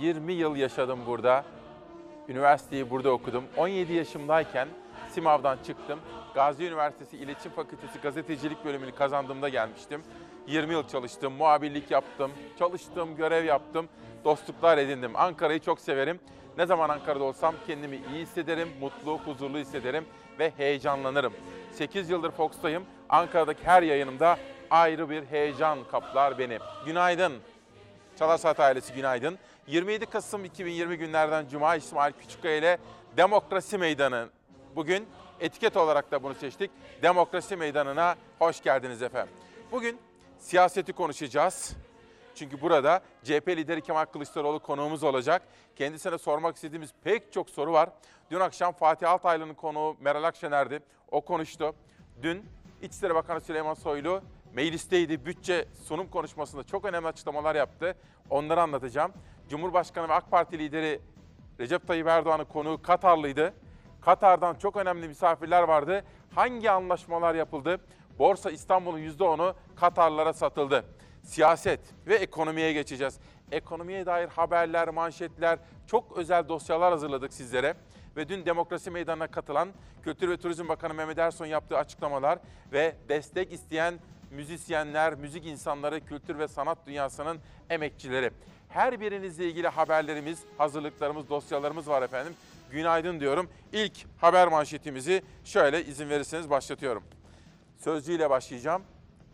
20 yıl yaşadım burada. Üniversiteyi burada okudum. 17 yaşımdayken Simav'dan çıktım. Gazi Üniversitesi İletişim Fakültesi Gazetecilik bölümünü kazandığımda gelmiştim. 20 yıl çalıştım, muhabirlik yaptım, çalıştım, görev yaptım, dostluklar edindim. Ankara'yı çok severim. Ne zaman Ankara'da olsam kendimi iyi hissederim, mutlu, huzurlu hissederim ve heyecanlanırım. 8 yıldır Fox'tayım. Ankara'daki her yayınımda ayrı bir heyecan kaplar beni. Günaydın. Çalar Saat ailesi günaydın. 27 Kasım 2020 günlerden Cuma İsmail Küçükkaya ile Demokrasi Meydanı. Bugün etiket olarak da bunu seçtik. Demokrasi Meydanı'na hoş geldiniz efendim. Bugün siyaseti konuşacağız. Çünkü burada CHP lideri Kemal Kılıçdaroğlu konuğumuz olacak. Kendisine sormak istediğimiz pek çok soru var. Dün akşam Fatih Altaylı'nın konuğu Meral Akşener'di. O konuştu. Dün İçişleri Bakanı Süleyman Soylu meclisteydi. Bütçe sunum konuşmasında çok önemli açıklamalar yaptı. Onları anlatacağım. Cumhurbaşkanı ve AK Parti lideri Recep Tayyip Erdoğan'ın konuğu Katarlıydı. Katar'dan çok önemli misafirler vardı. Hangi anlaşmalar yapıldı? Borsa İstanbul'un %10'u Katarlara satıldı. Siyaset ve ekonomiye geçeceğiz. Ekonomiye dair haberler, manşetler, çok özel dosyalar hazırladık sizlere. Ve dün Demokrasi Meydanı'na katılan Kültür ve Turizm Bakanı Mehmet Ersoy'un yaptığı açıklamalar ve destek isteyen müzisyenler, müzik insanları, kültür ve sanat dünyasının emekçileri. Her birinizle ilgili haberlerimiz, hazırlıklarımız, dosyalarımız var efendim. Günaydın diyorum. İlk haber manşetimizi şöyle izin verirseniz başlatıyorum. Sözcü ile başlayacağım.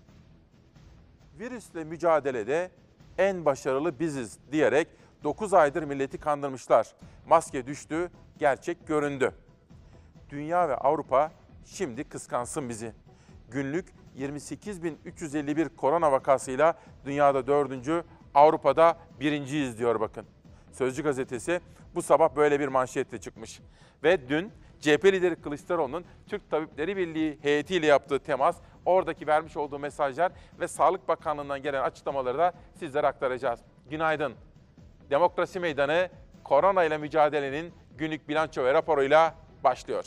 Virüsle mücadelede en başarılı biziz diyerek 9 aydır milleti kandırmışlar. Maske düştü, gerçek göründü. Dünya ve Avrupa şimdi kıskansın bizi. Günlük 28.351 korona vakasıyla dünyada 4. Avrupa'da 1.yiz diyor bakın. Sözcü gazetesi bu sabah böyle bir manşetle çıkmış. Ve dün CHP lideri Kılıçdaroğlu'nun Türk Tabipleri Birliği heyetiyle yaptığı temas, oradaki vermiş olduğu mesajlar ve Sağlık Bakanlığı'ndan gelen açıklamaları da sizlere aktaracağız. Günaydın. Demokrasi Meydanı korona ile mücadelenin günlük bilanço ve raporuyla başlıyor.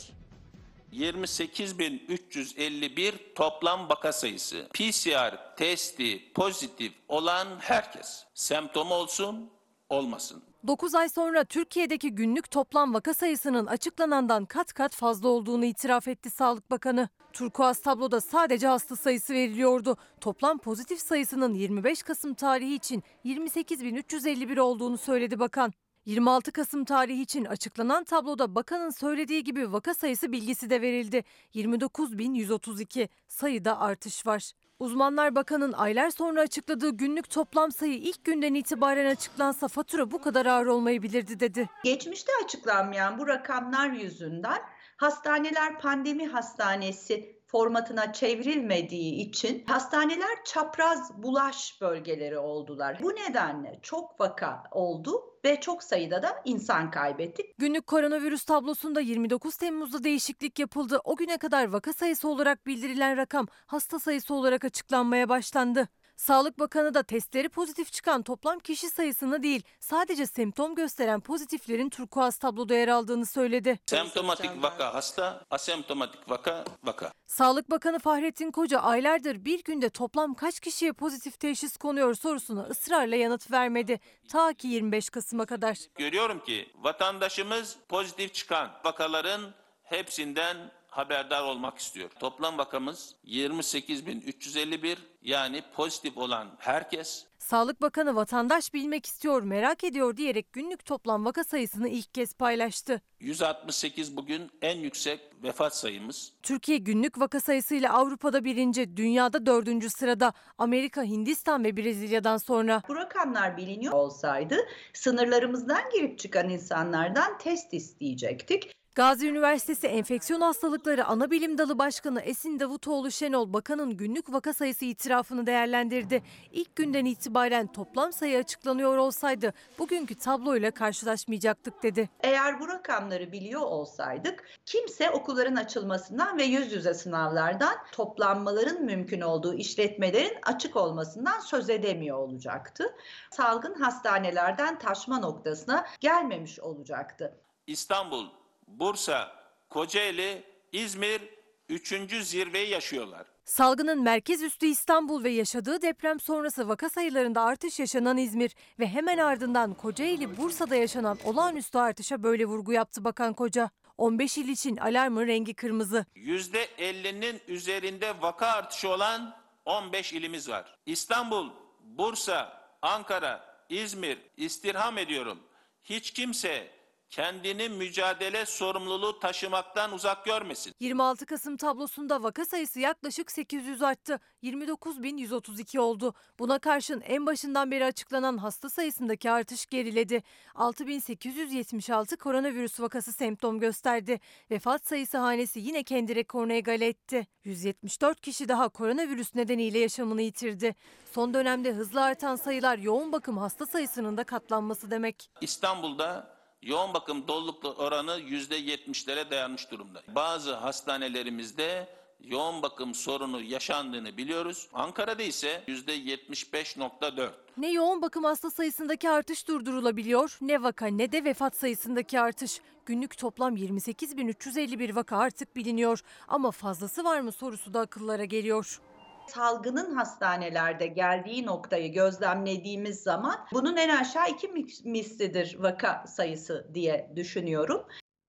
28.351 toplam vaka sayısı. PCR testi pozitif olan herkes. Semptom olsun, olmasın. 9 ay sonra Türkiye'deki günlük toplam vaka sayısının açıklanandan kat kat fazla olduğunu itiraf etti Sağlık Bakanı. Turkuaz tabloda sadece hasta sayısı veriliyordu. Toplam pozitif sayısının 25 Kasım tarihi için 28.351 olduğunu söyledi bakan. 26 Kasım tarihi için açıklanan tabloda bakanın söylediği gibi vaka sayısı bilgisi de verildi. 29.132 sayıda artış var. Uzmanlar bakanın aylar sonra açıkladığı günlük toplam sayı ilk günden itibaren açıklansa fatura bu kadar ağır olmayabilirdi dedi. Geçmişte açıklanmayan bu rakamlar yüzünden hastaneler pandemi hastanesi formatına çevrilmediği için hastaneler çapraz bulaş bölgeleri oldular. Bu nedenle çok vaka oldu ve çok sayıda da insan kaybettik. Günlük koronavirüs tablosunda 29 Temmuz'da değişiklik yapıldı. O güne kadar vaka sayısı olarak bildirilen rakam hasta sayısı olarak açıklanmaya başlandı. Sağlık Bakanı da testleri pozitif çıkan toplam kişi sayısını değil, sadece semptom gösteren pozitiflerin turkuaz tabloda yer aldığını söyledi. Semptomatik vaka hasta, asemptomatik vaka vaka. Sağlık Bakanı Fahrettin Koca aylardır bir günde toplam kaç kişiye pozitif teşhis konuyor sorusuna ısrarla yanıt vermedi. Ta ki 25 Kasım'a kadar. Görüyorum ki vatandaşımız pozitif çıkan vakaların hepsinden haberdar olmak istiyor. Toplam vakamız 28.351, yani pozitif olan herkes. Sağlık Bakanı vatandaş bilmek istiyor, merak ediyor diyerek günlük toplam vaka sayısını ilk kez paylaştı. 168 bugün en yüksek vefat sayımız. Türkiye günlük vaka sayısıyla Avrupa'da 1. dünyada 4. sırada. Amerika, Hindistan ve Brezilya'dan sonra. Bu rakamlar biliniyor olsaydı sınırlarımızdan girip çıkan insanlardan test isteyecektik. Gazi Üniversitesi Enfeksiyon Hastalıkları Anabilim Dalı Başkanı Esin Davutoğlu Şenol, bakanın günlük vaka sayısı itirafını değerlendirdi. İlk günden itibaren toplam sayı açıklanıyor olsaydı bugünkü tabloyla karşılaşmayacaktık dedi. Eğer bu rakamları biliyor olsaydık kimse okulların açılmasından ve yüz yüze sınavlardan, toplanmaların mümkün olduğu işletmelerin açık olmasından söz edemiyor olacaktı. Salgın hastanelerden taşma noktasına gelmemiş olacaktı. İstanbul, Bursa, Kocaeli, İzmir 3. zirveyi yaşıyorlar. Salgının merkez üssü İstanbul ve yaşadığı deprem sonrası vaka sayılarında artış yaşanan İzmir ve hemen ardından Kocaeli, Bursa'da yaşanan olağanüstü artışa böyle vurgu yaptı Bakan Koca. 15 il için alarmın rengi kırmızı. %50'nin üzerinde vaka artışı olan 15 ilimiz var. İstanbul, Bursa, Ankara, İzmir, istirham ediyorum. Hiç kimse kendini mücadele sorumluluğu taşımaktan uzak görmesin. 26 Kasım tablosunda vaka sayısı yaklaşık 800 arttı. 29.132 oldu. Buna karşın en başından beri açıklanan hasta sayısındaki artış geriledi. 6.876 koronavirüs vakası semptom gösterdi. Vefat sayısı hanesi yine kendi rekorunu egale etti. 174 kişi daha koronavirüs nedeniyle yaşamını yitirdi. Son dönemde hızla artan sayılar yoğun bakım hasta sayısının da katlanması demek. İstanbul'da yoğun bakım doluluk oranı %70'lere dayanmış durumda. Bazı hastanelerimizde yoğun bakım sorunu yaşandığını biliyoruz. Ankara'da ise %75.4. Ne yoğun bakım hasta sayısındaki artış durdurulabiliyor, ne vaka ne de vefat sayısındaki artış. Günlük toplam 28.351 vaka artık biliniyor. Ama fazlası var mı sorusu da akıllara geliyor. Salgının hastanelerde geldiği noktayı gözlemlediğimiz zaman bunun en aşağı 2 mislidir vaka sayısı diye düşünüyorum.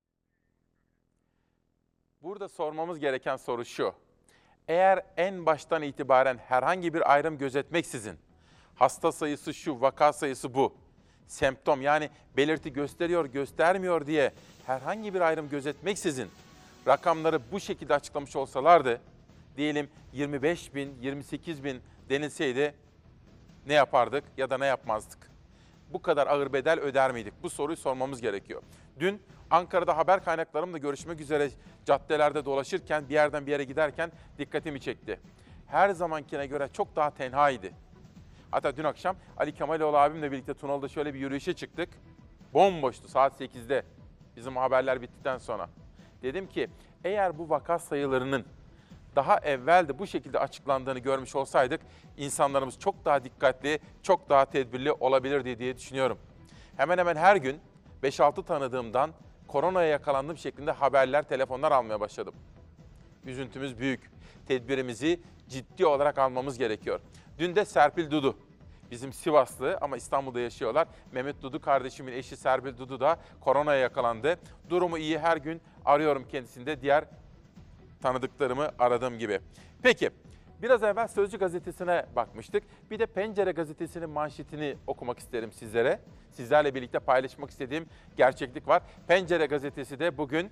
Burada sormamız gereken soru şu. Eğer en baştan itibaren herhangi bir ayrım gözetmeksizin hasta sayısı şu, vaka sayısı bu, semptom yani belirti gösteriyor, göstermiyor diye herhangi bir ayrım gözetmeksizin rakamları bu şekilde açıklamış olsalardı, diyelim 25 bin, 28 bin denilseydi ne yapardık ya da ne yapmazdık? Bu kadar ağır bedel öder miydik? Bu soruyu sormamız gerekiyor. Dün Ankara'da haber kaynaklarımla görüşmek üzere caddelerde dolaşırken bir yerden bir yere giderken dikkatimi çekti. Her zamankine göre çok daha tenhaydı. Hatta dün akşam Ali Kemaloğlu abimle birlikte Tunalı'da şöyle bir yürüyüşe çıktık. Bomboştu saat 8'de bizim haberler bittikten sonra. Dedim ki eğer bu vaka sayılarının daha evvel de bu şekilde açıklandığını görmüş olsaydık insanlarımız çok daha dikkatli, çok daha tedbirli olabilirdi diye düşünüyorum. Hemen hemen her gün 5-6 tanıdığımdan koronaya yakalandım şeklinde haberler, telefonlar almaya başladım. Üzüntümüz büyük. Tedbirimizi ciddi olarak almamız gerekiyor. Dün de Serpil Dudu, bizim Sivaslı ama İstanbul'da yaşıyorlar. Mehmet Dudu kardeşimin eşi Serpil Dudu da koronaya yakalandı. Durumu iyi, her gün arıyorum kendisini de diğer tanıdıklarımı aradığım gibi. Peki, biraz evvel Sözcü gazetesine bakmıştık. Bir de Pencere gazetesinin manşetini okumak isterim sizlere. Sizlerle birlikte paylaşmak istediğim gerçeklik var. Pencere gazetesi de bugün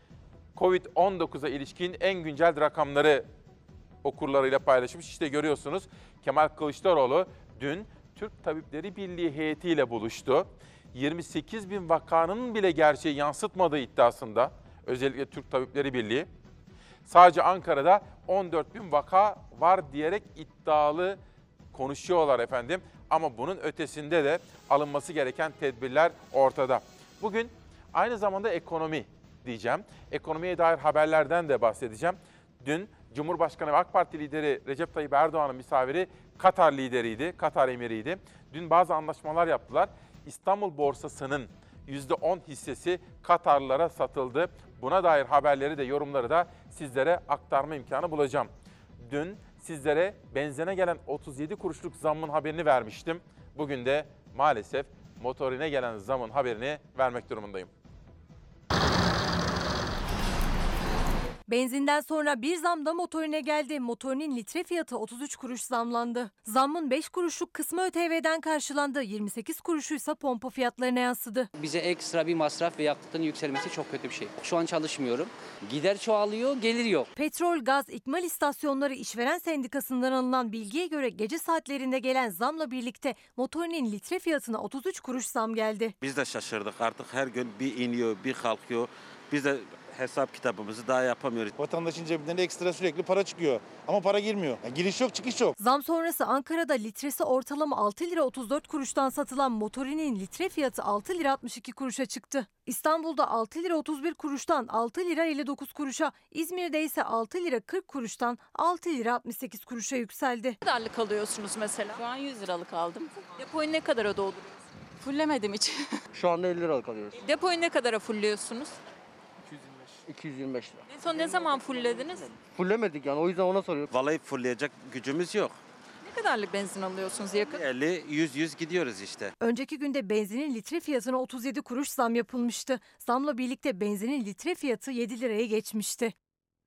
Covid-19'a ilişkin en güncel rakamları okurlarıyla paylaşmış. İşte görüyorsunuz Kemal Kılıçdaroğlu dün Türk Tabipleri Birliği heyetiyle buluştu. 28 bin vakanın bile gerçeği yansıtmadığı iddiasında, özellikle Türk Tabipleri Birliği. Sadece Ankara'da 14 bin vaka var diyerek iddialı konuşuyorlar efendim. Ama bunun ötesinde de alınması gereken tedbirler ortada. Bugün aynı zamanda ekonomi diyeceğim. Ekonomiye dair haberlerden de bahsedeceğim. Dün Cumhurbaşkanı ve AK Parti lideri Recep Tayyip Erdoğan'ın misafiri Katar lideriydi, Katar emiriydi. Dün bazı anlaşmalar yaptılar. İstanbul borsasının %10 hissesi Katarlılara satıldı. Buna dair haberleri de, yorumları da sizlere aktarma imkanı bulacağım. Dün sizlere benzine gelen 37 kuruşluk zammın haberini vermiştim. Bugün de maalesef motorine gelen zamın haberini vermek durumundayım. Benzinden sonra bir zam da motorine geldi. Motorinin litre fiyatı 33 kuruş zamlandı. Zammın 5 kuruşluk kısmı ÖTV'den karşılandı. 28 kuruşuysa pompa fiyatlarına yansıdı. Bize ekstra bir masraf ve yakıtın yükselmesi çok kötü bir şey. Şu an çalışmıyorum. Gider çoğalıyor, gelir yok. Petrol, gaz, ikmal istasyonları işveren sendikasından alınan bilgiye göre gece saatlerinde gelen zamla birlikte motorinin litre fiyatına 33 kuruş zam geldi. Biz de şaşırdık, artık her gün bir iniyor, bir kalkıyor. Biz de hesap kitabımızı daha yapamıyoruz. Vatandaşın cebinden ekstra sürekli para çıkıyor ama para girmiyor. Yani giriş yok, çıkış yok. Zam sonrası Ankara'da litresi ortalama 6 lira 34 kuruştan satılan motorinin litre fiyatı 6 lira 62 kuruşa çıktı. İstanbul'da 6 lira 31 kuruştan 6 lira 59 kuruşa, İzmir'de ise 6 lira 40 kuruştan 6 lira 68 kuruşa yükseldi. Ne kadarlık alıyorsunuz mesela? Şu an 100 liralık aldım. Depoyu ne kadara dolduruyorsunuz? Fullemedim hiç. Şu anda 50 liralık alıyoruz. Depoyu ne kadara fulluyorsunuz? 225 lira. En son ne zaman fulllediniz? Fullemedik yani, o yüzden ona soruyorum. Vallahi fullleyecek gücümüz yok. Ne kadarlık benzin alıyorsunuz yakıt? 50-100 gidiyoruz işte. Önceki günde benzinin litre fiyatına 37 kuruş zam yapılmıştı. Zamla birlikte benzinin litre fiyatı 7 liraya geçmişti.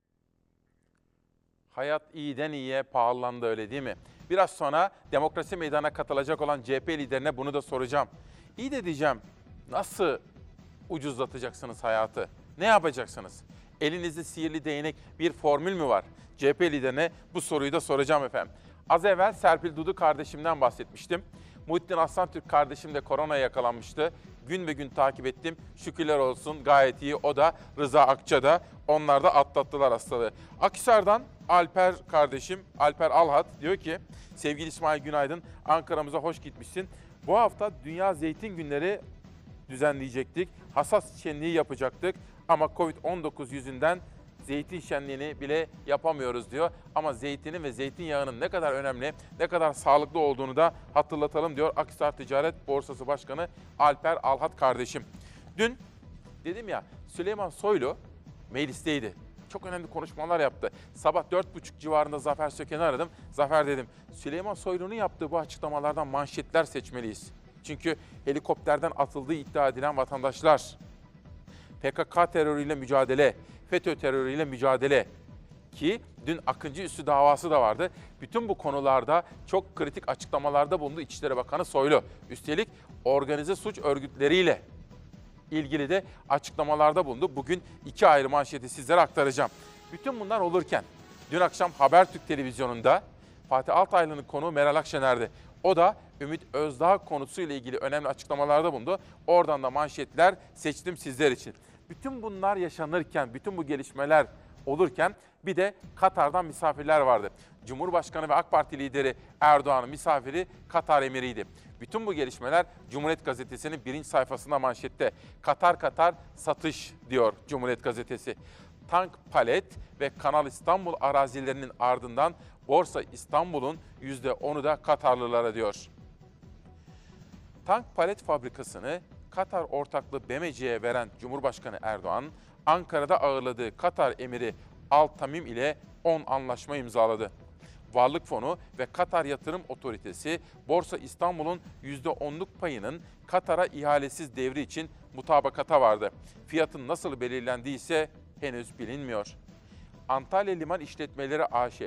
Hayat iyiden iyiye pahalandı, öyle değil mi? Biraz sonra demokrasi meydanına katılacak olan CHP liderine bunu da soracağım. İyi de diyeceğim, nasıl ucuzlatacaksınız hayatı? Ne yapacaksınız? Elinizde sihirli değnek, bir formül mü var? CHP liderine bu soruyu da soracağım efendim. Az evvel Serpil Dudu kardeşimden bahsetmiştim. Muhittin Aslantürk kardeşim de koronaya yakalanmıştı. Gün be gün takip ettim. Şükürler olsun gayet iyi. O da, Rıza Akça da, onlar da atlattılar hastalığı. Akhisar'dan Alper kardeşim, Alper Alhat diyor ki, sevgili İsmail günaydın, Ankara'mıza hoş gitmişsin. Bu hafta Dünya Zeytin Günleri düzenleyecektik. Hasat şenliği yapacaktık ama Covid-19 yüzünden zeytin şenliğini bile yapamıyoruz diyor. Ama zeytinin ve zeytinyağının ne kadar önemli, ne kadar sağlıklı olduğunu da hatırlatalım diyor Akhisar Ticaret Borsası Başkanı Alper Alhat kardeşim. Dün dedim ya, Süleyman Soylu meclisteydi. Çok önemli konuşmalar yaptı. Sabah 4.30 civarında Zafer Söken'i aradım. Zafer dedim, Süleyman Soylu'nun yaptığı bu açıklamalardan manşetler seçmeliyiz. Çünkü helikopterden atıldığı iddia edilen vatandaşlar, PKK terörüyle mücadele, FETÖ terörüyle mücadele ki dün Akıncı Üssü davası da vardı. Bütün bu konularda çok kritik açıklamalarda bulundu İçişleri Bakanı Soylu. Üstelik organize suç örgütleriyle ilgili de açıklamalarda bulundu. Bugün 2 ayrı manşeti sizlere aktaracağım. Bütün bunlar olurken dün akşam Habertürk televizyonunda Fatih Altaylı'nın konuğu Meral Akşener'di. O da Ümit Özdağ konusuyla ilgili önemli açıklamalarda bulundu. Oradan da manşetler seçtim sizler için. Bütün bunlar yaşanırken, bütün bu gelişmeler olurken bir de Katar'dan misafirler vardı. Cumhurbaşkanı ve AK Parti lideri Erdoğan'ın misafiri Katar emiriydi. Bütün bu gelişmeler Cumhuriyet Gazetesi'nin birinci sayfasında manşette. Katar satış diyor Cumhuriyet Gazetesi. Tank Palet ve Kanal İstanbul arazilerinin ardından Borsa İstanbul'un %10'u da Katarlılara diyor. Tank Palet fabrikasını Katar ortaklığı BMC'ye veren Cumhurbaşkanı Erdoğan, Ankara'da ağırladığı Katar emiri Al Tamim ile 10 anlaşma imzaladı. Varlık Fonu ve Katar Yatırım Otoritesi, Borsa İstanbul'un %10'luk payının Katar'a ihalesiz devri için mutabakata vardı. Fiyatın nasıl belirlendiği ise henüz bilinmiyor. Antalya Liman İşletmeleri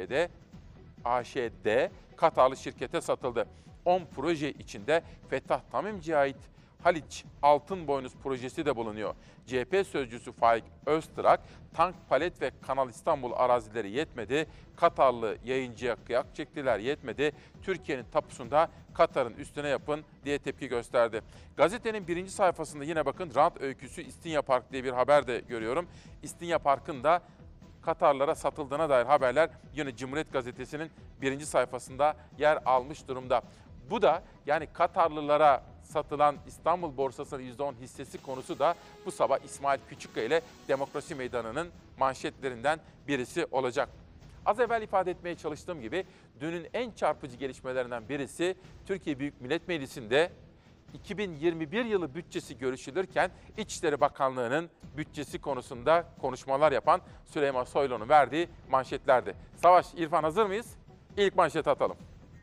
AŞ'de Katarlı şirkete satıldı. 10 proje içinde Fettah Tamimci'ye ait Haliç Altın Boynuz projesi de bulunuyor. CHP sözcüsü Faik Öztrak, Tank Palet ve Kanal İstanbul arazileri yetmedi, Katarlı yayıncıya kıyak çektiler yetmedi, Türkiye'nin tapusunda Katar'ın üstüne yapın diye tepki gösterdi. Gazetenin birinci sayfasında yine bakın rant öyküsü İstinye Park diye bir haber de görüyorum. İstinye Park'ın da Katarlara satıldığına dair haberler yine Cumhuriyet Gazetesi'nin birinci sayfasında yer almış durumda. Bu da yani Katarlılara satılan İstanbul borsasının %10 hissesi konusu da bu sabah İsmail Küçükkaya ile Demokrasi Meydanı'nın manşetlerinden birisi olacak. Az evvel ifade etmeye çalıştığım gibi dünün en çarpıcı gelişmelerinden birisi Türkiye Büyük Millet Meclisi'nde 2021 yılı bütçesi görüşülürken İçişleri Bakanlığı'nın bütçesi konusunda konuşmalar yapan Süleyman Soylu'nun verdiği manşetlerdi. Savaş, İrfan hazır mıyız? İlk manşeti atalım.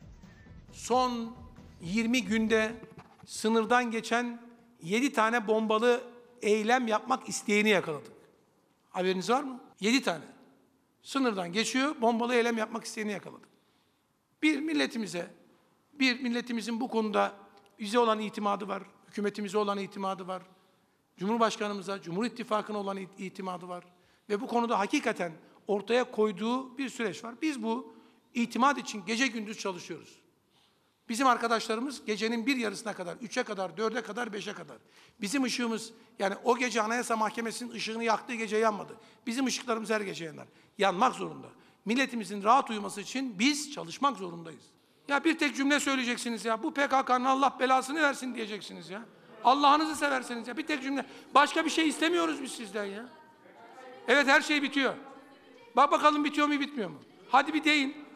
Son 20 günde sınırdan geçen 7 tane bombalı eylem yapmak isteyeni yakaladık. Haberiniz var mı? 7 tane. Sınırdan geçiyor, bombalı eylem yapmak isteyeni yakaladık. Bir milletimizin bu konuda bize olan itimadı var, hükümetimize olan itimadı var, Cumhurbaşkanımıza, Cumhur İttifakı'na olan itimadı var ve bu konuda hakikaten ortaya koyduğu bir süreç var. Biz bu itimat için gece gündüz çalışıyoruz. Bizim arkadaşlarımız gecenin bir yarısına kadar, 3'e kadar, 4'e kadar, 5'e kadar. Bizim ışığımız, yani o gece Anayasa Mahkemesi'nin ışığını yaktığı gece yanmadı. Bizim ışıklarımız her gece yanar. Yanmak zorunda. Milletimizin rahat uyuması için biz çalışmak zorundayız. Ya bir tek cümle söyleyeceksiniz ya. Bu PKK'nın Allah belasını versin diyeceksiniz ya. Allah'ınızı severseniz ya. Bir tek cümle. Başka bir şey istemiyoruz biz sizden ya. Evet, her şey bitiyor. Bak bakalım bitiyor mu bitmiyor mu? Hadi bir deyin.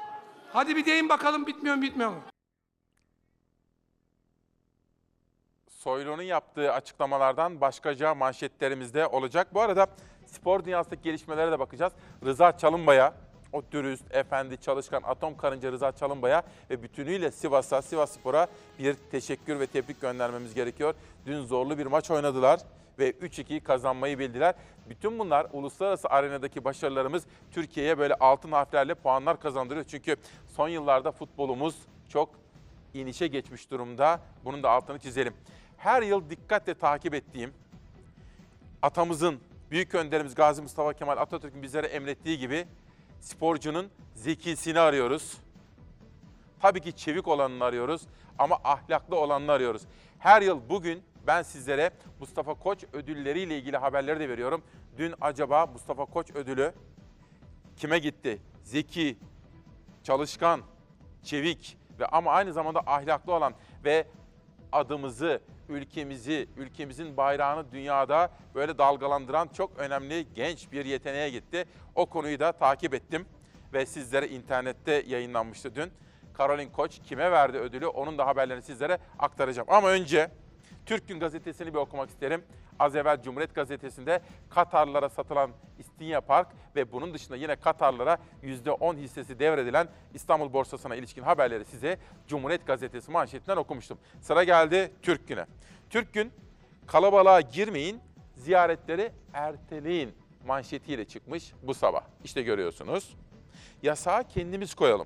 Hadi bir deyin bakalım bitmiyor mu bitmiyor mu? Soylu'nun yaptığı açıklamalardan başkaca manşetlerimizde olacak. Bu arada spor dünyasındaki gelişmelere de bakacağız. Rıza Çalınbay'a, o dürüst, efendi, çalışkan atom karınca Rıza Çalınbay'a ve bütünüyle Sivasspor'a bir teşekkür ve tebrik göndermemiz gerekiyor. Dün zorlu bir maç oynadılar ve 3-2 kazanmayı bildiler. Bütün bunlar uluslararası arenadaki başarılarımız Türkiye'ye böyle altın harflerle puanlar kazandırıyor. Çünkü son yıllarda futbolumuz çok inişe geçmiş durumda. Bunun da altını çizelim. Her yıl dikkatle takip ettiğim atamızın, büyük önderimiz Gazi Mustafa Kemal Atatürk'ün bizlere emrettiği gibi sporcunun zekisini arıyoruz. Tabii ki çevik olanını arıyoruz ama ahlaklı olanını arıyoruz. Her yıl bugün ben sizlere Mustafa Koç ödülleriyle ilgili haberleri de veriyorum. Dün acaba Mustafa Koç ödülü kime gitti? Zeki, çalışkan, çevik ve ama aynı zamanda ahlaklı olan ve adımızı, ülkemizin bayrağını dünyada böyle dalgalandıran çok önemli genç bir yeteneğe gitti. O konuyu da takip ettim ve sizlere internette yayınlanmıştı dün. Caroline Koç kime verdi ödülü, onun da haberlerini sizlere aktaracağım. Ama önce Türk Gün Gazetesi'ni bir okumak isterim. Az evvel Cumhuriyet Gazetesi'nde Katarlılara satılan İstinye Park ve bunun dışında yine Katarlılara %10 hissesi devredilen İstanbul borsasına ilişkin haberleri size Cumhuriyet Gazetesi manşetinden okumuştum. Sıra geldi Türk Gün'e. Türk Gün, kalabalığa girmeyin, ziyaretleri erteleyin manşetiyle çıkmış bu sabah. İşte görüyorsunuz. Yasağı kendimiz koyalım.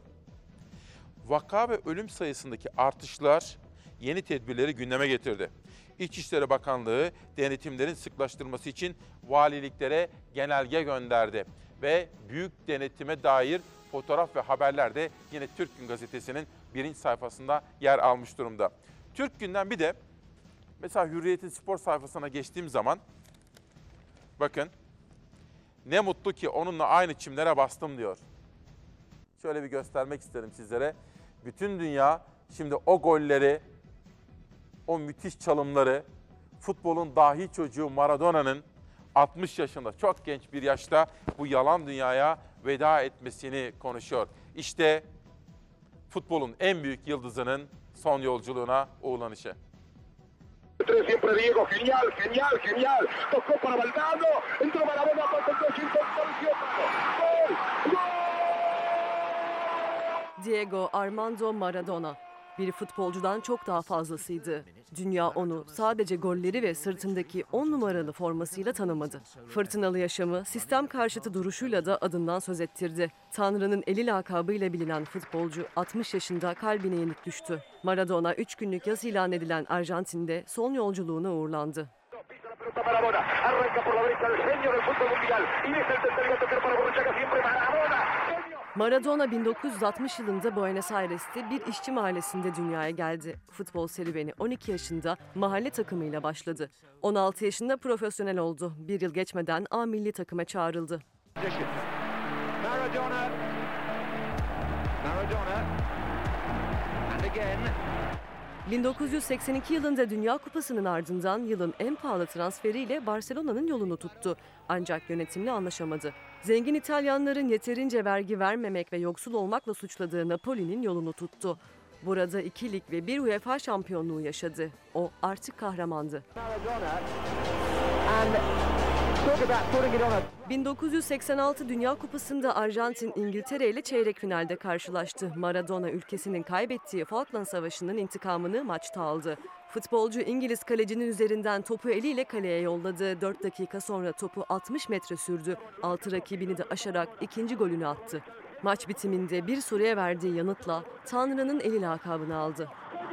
Vaka ve ölüm sayısındaki artışlar yeni tedbirleri gündeme getirdi. İçişleri Bakanlığı denetimlerin sıklaştırması için valiliklere genelge gönderdi. Ve büyük denetime dair fotoğraf ve haberler de yine Türk Gün Gazetesi'nin birinci sayfasında yer almış durumda. Türk Gün'den bir de mesela Hürriyet'in spor sayfasına geçtiğim zaman bakın ne mutlu ki onunla aynı çimlere bastım diyor. Şöyle bir göstermek isterim sizlere. Bütün dünya şimdi o golleri, o müthiş çalımları, futbolun dahi çocuğu Maradona'nın 60 yaşında, çok genç bir yaşta bu yalan dünyaya veda etmesini konuşuyor. İşte futbolun en büyük yıldızının son yolculuğuna uğurlanışı. Siempre Diego, genial, genial, genial. Tocó para Valdano, entró Maradona, gol, gol. Diego Armando Maradona bir futbolcudan çok daha fazlasıydı. Dünya onu sadece golleri ve sırtındaki 10 numaralı formasıyla tanımadı. Fırtınalı yaşamı, sistem karşıtı duruşuyla da adından söz ettirdi. Tanrı'nın eli lakabıyla bilinen futbolcu 60 yaşında kalbine yenik düştü. Maradona 3 günlük yas ilan edilen Arjantin'de son yolculuğuna uğurlandı. Maradona 1960 yılında Buenos Aires'te bir işçi mahallesinde dünyaya geldi. Futbol serüveni 12 yaşında mahalle takımıyla başladı. 16 yaşında profesyonel oldu. Bir yıl geçmeden A milli takıma çağrıldı. Maradona. And again. 1982 yılında Dünya Kupası'nın ardından yılın en pahalı transferiyle Barcelona'nın yolunu tuttu. Ancak yönetimle anlaşamadı. Zengin İtalyanların yeterince vergi vermemek ve yoksul olmakla suçladığı Napoli'nin yolunu tuttu. Burada 2 lig ve 1 UEFA şampiyonluğu yaşadı. O artık kahramandı. 1986 Dünya Kupası'nda Arjantin İngiltere ile çeyrek finalde karşılaştı. Maradona ülkesinin kaybettiği Falkland Savaşı'nın intikamını maçta aldı. Futbolcu İngiliz kalecinin üzerinden topu eliyle kaleye yolladı. 4 dakika sonra topu 60 metre sürdü. 6 rakibini de aşarak ikinci golünü attı. Maç bitiminde bir soruya verdiği yanıtla Tanrı'nın eli lakabını aldı.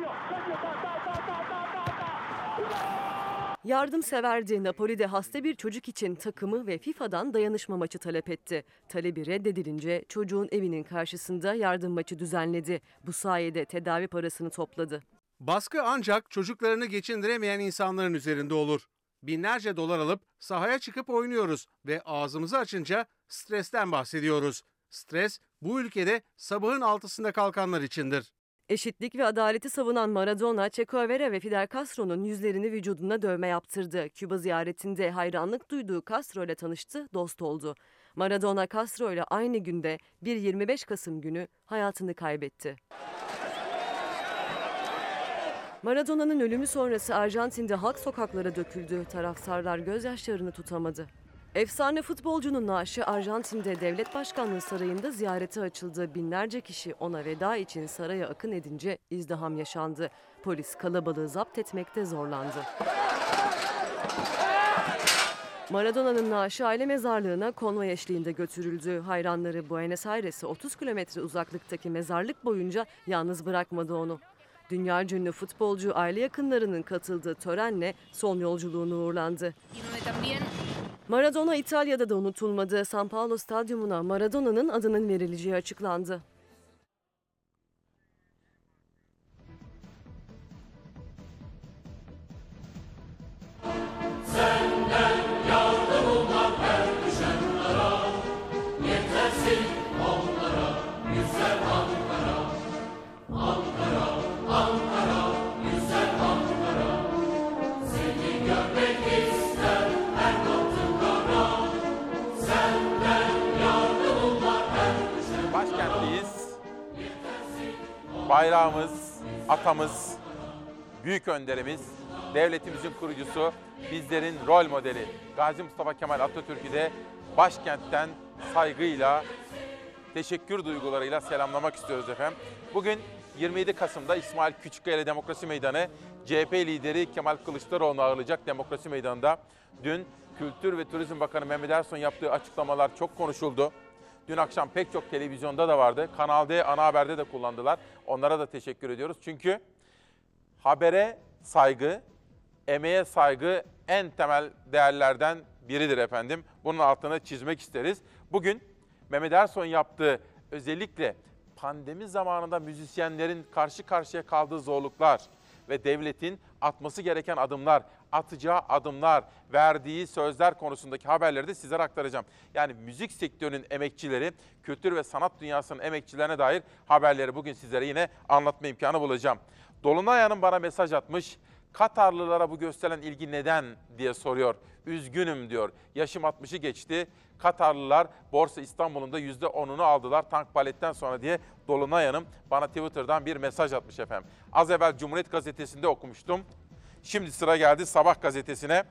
Yardımseverdi. Napoli'de hasta bir çocuk için takımı ve FIFA'dan dayanışma maçı talep etti. Talebi reddedilince çocuğun evinin karşısında yardım maçı düzenledi. Bu sayede tedavi parasını topladı. Baskı ancak çocuklarını geçindiremeyen insanların üzerinde olur. Binlerce dolar alıp sahaya çıkıp oynuyoruz ve ağzımızı açınca stresten bahsediyoruz. Stres bu ülkede sabahın 6'sında kalkanlar içindir. Eşitlik ve adaleti savunan Maradona, Che Guevara ve Fidel Castro'nun yüzlerini vücuduna dövme yaptırdı. Küba ziyaretinde hayranlık duyduğu Castro ile tanıştı, dost oldu. Maradona, Castro ile aynı günde bir 25 Kasım günü hayatını kaybetti. Maradona'nın ölümü sonrası Arjantin'de halk sokaklara döküldü. Taraftarlar gözyaşlarını tutamadı. Efsane futbolcunun naaşı Arjantin'de Devlet Başkanlığı Sarayı'nda ziyarete açıldı. Binlerce kişi ona veda için saraya akın edince izdiham yaşandı. Polis kalabalığı zapt etmekte zorlandı. Maradona'nın naaşı aile mezarlığına konvoy eşliğinde götürüldü. Hayranları Buenos Aires'e 30 kilometre uzaklıktaki mezarlık boyunca yalnız bırakmadı onu. Dünyaca ünlü futbolcu aile yakınlarının katıldığı törenle son yolculuğunu uğurlandı. Maradona İtalya'da da unutulmadı. San Paolo Stadyumuna Maradona'nın adının verileceği açıklandı. Başkentliyiz. Bayrağımız, atamız, büyük önderimiz, devletimizin kurucusu, bizlerin rol modeli Gazi Mustafa Kemal Atatürk'ü de başkentten saygıyla, teşekkür duygularıyla selamlamak istiyoruz efendim. Bugün 27 Kasım'da İsmail Küçükkaya Demokrasi Meydanı, CHP lideri Kemal Kılıçdaroğlu'nu ağırlayacak Demokrasi Meydanı'nda. Dün Kültür ve Turizm Bakanı Mehmet Ersoy'un yaptığı açıklamalar çok konuşuldu. Dün akşam pek çok televizyonda da vardı. Kanal D, Ana Haber'de de kullandılar. Onlara da teşekkür ediyoruz. Çünkü habere saygı, emeğe saygı en temel değerlerden biridir efendim. Bunun altını çizmek isteriz. Bugün Mehmet Ersoy'un yaptığı özellikle pandemi zamanında müzisyenlerin karşı karşıya kaldığı zorluklar ve devletin atması gereken adımlar, atacağı adımlar, verdiği sözler konusundaki haberleri de sizlere aktaracağım. Yani müzik sektörünün emekçileri, kültür ve sanat dünyasının emekçilerine dair haberleri bugün sizlere yine anlatma imkanı bulacağım. Dolunay Hanım bana mesaj atmış. Katarlılara bu gösterilen ilgi neden diye soruyor. Üzgünüm diyor. Yaşım 60'ı geçti. Katarlılar Borsa İstanbul'un da %10'unu aldılar tank paletten sonra diye Dolunay Hanım bana Twitter'dan bir mesaj atmış efendim. Az evvel Cumhuriyet Gazetesi'nde okumuştum. Şimdi sıra geldi Sabah gazetesine.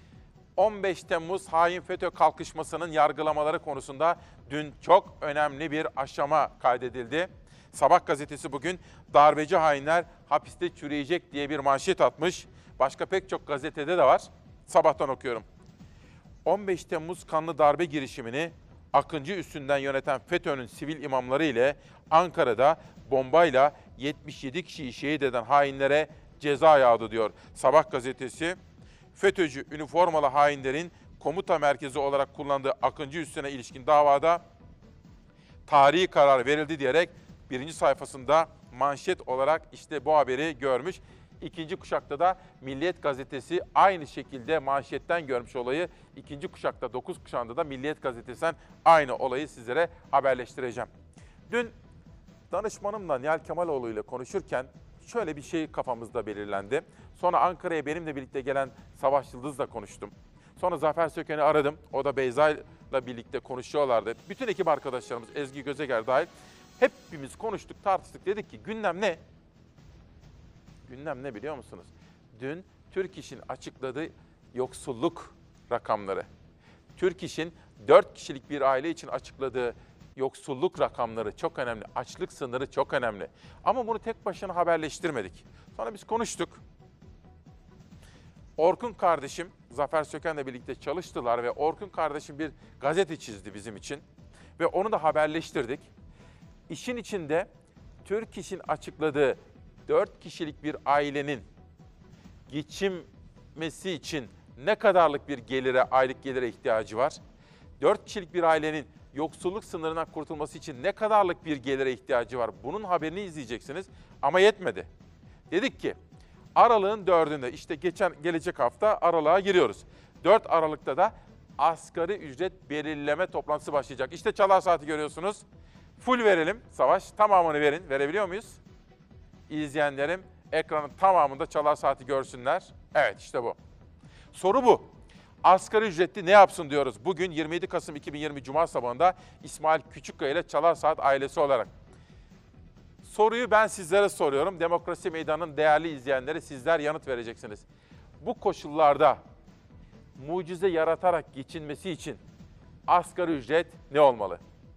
15 Temmuz hain FETÖ kalkışmasının yargılamaları konusunda dün çok önemli bir aşama kaydedildi. Sabah gazetesi bugün darbeci hainler hapiste çürüyecek diye bir manşet atmış. Başka pek çok gazetede de var. Sabahtan okuyorum. 15 Temmuz kanlı darbe girişimini Akıncı üstünden yöneten FETÖ'nün sivil imamları ile Ankara'da bombayla 77 kişiyi şehit eden hainlere ceza yağdı diyor. Sabah gazetesi, FETÖ'cü üniformalı hainlerin komuta merkezi olarak kullandığı Akıncı üssüne ilişkin davada tarihi karar verildi diyerek birinci sayfasında manşet olarak işte bu haberi görmüş. İkinci kuşakta da Milliyet Gazetesi aynı şekilde manşetten görmüş olayı. İkinci kuşakta 9 kuşağında da Milliyet Gazetesi'nden aynı olayı sizlere haberleştireceğim. Dün danışmanımla Nihal Kemaloğlu ile konuşurken şöyle bir şey kafamızda belirlendi. Sonra Ankara'ya benimle birlikte gelen Savaş Yıldız'la konuştum. Sonra Zafer Söken'i aradım. O da Beyza ile birlikte konuşuyorlardı. Bütün ekip arkadaşlarımız Ezgi Gözeger dahil hepimiz konuştuk, tartıştık. Dedik ki gündem ne? Gündem ne biliyor musunuz? Dün Türk İş'in açıkladığı yoksulluk rakamları. Türk İş'in 4 kişilik bir aile için açıkladığı yoksulluk rakamları çok önemli. Açlık sınırı çok önemli. Ama bunu tek başına haberleştirmedik. Sonra biz konuştuk. Orkun kardeşim, Zafer Söken'le birlikte çalıştılar ve Orkun kardeşim bir gazete çizdi bizim için. Ve onu da haberleştirdik. İşin içinde Türk İş'in açıkladığı 4 kişilik bir ailenin geçinmesi için ne kadarlık bir gelire, aylık gelire ihtiyacı var? 4 kişilik bir ailenin yoksulluk sınırından kurtulması için ne kadarlık bir gelire ihtiyacı var? Bunun haberini izleyeceksiniz ama yetmedi. Dedik ki Aralık'ın 4'ünde işte gelecek hafta aralığa giriyoruz. 4 Aralık'ta da asgari ücret belirleme toplantısı başlayacak. İşte çalar saati görüyorsunuz. Full verelim Savaş, tamamını verin. Verebiliyor muyuz? İzleyenlerim ekranın tamamında çalar saati görsünler. Evet işte bu. Soru bu. Asgari ücretli ne yapsın diyoruz. Bugün 27 Kasım 2020 Cuma sabahında İsmail Küçükkaya ile Çalar Saat ailesi olarak. Soruyu ben sizlere soruyorum. Demokrasi Meydanı'nın değerli izleyenleri, sizler yanıt vereceksiniz. Bu koşullarda mucize yaratarak geçinmesi için asgari ücret ne olmalı?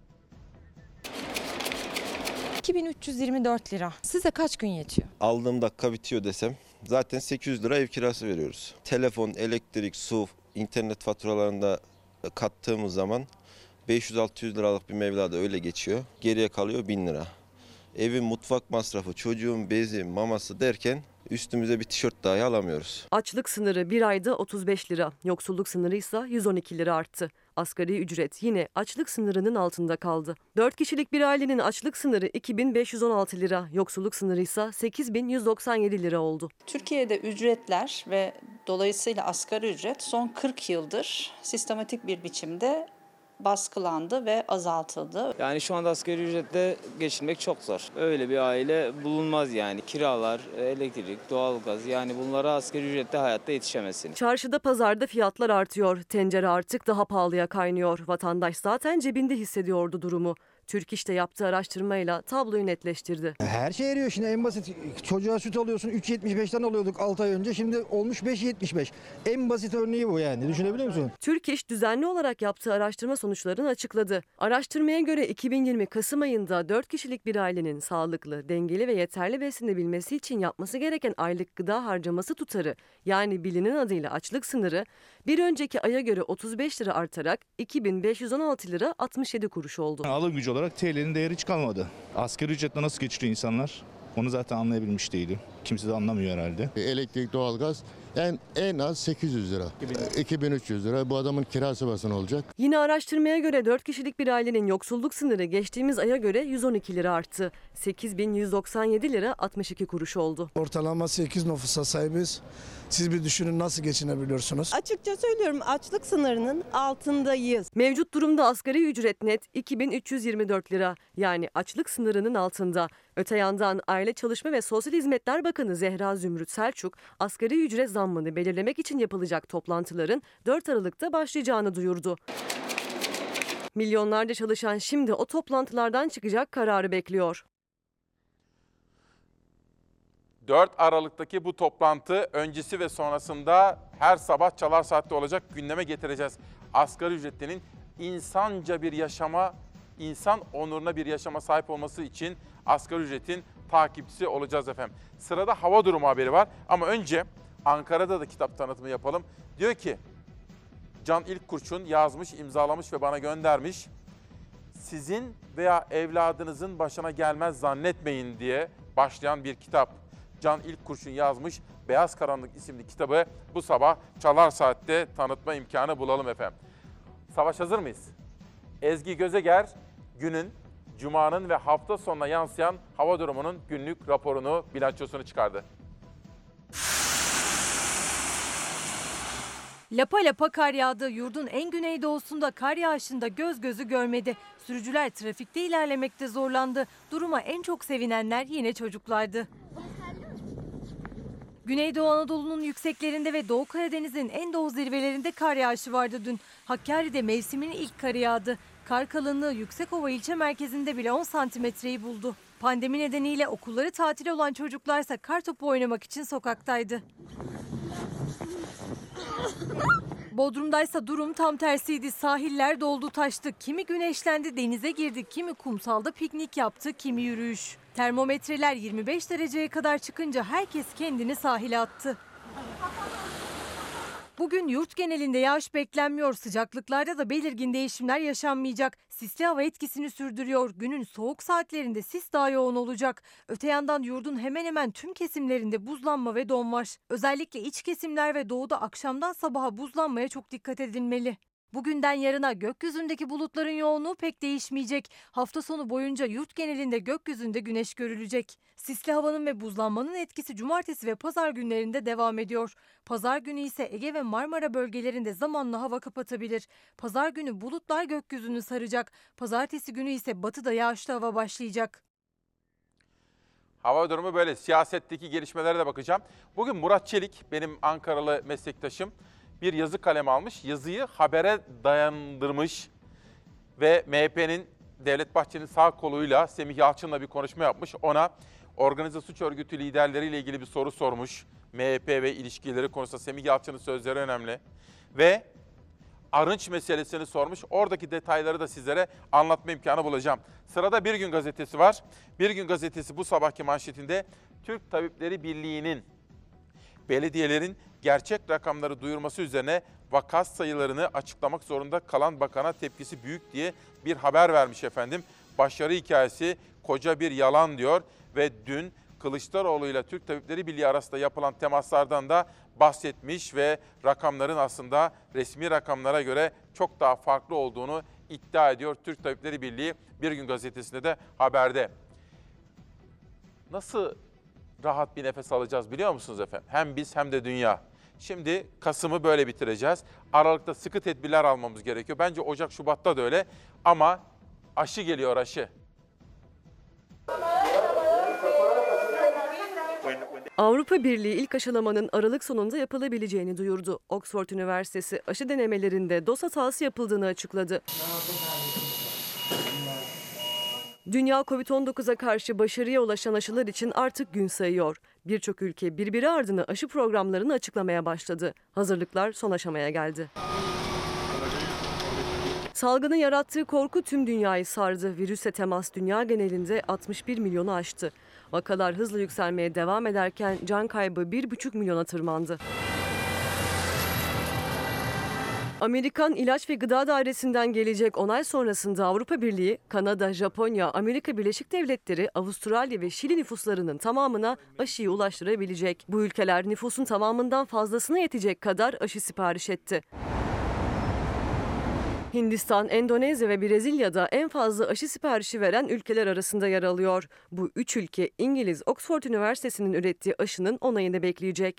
2324 lira. Size kaç gün yetiyor? Aldığım dakika bitiyor desem zaten 800 lira ev kirası veriyoruz. Telefon, elektrik, su, internet faturalarında kattığımız zaman 500-600 liralık bir meblağ da öyle geçiyor. Geriye kalıyor 1000 lira. Evin mutfak masrafı, çocuğun bezi, maması derken üstümüze bir tişört dahi alamıyoruz. Açlık sınırı bir ayda 35 lira, yoksulluk sınırı ise 112 lira arttı. Asgari ücret yine açlık sınırının altında kaldı. 4 kişilik bir ailenin açlık sınırı 2516 lira, yoksulluk sınırı ise 8197 lira oldu. Türkiye'de ücretler ve dolayısıyla asgari ücret son 40 yıldır sistematik bir biçimde baskılandı ve azaltıldı. Yani şu anda asgari ücretle geçinmek çok zor. Öyle bir aile bulunmaz yani. Kiralar, elektrik, doğalgaz, yani bunlara asgari ücretle hayatta yetişemezsin. Çarşıda, pazarda fiyatlar artıyor. Tencere artık daha pahalıya kaynıyor. Vatandaş zaten cebinde hissediyordu durumu. Türk İş'te yaptığı araştırmayla tabloyu netleştirdi. Her şey eriyor şimdi, en basit. Çocuğa süt alıyorsun, 3.75'ten alıyorduk 6 ay önce, şimdi olmuş 5.75. En basit örneği bu yani, düşünebiliyor musun? Türk İş düzenli olarak yaptığı araştırma sonuçlarını açıkladı. Araştırmaya göre 2020 Kasım ayında 4 kişilik bir ailenin sağlıklı, dengeli ve yeterli beslenebilmesi için yapması gereken aylık gıda harcaması tutarı, yani bilinen adıyla açlık sınırı, bir önceki aya göre 35 lira artarak 2516 lira 67 kuruş oldu. Alım gücü olarak TL'nin değeri hiç kalmadı. Asgari ücretle nasıl geçiriyor insanlar? Onu zaten anlayabilmiş değilim. Kimse de anlamıyor herhalde. Elektrik, doğalgaz en az 800 lira. 2300 lira. Bu adamın kirası basın olacak. Yine araştırmaya göre 4 kişilik bir ailenin yoksulluk sınırı geçtiğimiz aya göre 112 lira arttı. 8197 lira 62 kuruş oldu. Ortalama 8 nüfusa sahibiz. Siz bir düşünün, nasıl geçinebiliyorsunuz? Açıkça söylüyorum, açlık sınırının altındayız. Mevcut durumda asgari ücret net 2324 lira, yani açlık sınırının altında. Öte yandan Aile Çalışma ve Sosyal Hizmetler Bakanı Zehra Zümrüt Selçuk, asgari ücret zammını belirlemek için yapılacak toplantıların 4 Aralık'ta başlayacağını duyurdu. Milyonlarca çalışan şimdi o toplantılardan çıkacak kararı bekliyor. 4 Aralık'taki bu toplantı öncesi ve sonrasında her sabah Çalar Saat'te olacak, gündeme getireceğiz. Asgari ücretlinin insanca bir yaşama, insan onuruna bir yaşama sahip olması için asgari ücretin takipçisi olacağız efendim. Sırada hava durumu haberi var ama önce Ankara'da da kitap tanıtımı yapalım. Diyor ki Can İlkkurşun yazmış, imzalamış ve bana göndermiş. Sizin veya evladınızın başına gelmez zannetmeyin diye başlayan bir kitap. Can İlkkurşun yazmış, Beyaz Karanlık isimli kitabı bu sabah Çalar Saat'te tanıtma imkanı bulalım efendim. Savaş, hazır mıyız? Ezgi Gözeger günün, Cuma'nın ve hafta sonuna yansıyan hava durumunun günlük raporunu, bilançosunu çıkardı. Lapa lapa kar yağdı. Yurdun en güneydoğusunda kar yağışında göz gözü görmedi. Sürücüler trafikte ilerlemekte zorlandı. Duruma en çok sevinenler yine çocuklardı. Güneydoğu Anadolu'nun yükseklerinde ve Doğu Karadeniz'in en doğu zirvelerinde kar yağışı vardı dün. Hakkari'de mevsimin ilk karı yağdı. Kar kalınlığı Yüksekova ilçe merkezinde bile 10 santimetreyi buldu. Pandemi nedeniyle okulları tatil olan çocuklarsa kar topu oynamak için sokaktaydı. Bodrum'daysa durum tam tersiydi. Sahiller doldu taştı. Kimi güneşlendi, denize girdi, kimi kumsalda piknik yaptı, kimi yürüyüş. Termometreler 25 dereceye kadar çıkınca herkes kendini sahile attı. Bugün yurt genelinde yağış beklenmiyor. Sıcaklıklarda da belirgin değişimler yaşanmayacak. Sisli hava etkisini sürdürüyor. Günün soğuk saatlerinde sis daha yoğun olacak. Öte yandan yurdun hemen hemen tüm kesimlerinde buzlanma ve don var. Özellikle iç kesimler ve doğuda akşamdan sabaha buzlanmaya çok dikkat edilmeli. Bugünden yarına gökyüzündeki bulutların yoğunluğu pek değişmeyecek. Hafta sonu boyunca yurt genelinde gökyüzünde güneş görülecek. Sisli havanın ve buzlanmanın etkisi cumartesi ve pazar günlerinde devam ediyor. Pazar günü ise Ege ve Marmara bölgelerinde zamanla hava kapatabilir. Pazar günü bulutlar gökyüzünü saracak. Pazartesi günü ise batıda yağışlı hava başlayacak. Hava durumu böyle. Siyasetteki gelişmelere de bakacağım. Bugün Murat Çelik, benim Ankaralı meslektaşım, bir yazı kaleme almış. Yazıyı habere dayandırmış ve MHP'nin Devlet Bahçeli'nin sağ koluyla Semih Yalçın'la bir konuşma yapmış. Ona organize suç örgütü liderleriyle ilgili bir soru sormuş. MHP ve ilişkileri konusunda Semih Yalçın'ın sözleri önemli. Ve Arınç meselesini sormuş. Oradaki detayları da sizlere anlatma imkanı bulacağım. Sırada Bir Gün Gazetesi var. Bir Gün Gazetesi bu sabahki manşetinde Türk Tabipleri Birliği'nin belediyelerin gerçek rakamları duyurması üzerine vaka sayılarını açıklamak zorunda kalan bakana tepkisi büyük diye bir haber vermiş efendim. Başarı hikayesi koca bir yalan diyor ve dün Kılıçdaroğlu ile Türk Tabipleri Birliği arasında yapılan temaslardan da bahsetmiş ve rakamların aslında resmi rakamlara göre çok daha farklı olduğunu iddia ediyor Türk Tabipleri Birliği. Bir Gün Gazetesi'nde de haberde. Nasıl rahat bir nefes alacağız biliyor musunuz efendim? Hem biz hem de dünya. Şimdi Kasım'ı böyle bitireceğiz. Aralık'ta sıkı tedbirler almamız gerekiyor. Bence Ocak, Şubat'ta da öyle. Ama aşı geliyor, aşı. Avrupa Birliği ilk aşılamanın Aralık sonunda yapılabileceğini duyurdu. Oxford Üniversitesi aşı denemelerinde doz hatası yapıldığını açıkladı. Dünya Covid-19'a karşı başarıya ulaşan aşılar için artık gün sayıyor. Birçok ülke birbiri ardına aşı programlarını açıklamaya başladı. Hazırlıklar son aşamaya geldi. Salgının yarattığı korku tüm dünyayı sardı. Virüse temas dünya genelinde 61 milyonu aştı. Vakalar hızla yükselmeye devam ederken can kaybı 1,5 milyona tırmandı. Amerikan İlaç ve Gıda Dairesi'nden gelecek onay sonrasında Avrupa Birliği, Kanada, Japonya, Amerika Birleşik Devletleri, Avustralya ve Şili nüfuslarının tamamına aşıyı ulaştırabilecek. Bu ülkeler nüfusun tamamından fazlasına yetecek kadar aşı sipariş etti. Hindistan, Endonezya ve Brezilya'da en fazla aşı siparişi veren ülkeler arasında yer alıyor. Bu 3 ülke İngiliz Oxford Üniversitesi'nin ürettiği aşının onayını bekleyecek.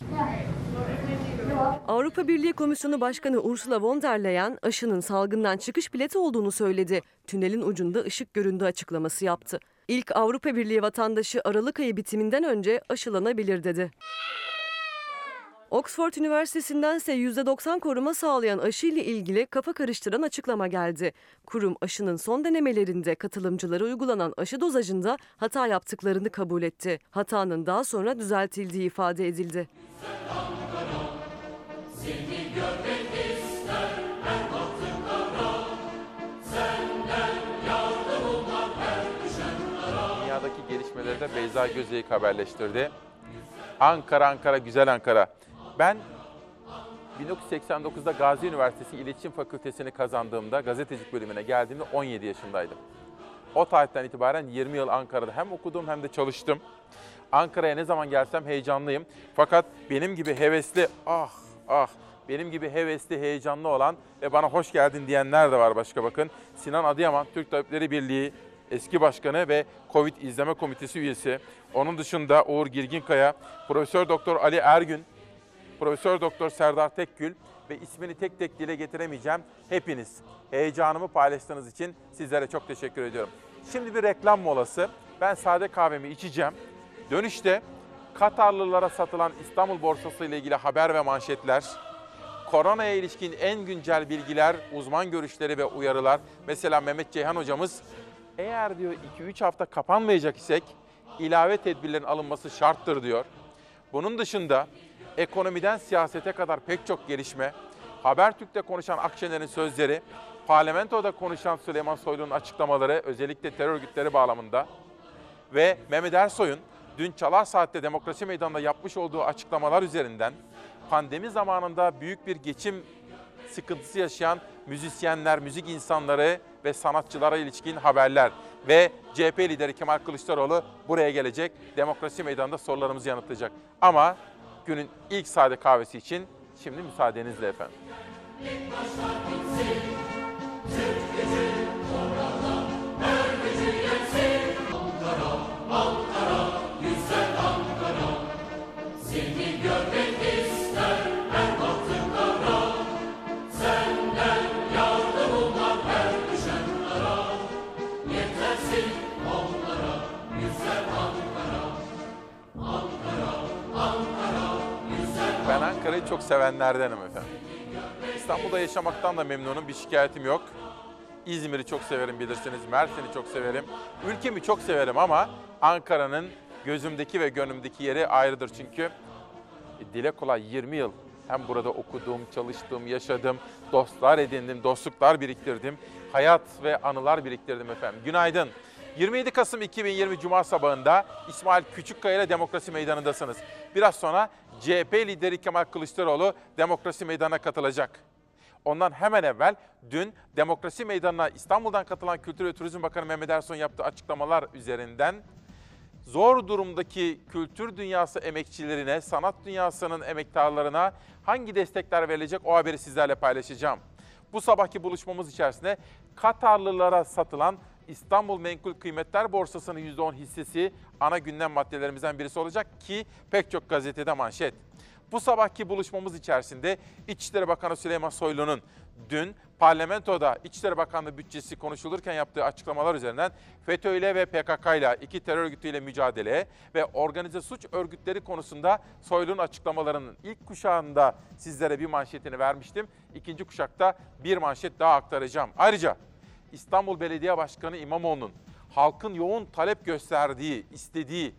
Avrupa Birliği Komisyonu Başkanı Ursula von der Leyen aşının salgından çıkış bileti olduğunu söyledi. Tünelin ucunda ışık göründü açıklaması yaptı. İlk Avrupa Birliği vatandaşı Aralık ayı bitiminden önce aşılanabilir dedi. Oxford Üniversitesi'ndense %90 koruma sağlayan aşı ile ilgili kafa karıştıran açıklama geldi. Kurum aşının son denemelerinde katılımcılara uygulanan aşı dozajında hata yaptıklarını kabul etti. Hatanın daha sonra düzeltildiği ifade edildi. Dünyadaki gelişmeleri de Beyza Gözeyik haberleştirdi. Ankara, Ankara, güzel Ankara. Ben 1989'da Gazi Üniversitesi İletişim Fakültesini kazandığımda, gazetecilik bölümüne geldiğimde 17 yaşındaydım. O tarihten itibaren 20 yıl Ankara'da hem okudum hem de çalıştım. Ankara'ya ne zaman gelsem heyecanlıyım. Fakat benim gibi hevesli, benim gibi hevesli, heyecanlı olan ve bana hoş geldin diyenler de var başka bakın. Sinan Adıyaman, Türk Tabipleri Birliği eski başkanı ve Covid İzleme Komitesi üyesi. Onun dışında Uğur Girginkaya, Profesör Doktor Ali Ergün, Profesör Doktor Serdar Tekgül ve ismini tek tek dile getiremeyeceğim. Hepiniz heyecanımı paylaştığınız için sizlere çok teşekkür ediyorum. Şimdi bir reklam molası. Ben sade kahvemi içeceğim. Dönüşte Katarlılara satılan İstanbul borsası ile ilgili haber ve manşetler, koronaya ilişkin en güncel bilgiler, uzman görüşleri ve uyarılar. Mesela Mehmet Ceyhan hocamız, eğer diyor 2-3 hafta kapanmayacak isek ilave tedbirlerin alınması şarttır diyor. Bunun dışında ekonomiden siyasete kadar pek çok gelişme, Habertürk'te konuşan Akşener'in sözleri, parlamentoda konuşan Süleyman Soylu'nun açıklamaları özellikle terör örgütleri bağlamında ve Mehmet Ersoy'un dün Çalar Saat'te Demokrasi Meydanı'nda yapmış olduğu açıklamalar üzerinden pandemi zamanında büyük bir geçim sıkıntısı yaşayan müzisyenler, müzik insanları ve sanatçılara ilişkin haberler ve CHP lideri Kemal Kılıçdaroğlu buraya gelecek, Demokrasi Meydanı'nda sorularımızı yanıtlayacak. Ama günün ilk sade kahvesi için şimdi müsaadenizle efendim. Ben Ankara'yı çok sevenlerdenim efendim. İstanbul'da yaşamaktan da memnunum, bir şikayetim yok. İzmir'i çok severim bilirsiniz, Mersin'i çok severim. Ülkemi çok severim ama Ankara'nın gözümdeki ve gönlümdeki yeri ayrıdır çünkü. Dile kolay 20 yıl hem burada okudum, çalıştım, yaşadım, dostlar edindim, dostluklar biriktirdim, hayat ve anılar biriktirdim efendim. Günaydın. 27 Kasım 2020 Cuma sabahında İsmail Küçükkaya ile Demokrasi Meydanı'ndasınız. Biraz sonra CHP lideri Kemal Kılıçdaroğlu Demokrasi Meydanı'na katılacak. Ondan hemen evvel dün Demokrasi Meydanı'na İstanbul'dan katılan Kültür ve Turizm Bakanı Mehmet Ersoy yaptığı açıklamalar üzerinden zor durumdaki kültür dünyası emekçilerine, sanat dünyasının emektarlarına hangi destekler verilecek o haberi sizlerle paylaşacağım. Bu sabahki buluşmamız içerisinde Katarlılara satılan İstanbul Menkul Kıymetler Borsası'nın %10 hissesi ana gündem maddelerimizden birisi olacak ki pek çok gazetede manşet. Bu sabahki buluşmamız içerisinde İçişleri Bakanı Süleyman Soylu'nun dün parlamentoda İçişleri Bakanlığı bütçesi konuşulurken yaptığı açıklamalar üzerinden FETÖ'yle ve PKK'yla iki terör örgütüyle mücadele ve organize suç örgütleri konusunda Soylu'nun açıklamalarının ilk kuşağında sizlere bir manşetini vermiştim. İkinci kuşakta bir manşet daha aktaracağım. Ayrıca İstanbul Belediye Başkanı İmamoğlu'nun halkın yoğun talep gösterdiği, istediği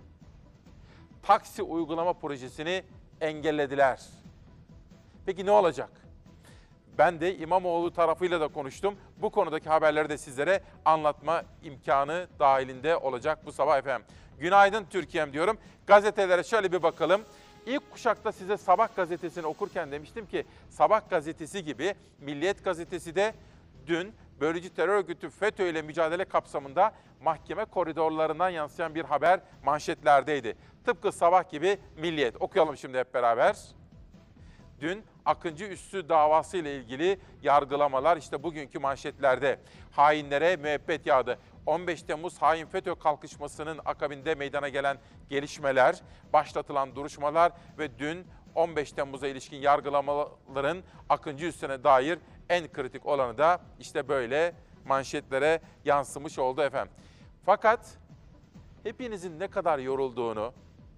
taksi uygulama projesini engellediler. Peki ne olacak? Ben de İmamoğlu tarafıyla da konuştum. Bu konudaki haberleri de sizlere anlatma imkanı dahilinde olacak bu sabah efendim. Günaydın Türkiye'm diyorum. Gazetelere şöyle bir bakalım. İlk kuşakta size Sabah gazetesini okurken demiştim ki Sabah gazetesi gibi Milliyet gazetesi de dün bölücü terör örgütü FETÖ ile mücadele kapsamında mahkeme koridorlarından yansıyan bir haber manşetlerdeydi. Tıpkı Sabah gibi Milliyet. Okuyalım şimdi hep beraber. Dün Akıncı Üssü davası ile ilgili yargılamalar işte bugünkü manşetlerde. Hainlere müebbet yağdı. 15 Temmuz hain FETÖ kalkışmasının akabinde meydana gelen gelişmeler, başlatılan duruşmalar ve dün 15 Temmuz'a ilişkin yargılamaların Akıncı Üssü'ne dair en kritik olanı da işte böyle manşetlere yansımış oldu efendim. Fakat hepinizin ne kadar yorulduğunu,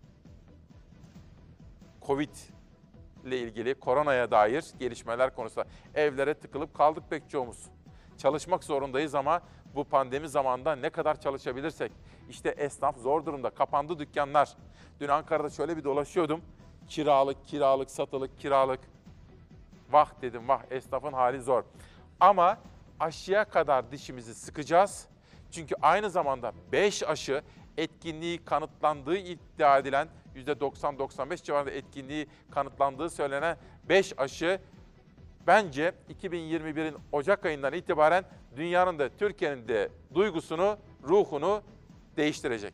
Covid ile ilgili koronaya dair gelişmeler konusunda evlere tıkılıp kaldık pek çoğumuz. Çalışmak zorundayız ama bu pandemi zamanında ne kadar çalışabilirsek. İşte esnaf zor durumda, kapandı dükkanlar. Dün Ankara'da şöyle bir dolaşıyordum. Kiralık, satılık, kiralık. Vah dedim vah, esnafın hali zor. Ama aşıya kadar dişimizi sıkacağız. Çünkü aynı zamanda 5 aşı etkinliği kanıtlandığı iddia edilen %90-95 civarında etkinliği kanıtlandığı söylenen 5 aşı bence 2021'in Ocak ayından itibaren dünyanın da Türkiye'nin de duygusunu, ruhunu değiştirecek.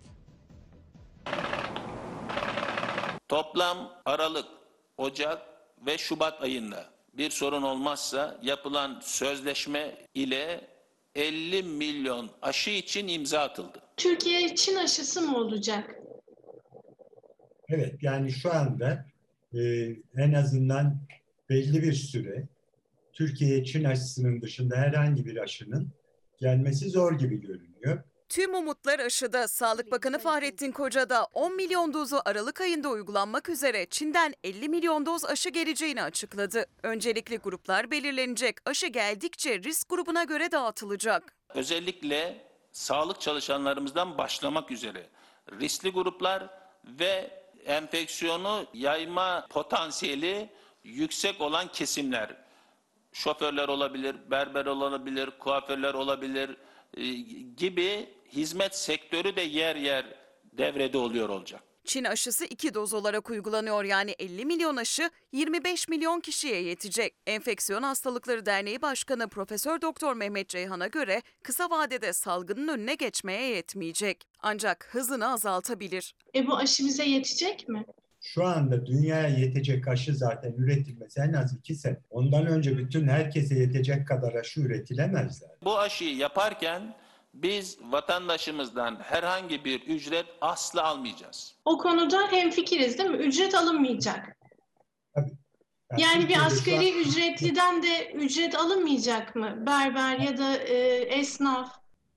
Toplam Aralık, Ocak ve Şubat ayında bir sorun olmazsa yapılan sözleşme ile 50 milyon aşı için imza atıldı. Türkiye Çin aşısı mı olacak? Evet, yani şu anda en azından belli bir süre Türkiye'ye Çin aşısının dışında herhangi bir aşının gelmesi zor gibi görünüyor. Tüm umutlar aşıda. Sağlık Bakanı Fahrettin Koca da 10 milyon dozu Aralık ayında uygulanmak üzere Çin'den 50 milyon doz aşı geleceğini açıkladı. Öncelikli gruplar belirlenecek. Aşı geldikçe risk grubuna göre dağıtılacak. Özellikle sağlık çalışanlarımızdan başlamak üzere riskli gruplar ve enfeksiyonu yayma potansiyeli yüksek olan kesimler, şoförler olabilir, berber olabilir, kuaförler olabilir gibi hizmet sektörü de yer yer devrede oluyor olacak. Çin aşısı 2 doz olarak uygulanıyor, yani 50 milyon aşı 25 milyon kişiye yetecek. Enfeksiyon Hastalıkları Derneği Başkanı Profesör Doktor Mehmet Ceyhan'a göre kısa vadede salgının önüne geçmeye yetmeyecek. Ancak hızını azaltabilir. Bu aşı bize yetecek mi? Şu anda dünyaya yetecek aşı zaten üretilmesi en az 2 sene. Ondan önce bütün herkese yetecek kadar aşı üretilemez zaten. Bu aşıyı yaparken biz vatandaşımızdan herhangi bir ücret asla almayacağız. O konuda hemfikiriz değil mi? Ücret alınmayacak. Tabii. Yani bir asgari ücretliden de ücret alınmayacak mı? Berber ya da esnaf.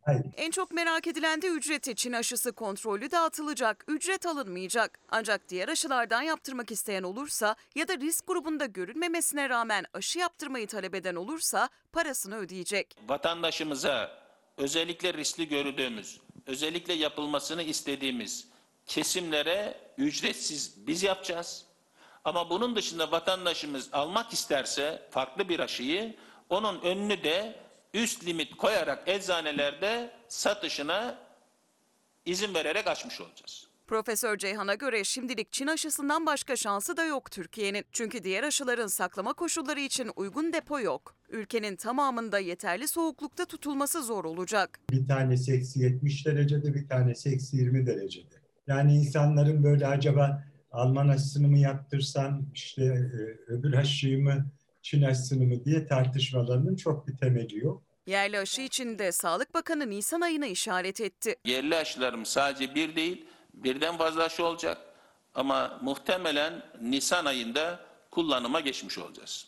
En çok merak edilen de ücreti. Çin aşısı kontrollü dağıtılacak, ücret alınmayacak. Ancak diğer aşılardan yaptırmak isteyen olursa ya da risk grubunda görünmemesine rağmen aşı yaptırmayı talep eden olursa parasını ödeyecek. Vatandaşımıza özellikle riskli gördüğümüz, özellikle yapılmasını istediğimiz kesimlere ücretsiz biz yapacağız. Ama bunun dışında vatandaşımız almak isterse farklı bir aşıyı, onun önünü de üst limit koyarak eczanelerde satışına izin vererek açmış olacağız. Profesör Ceyhan'a göre şimdilik Çin aşısından başka şansı da yok Türkiye'nin. Çünkü diğer aşıların saklama koşulları için uygun depo yok. Ülkenin tamamında yeterli soğuklukta tutulması zor olacak. Bir tanesi eksi 70 derecede, bir tanesi eksi 20 derecede. Yani insanların böyle acaba Alman aşısını mı yaptırsam, işte öbür aşıyı mı, Çin aşısını mı diye tartışmalarının çok bir temeli yok. Yerli aşı için de Sağlık Bakanı Nisan ayını işaret etti. Yerli aşılarımız sadece bir değil, birden fazla aşı olacak. Ama muhtemelen Nisan ayında kullanıma geçmiş olacağız.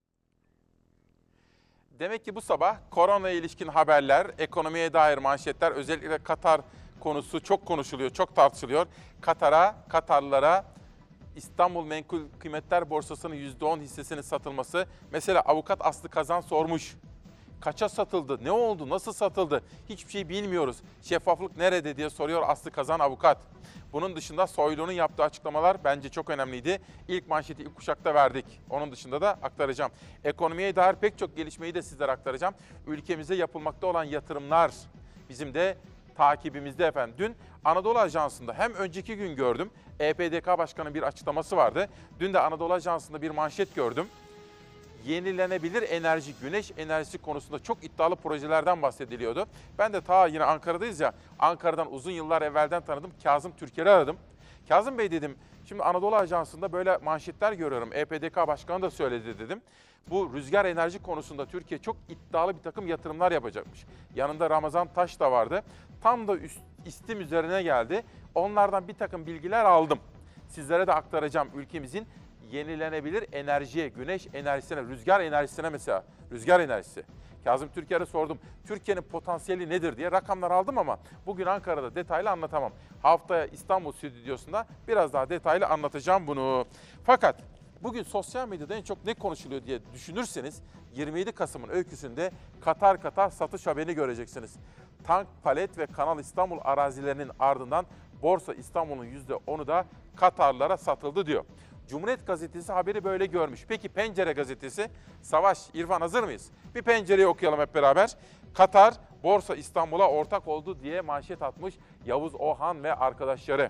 Demek ki bu sabah korona ilişkin haberler, ekonomiye dair manşetler, özellikle Katar konusu çok konuşuluyor, çok tartışılıyor. Katarlılara İstanbul Menkul Kıymetler Borsası'nın %10 hissesinin satılması. Mesela avukat Aslı Kazan sormuş. Kaça satıldı, ne oldu, nasıl satıldı? Hiçbir şey bilmiyoruz. Şeffaflık nerede diye soruyor Aslı Kazan avukat. Bunun dışında Soylu'nun yaptığı açıklamalar bence çok önemliydi. İlk manşeti ilk kuşakta verdik. Onun dışında da aktaracağım. Ekonomiye dair pek çok gelişmeyi de sizlere aktaracağım. Ülkemize yapılmakta olan yatırımlar bizim de takibimizde efendim. Dün Anadolu Ajansı'nda hem önceki gün gördüm. EPDK Başkanı'nın bir açıklaması vardı. Dün de Anadolu Ajansı'nda bir manşet gördüm. Yenilenebilir enerji, güneş enerjisi konusunda çok iddialı projelerden bahsediliyordu. Ben de ta yine Ankara'dayız ya, Ankara'dan uzun yıllar evvelden tanıdım. Kazım Türker'i aradım. Kazım Bey dedim, şimdi Anadolu Ajansı'nda böyle manşetler görüyorum. EPDK Başkanı da söyledi dedim. Bu rüzgar enerji konusunda Türkiye çok iddialı bir takım yatırımlar yapacakmış. Yanında Ramazan Taş da vardı. Tam da istim üzerine geldi. Onlardan bir takım bilgiler aldım. Sizlere de aktaracağım ülkemizin yenilenebilir enerjiye, güneş enerjisine, rüzgar enerjisine mesela, rüzgar enerjisi. Kazım Türker'e sordum, Türkiye'nin potansiyeli nedir diye rakamlar aldım ama bugün Ankara'da detaylı anlatamam. Haftaya İstanbul stüdyosunda biraz daha detaylı anlatacağım bunu. Fakat bugün sosyal medyada en çok ne konuşuluyor diye düşünürseniz 27 Kasım'ın öyküsünde Katar satış haberini göreceksiniz. Tank, palet ve Kanal İstanbul arazilerinin ardından Borsa İstanbul'un %10'u da Katarlılara satıldı diyor. Cumhuriyet Gazetesi haberi böyle görmüş. Peki Pencere Gazetesi, Savaş, İrfan hazır mıyız? Bir Pencere'yi okuyalım hep beraber. Katar, Borsa İstanbul'a ortak oldu diye manşet atmış Yavuz Ohan ve arkadaşları.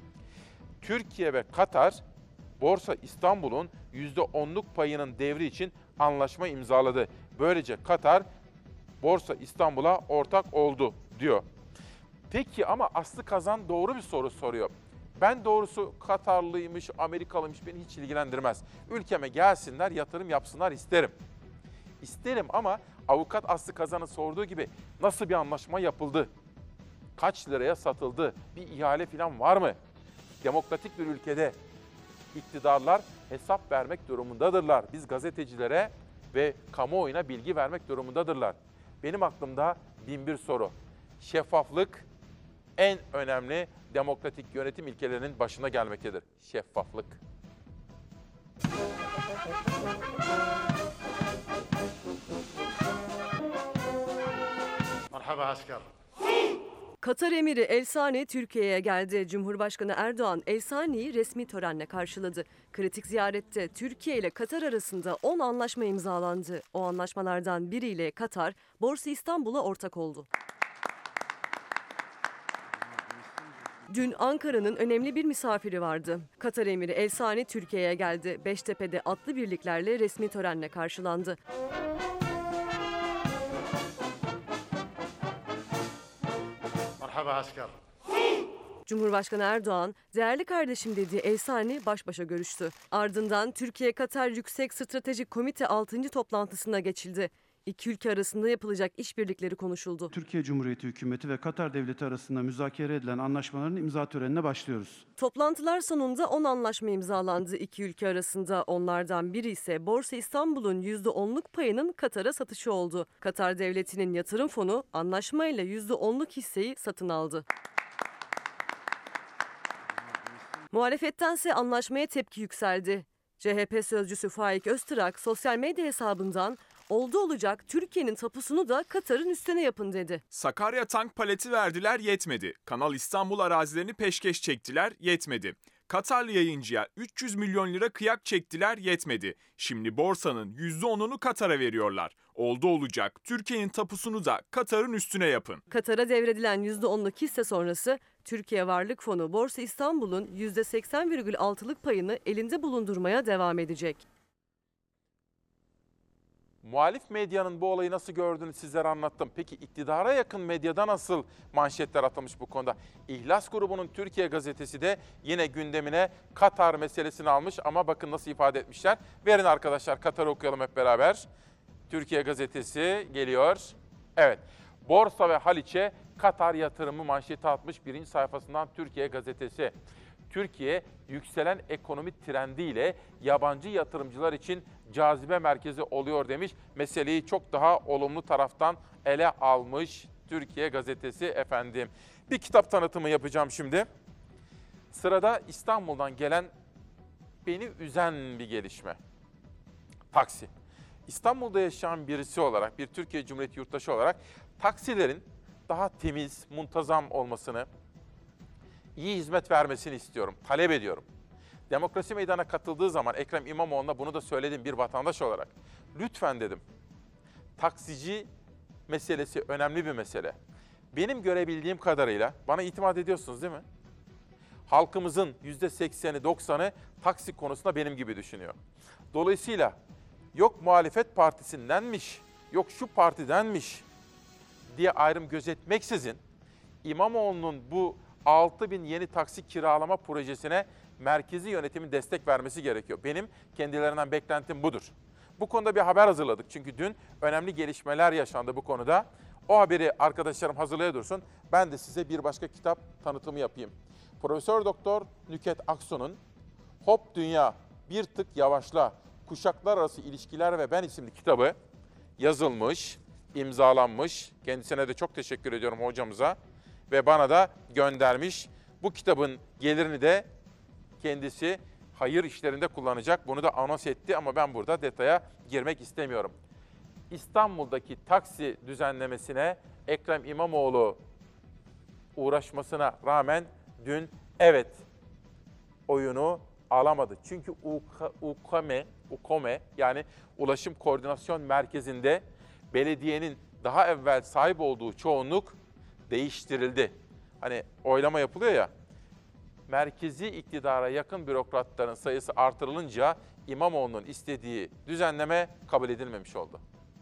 Türkiye ve Katar, Borsa İstanbul'un %10'luk payının devri için anlaşma imzaladı. Böylece Katar, Borsa İstanbul'a ortak oldu diyor. Peki ama Aslı Kazan doğru bir soru soruyor. Ben doğrusu Katarlıymış, Amerikalıymış beni hiç ilgilendirmez. Ülkeme gelsinler, yatırım yapsınlar isterim. İsterim ama avukat Aslı Kazan'ın sorduğu gibi nasıl bir anlaşma yapıldı? Kaç liraya satıldı? Bir ihale falan var mı? Demokratik bir ülkede iktidarlar hesap vermek durumundadırlar. Biz gazetecilere ve kamuoyuna bilgi vermek durumundadırlar. Benim aklımda bin bir soru. Şeffaflık en önemli demokratik yönetim ilkelerinin başına gelmektedir. Şeffaflık. Merhaba asker. Katar emiri El Sani Türkiye'ye geldi. Cumhurbaşkanı Erdoğan El Sani'yi resmi törenle karşıladı. Kritik ziyarette Türkiye ile Katar arasında 10 anlaşma imzalandı. O anlaşmalardan biriyle Katar, Borsa İstanbul'a ortak oldu. Dün Ankara'nın önemli bir misafiri vardı. Katar emiri El Sani Türkiye'ye geldi. Beştepe'de atlı birliklerle resmi törenle karşılandı. Merhaba asker. Cumhurbaşkanı Erdoğan, değerli kardeşim dediği El Sani baş başa görüştü. Ardından Türkiye-Katar Yüksek Stratejik Komite 6. toplantısına geçildi. İki ülke arasında yapılacak işbirlikleri konuşuldu. Türkiye Cumhuriyeti Hükümeti ve Katar Devleti arasında müzakere edilen anlaşmaların imza törenine başlıyoruz. Toplantılar sonunda 10 anlaşma imzalandı iki ülke arasında. Onlardan biri ise Borsa İstanbul'un %10'luk payının Katar'a satışı oldu. Katar Devleti'nin yatırım fonu anlaşmayla %10'luk hisseyi satın aldı. Muhalefettense anlaşmaya tepki yükseldi. CHP sözcüsü Faik Öztürk sosyal medya hesabından oldu olacak Türkiye'nin tapusunu da Katar'ın üstüne yapın dedi. Sakarya tank paleti verdiler yetmedi. Kanal İstanbul arazilerini peşkeş çektiler yetmedi. Katarlı yayıncıya 300 milyon lira kıyak çektiler yetmedi. Şimdi borsanın %10'unu Katar'a veriyorlar. Oldu olacak Türkiye'nin tapusunu da Katar'ın üstüne yapın. Katar'a devredilen %10'luk hisse sonrası Türkiye Varlık Fonu Borsa İstanbul'un %80,6'lık payını elinde bulundurmaya devam edecek. Muhalif medyanın bu olayı nasıl gördüğünü sizlere anlattım. Peki iktidara yakın medyada nasıl manşetler atılmış bu konuda? İhlas grubunun Türkiye gazetesi de yine gündemine Katar meselesini almış ama bakın nasıl ifade etmişler. Verin arkadaşlar, Katar'ı okuyalım hep beraber. Türkiye gazetesi geliyor. Evet, Borsa ve Haliç'e Katar yatırımı manşeti atmış birinci sayfasından Türkiye gazetesi. Türkiye yükselen ekonomi trendiyle yabancı yatırımcılar için cazibe merkezi oluyor demiş. Meseleyi çok daha olumlu taraftan ele almış Türkiye gazetesi efendim. Bir kitap tanıtımı yapacağım şimdi. Sırada İstanbul'dan gelen beni üzen bir gelişme. Taksi. İstanbul'da yaşayan birisi olarak, bir Türkiye Cumhuriyeti yurttaşı olarak taksilerin daha temiz, muntazam olmasını, iyi hizmet vermesini istiyorum, talep ediyorum. Demokrasi Meydanı'na katıldığı zaman Ekrem İmamoğlu'na bunu da söyledim bir vatandaş olarak. Lütfen dedim, taksici meselesi önemli bir mesele. Benim görebildiğim kadarıyla, bana itimat ediyorsunuz değil mi? Halkımızın %80'i, 90'ı taksi konusunda benim gibi düşünüyor. Dolayısıyla yok muhalefet partisindenmiş, yok şu partidenmiş diye ayrım gözetmeksizin İmamoğlu'nun bu 6.000 yeni taksi kiralama projesine merkezi yönetimin destek vermesi gerekiyor. Benim kendilerinden beklentim budur. Bu konuda bir haber hazırladık. Çünkü dün önemli gelişmeler yaşandı bu konuda. O haberi arkadaşlarım hazırlaya dursun. Ben de size bir başka kitap tanıtımı yapayım. Profesör Doktor Nükhet Aksu'nun Hop Dünya, Bir Tık Yavaşla, Kuşaklar Arası İlişkiler ve Ben isimli kitabı yazılmış, imzalanmış. Kendisine de çok teşekkür ediyorum hocamıza ve bana da göndermiş. Bu kitabın gelirini de kendisi hayır işlerinde kullanacak. Bunu da anons etti ama ben burada detaya girmek istemiyorum. İstanbul'daki taksi düzenlemesine Ekrem İmamoğlu uğraşmasına rağmen dün evet oyunu alamadı. Çünkü UKME yani Ulaşım Koordinasyon Merkezi'nde belediyenin daha evvel sahip olduğu çoğunluk değiştirildi. Hani oylama yapılıyor ya, merkezi iktidara yakın bürokratların sayısı artırılınca İmamoğlu'nun istediği düzenleme kabul edilmemiş oldu.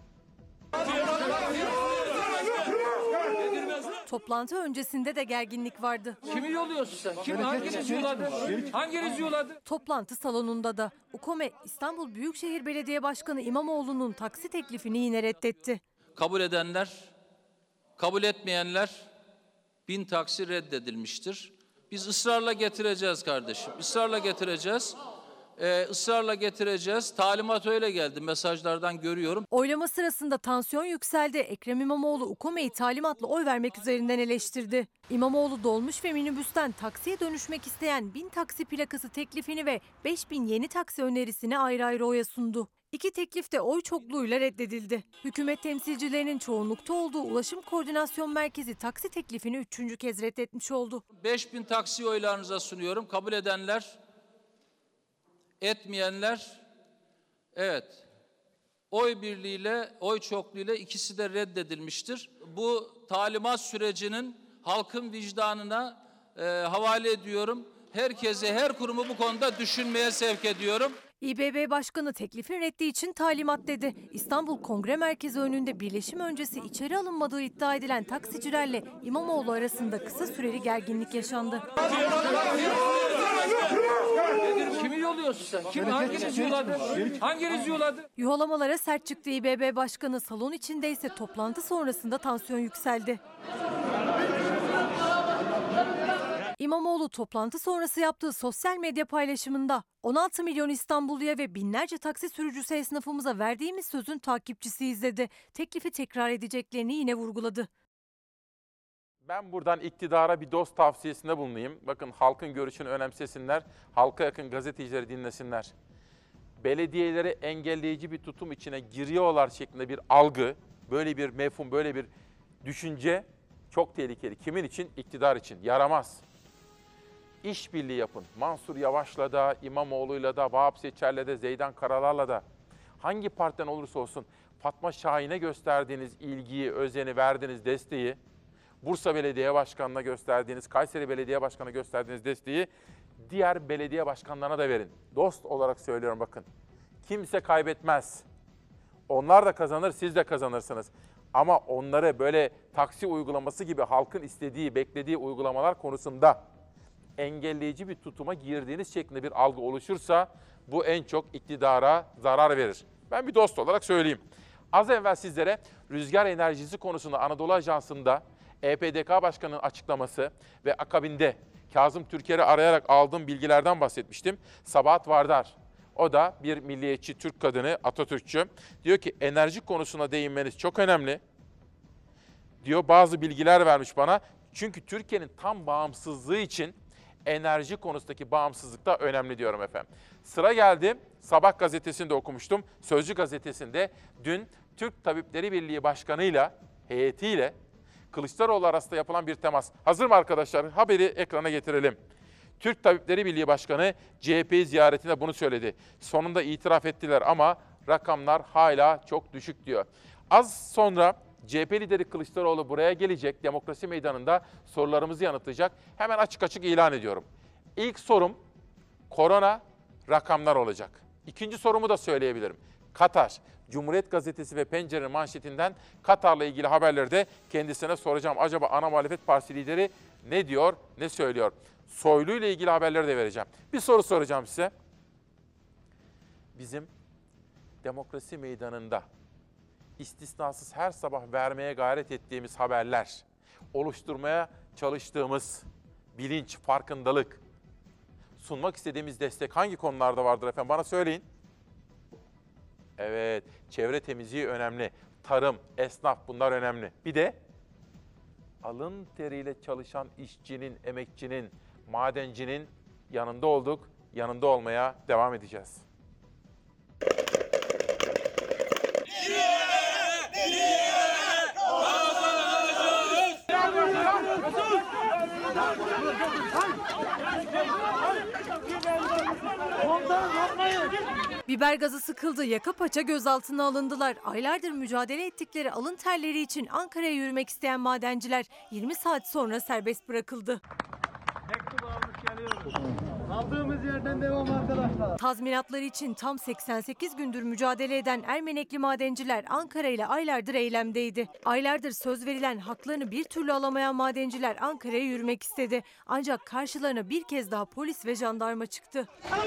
Toplantı öncesinde de gerginlik vardı. Kimi yolluyorsun sen? Kim? Hanginiz yolladı? Hanginiz yolladı? Toplantı salonunda da UKME İstanbul Büyükşehir Belediye Başkanı İmamoğlu'nun taksi teklifini yine reddetti. Kabul edenler, kabul etmeyenler 1000 taksi reddedilmiştir. Biz ısrarla getireceğiz kardeşim. Israrla getireceğiz. Israrla getireceğiz. Talimat öyle geldi. Mesajlardan görüyorum. Oylama sırasında tansiyon yükseldi. Ekrem İmamoğlu UKME'yi talimatla oy vermek üzerinden eleştirdi. İmamoğlu dolmuş ve minibüsten taksiye dönüşmek isteyen 1000 taksi plakası teklifini ve 5000 yeni taksi önerisini ayrı ayrı oya sundu. İki teklif de oy çokluğuyla reddedildi. Hükümet temsilcilerinin çoğunlukta olduğu Ulaşım Koordinasyon Merkezi taksi teklifini 3. kez reddetmiş oldu. 5000 taksi oylarınıza sunuyorum. Kabul edenler, etmeyenler, evet, oy birliğiyle, oy çokluğuyla ikisi de reddedilmiştir. Bu talimat sürecinin halkın vicdanına havale ediyorum. Herkese, her kurumu bu konuda düşünmeye sevk ediyorum. İBB Başkanı teklifin reddi için talimat dedi. İstanbul Kongre Merkezi önünde birleşim öncesi içeri alınmadığı iddia edilen taksicilerle İmamoğlu arasında kısa süreli gerginlik yaşandı. Kimi yolluyorsun sen? Kim? Hanginiz yolladı? Hanginiz yolladı? Yuhalamalara sert çıktı İBB Başkanı. Salon içinde ise toplantı sonrasında tansiyon yükseldi. İmamoğlu toplantı sonrası yaptığı sosyal medya paylaşımında 16 milyon İstanbulluya ve binlerce taksi sürücüsü esnafımıza verdiğimiz sözün takipçisiyiz dedi. Teklifi tekrar edeceklerini yine vurguladı. Ben buradan iktidara bir dost tavsiyesinde bulunayım. Bakın halkın görüşünü önemsesinler, halka yakın gazetecileri dinlesinler. Belediyeleri engelleyici bir tutum içine giriyorlar şeklinde bir algı, böyle bir mefhum, böyle bir düşünce çok tehlikeli. Kimin için? İktidar için. Yaramaz. İşbirliği yapın. Mansur Yavaş'la da, İmamoğlu'yla da, Vahap Seçer'le de, Zeydan Karalar'la da. Hangi partiden olursa olsun Fatma Şahin'e gösterdiğiniz ilgiyi, özeni, verdiğiniz desteği, Bursa Belediye Başkanı'na gösterdiğiniz, Kayseri Belediye Başkanı'na gösterdiğiniz desteği diğer belediye başkanlarına da verin. Dost olarak söylüyorum bakın. Kimse kaybetmez. Onlar da kazanır, siz de kazanırsınız. Ama onları böyle taksi uygulaması gibi halkın istediği, beklediği uygulamalar konusunda engelleyici bir tutuma girdiğiniz şeklinde bir algı oluşursa bu en çok iktidara zarar verir. Ben bir dost olarak söyleyeyim. Az evvel sizlere rüzgar enerjisi konusunda Anadolu Ajansı'nda EPDK Başkanı'nın açıklaması ve akabinde Kazım Türker'i arayarak aldığım bilgilerden bahsetmiştim. Sabahat Vardar, o da bir milliyetçi Türk kadını, Atatürkçü. Diyor ki enerji konusuna değinmeniz çok önemli. Diyor bazı bilgiler vermiş bana. Çünkü Türkiye'nin tam bağımsızlığı için enerji konusundaki bağımsızlık da önemli diyorum efendim. Sıra geldi. Sabah gazetesinde okumuştum. Sözcü gazetesinde dün Türk Tabipleri Birliği Başkanı'yla, heyetiyle Kılıçdaroğlu arasında yapılan bir temas. Hazır mı arkadaşlar? Haberi ekrana getirelim. Türk Tabipleri Birliği Başkanı CHP'yi ziyaretinde bunu söyledi. Sonunda itiraf ettiler ama rakamlar hala çok düşük diyor. Az sonra CHP lideri Kılıçdaroğlu buraya gelecek. Demokrasi Meydanı'nda sorularımızı yanıtlayacak. Hemen açık açık ilan ediyorum. İlk sorum korona, rakamlar olacak. İkinci sorumu da söyleyebilirim. Katar. Cumhuriyet Gazetesi ve Pencere'nin manşetinden Katar'la ilgili haberleri de kendisine soracağım. Acaba ana muhalefet partisi lideri ne diyor, ne söylüyor? Soylu ile ilgili haberleri de vereceğim. Bir soru soracağım size. Bizim Demokrasi Meydanı'nda istisnasız her sabah vermeye gayret ettiğimiz haberler, oluşturmaya çalıştığımız bilinç, farkındalık, sunmak istediğimiz destek hangi konularda vardır efendim? Bana söyleyin. Evet, çevre temizliği önemli. Tarım, esnaf bunlar önemli. Bir de alın teriyle çalışan işçinin, emekçinin, madencinin yanında olduk, yanında olmaya devam edeceğiz. Biber gazı sıkıldı, yaka paça gözaltına alındılar. Aylardır mücadele ettikleri alın terleri için Ankara'ya yürümek isteyen madenciler 20 saat sonra serbest bırakıldı. Kaldığımız yerden devam arkadaşlar. Tazminatları için tam 88 gündür mücadele eden Ermenekli madenciler Ankara ile aylardır eylemdeydi. Aylardır söz verilen haklarını bir türlü alamayan madenciler Ankara'ya yürümek istedi. Ancak karşılarına bir kez daha polis ve jandarma çıktı.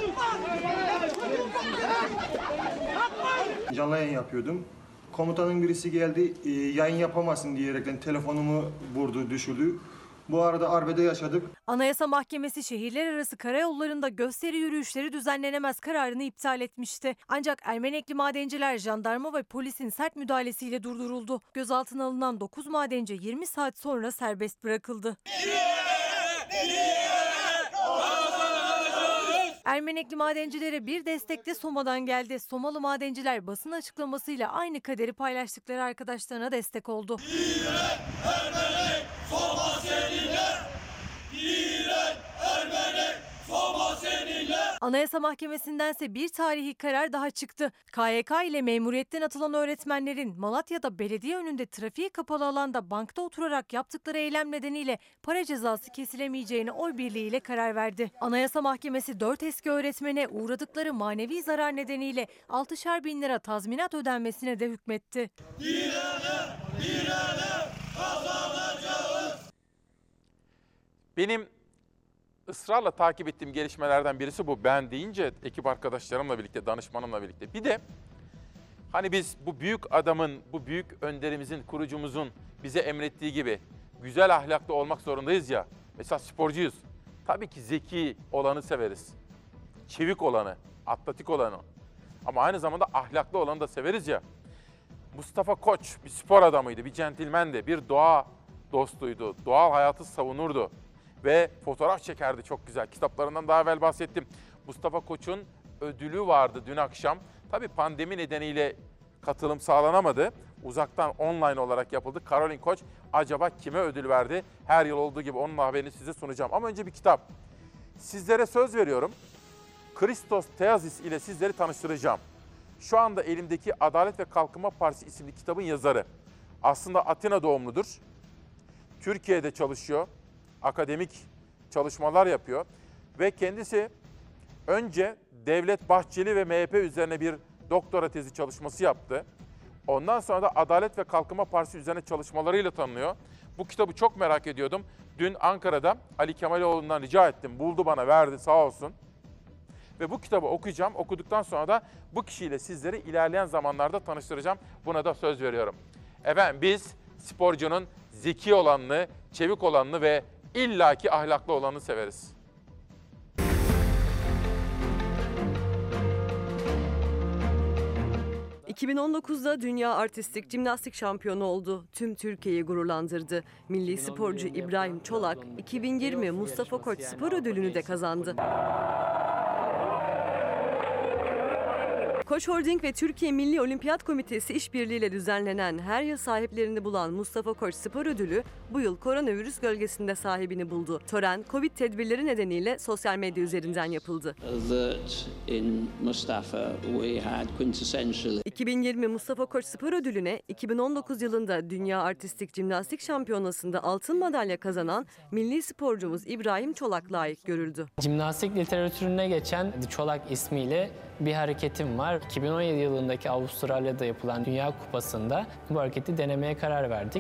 Canlı yayın yapıyordum. Komutanın birisi geldi, yayın yapamazsın diyerekten telefonumu vurdu, düşürdü. Bu arada arbede yaşadık. Anayasa Mahkemesi şehirler arası karayollarında gösteri yürüyüşleri düzenlenemez kararını iptal etmişti. Ancak Ermenekli madenciler jandarma ve polisin sert müdahalesiyle durduruldu. Gözaltına alınan 9 madenci 20 saat sonra serbest bırakıldı. Ermenekli madencilere bir destek de Soma'dan geldi. Somalı madenciler basın açıklamasıyla aynı kaderi paylaştıkları arkadaşlarına destek oldu. Ermenek, Soma seninle! Diren Ermenek, Soma seninle! Anayasa Mahkemesi'ndense bir tarihi karar daha çıktı. KYK ile memuriyetten atılan öğretmenlerin Malatya'da belediye önünde trafiğe kapalı alanda bankta oturarak yaptıkları eylem nedeniyle para cezası kesilemeyeceğine oy birliğiyle karar verdi. Anayasa Mahkemesi 4 eski öğretmene uğradıkları manevi zarar nedeniyle 6'şar bin lira tazminat ödenmesine de hükmetti. Benim ısrarla takip ettiğim gelişmelerden birisi bu. Ben deyince ekip arkadaşlarımla birlikte, danışmanımla birlikte. Bir de hani biz bu büyük adamın, bu büyük önderimizin, kurucumuzun bize emrettiği gibi güzel ahlaklı olmak zorundayız ya. Mesela sporcuyuz. Tabii ki zeki olanı severiz. Çevik olanı, atletik olanı. Ama aynı zamanda ahlaklı olanı da severiz ya. Mustafa Koç bir spor adamıydı, bir centilmendi, bir doğa dostuydu, doğal hayatı savunurdu. Ve fotoğraf çekerdi çok güzel. Kitaplarından daha evvel bahsettim. Mustafa Koç'un ödülü vardı dün akşam. Tabii pandemi nedeniyle katılım sağlanamadı. Uzaktan online olarak yapıldı. Caroline Koç acaba kime ödül verdi? Her yıl olduğu gibi onun haberini size sunacağım. Ama önce bir kitap. Sizlere söz veriyorum. Christos Theazis ile sizleri tanıştıracağım. Şu anda elimdeki Adalet ve Kalkınma Partisi isimli kitabın yazarı. Aslında Atina doğumludur. Türkiye'de çalışıyor. Akademik çalışmalar yapıyor. Ve kendisi önce Devlet Bahçeli ve MHP üzerine bir doktora tezi çalışması yaptı. Ondan sonra da Adalet ve Kalkınma Partisi üzerine çalışmalarıyla tanınıyor. Bu kitabı çok merak ediyordum. Dün Ankara'da Ali Kemaloğlu'ndan rica ettim. Buldu bana, verdi sağ olsun. Ve bu kitabı okuyacağım. Okuduktan sonra da bu kişiyle sizleri ilerleyen zamanlarda tanıştıracağım. Buna da söz veriyorum. Efendim biz sporcunun zeki olanını, çevik olanını ve illaki ahlaklı olanını severiz. ...2019'da Dünya Artistik Jimnastik Şampiyonu oldu. Tüm Türkiye'yi gururlandırdı. Milli sporcu İbrahim Çolak, 2020 Mustafa Koç Spor Ödülünü de kazandı. Koç Holding ve Türkiye Milli Olimpiyat Komitesi işbirliğiyle düzenlenen her yıl sahiplerini bulan Mustafa Koç Spor Ödülü bu yıl koronavirüs gölgesinde sahibini buldu. Tören, Covid tedbirleri nedeniyle sosyal medya üzerinden yapıldı. 2020 Mustafa Koç Spor Ödülü'ne 2019 yılında Dünya Artistik Jimnastik Şampiyonası'nda altın madalya kazanan milli sporcumuz İbrahim Çolak layık görüldü. Jimnastik literatürüne geçen Çolak ismiyle bir hareketim var. 2017 yılındaki Avustralya'da yapılan Dünya Kupası'nda bu hareketi denemeye karar verdik.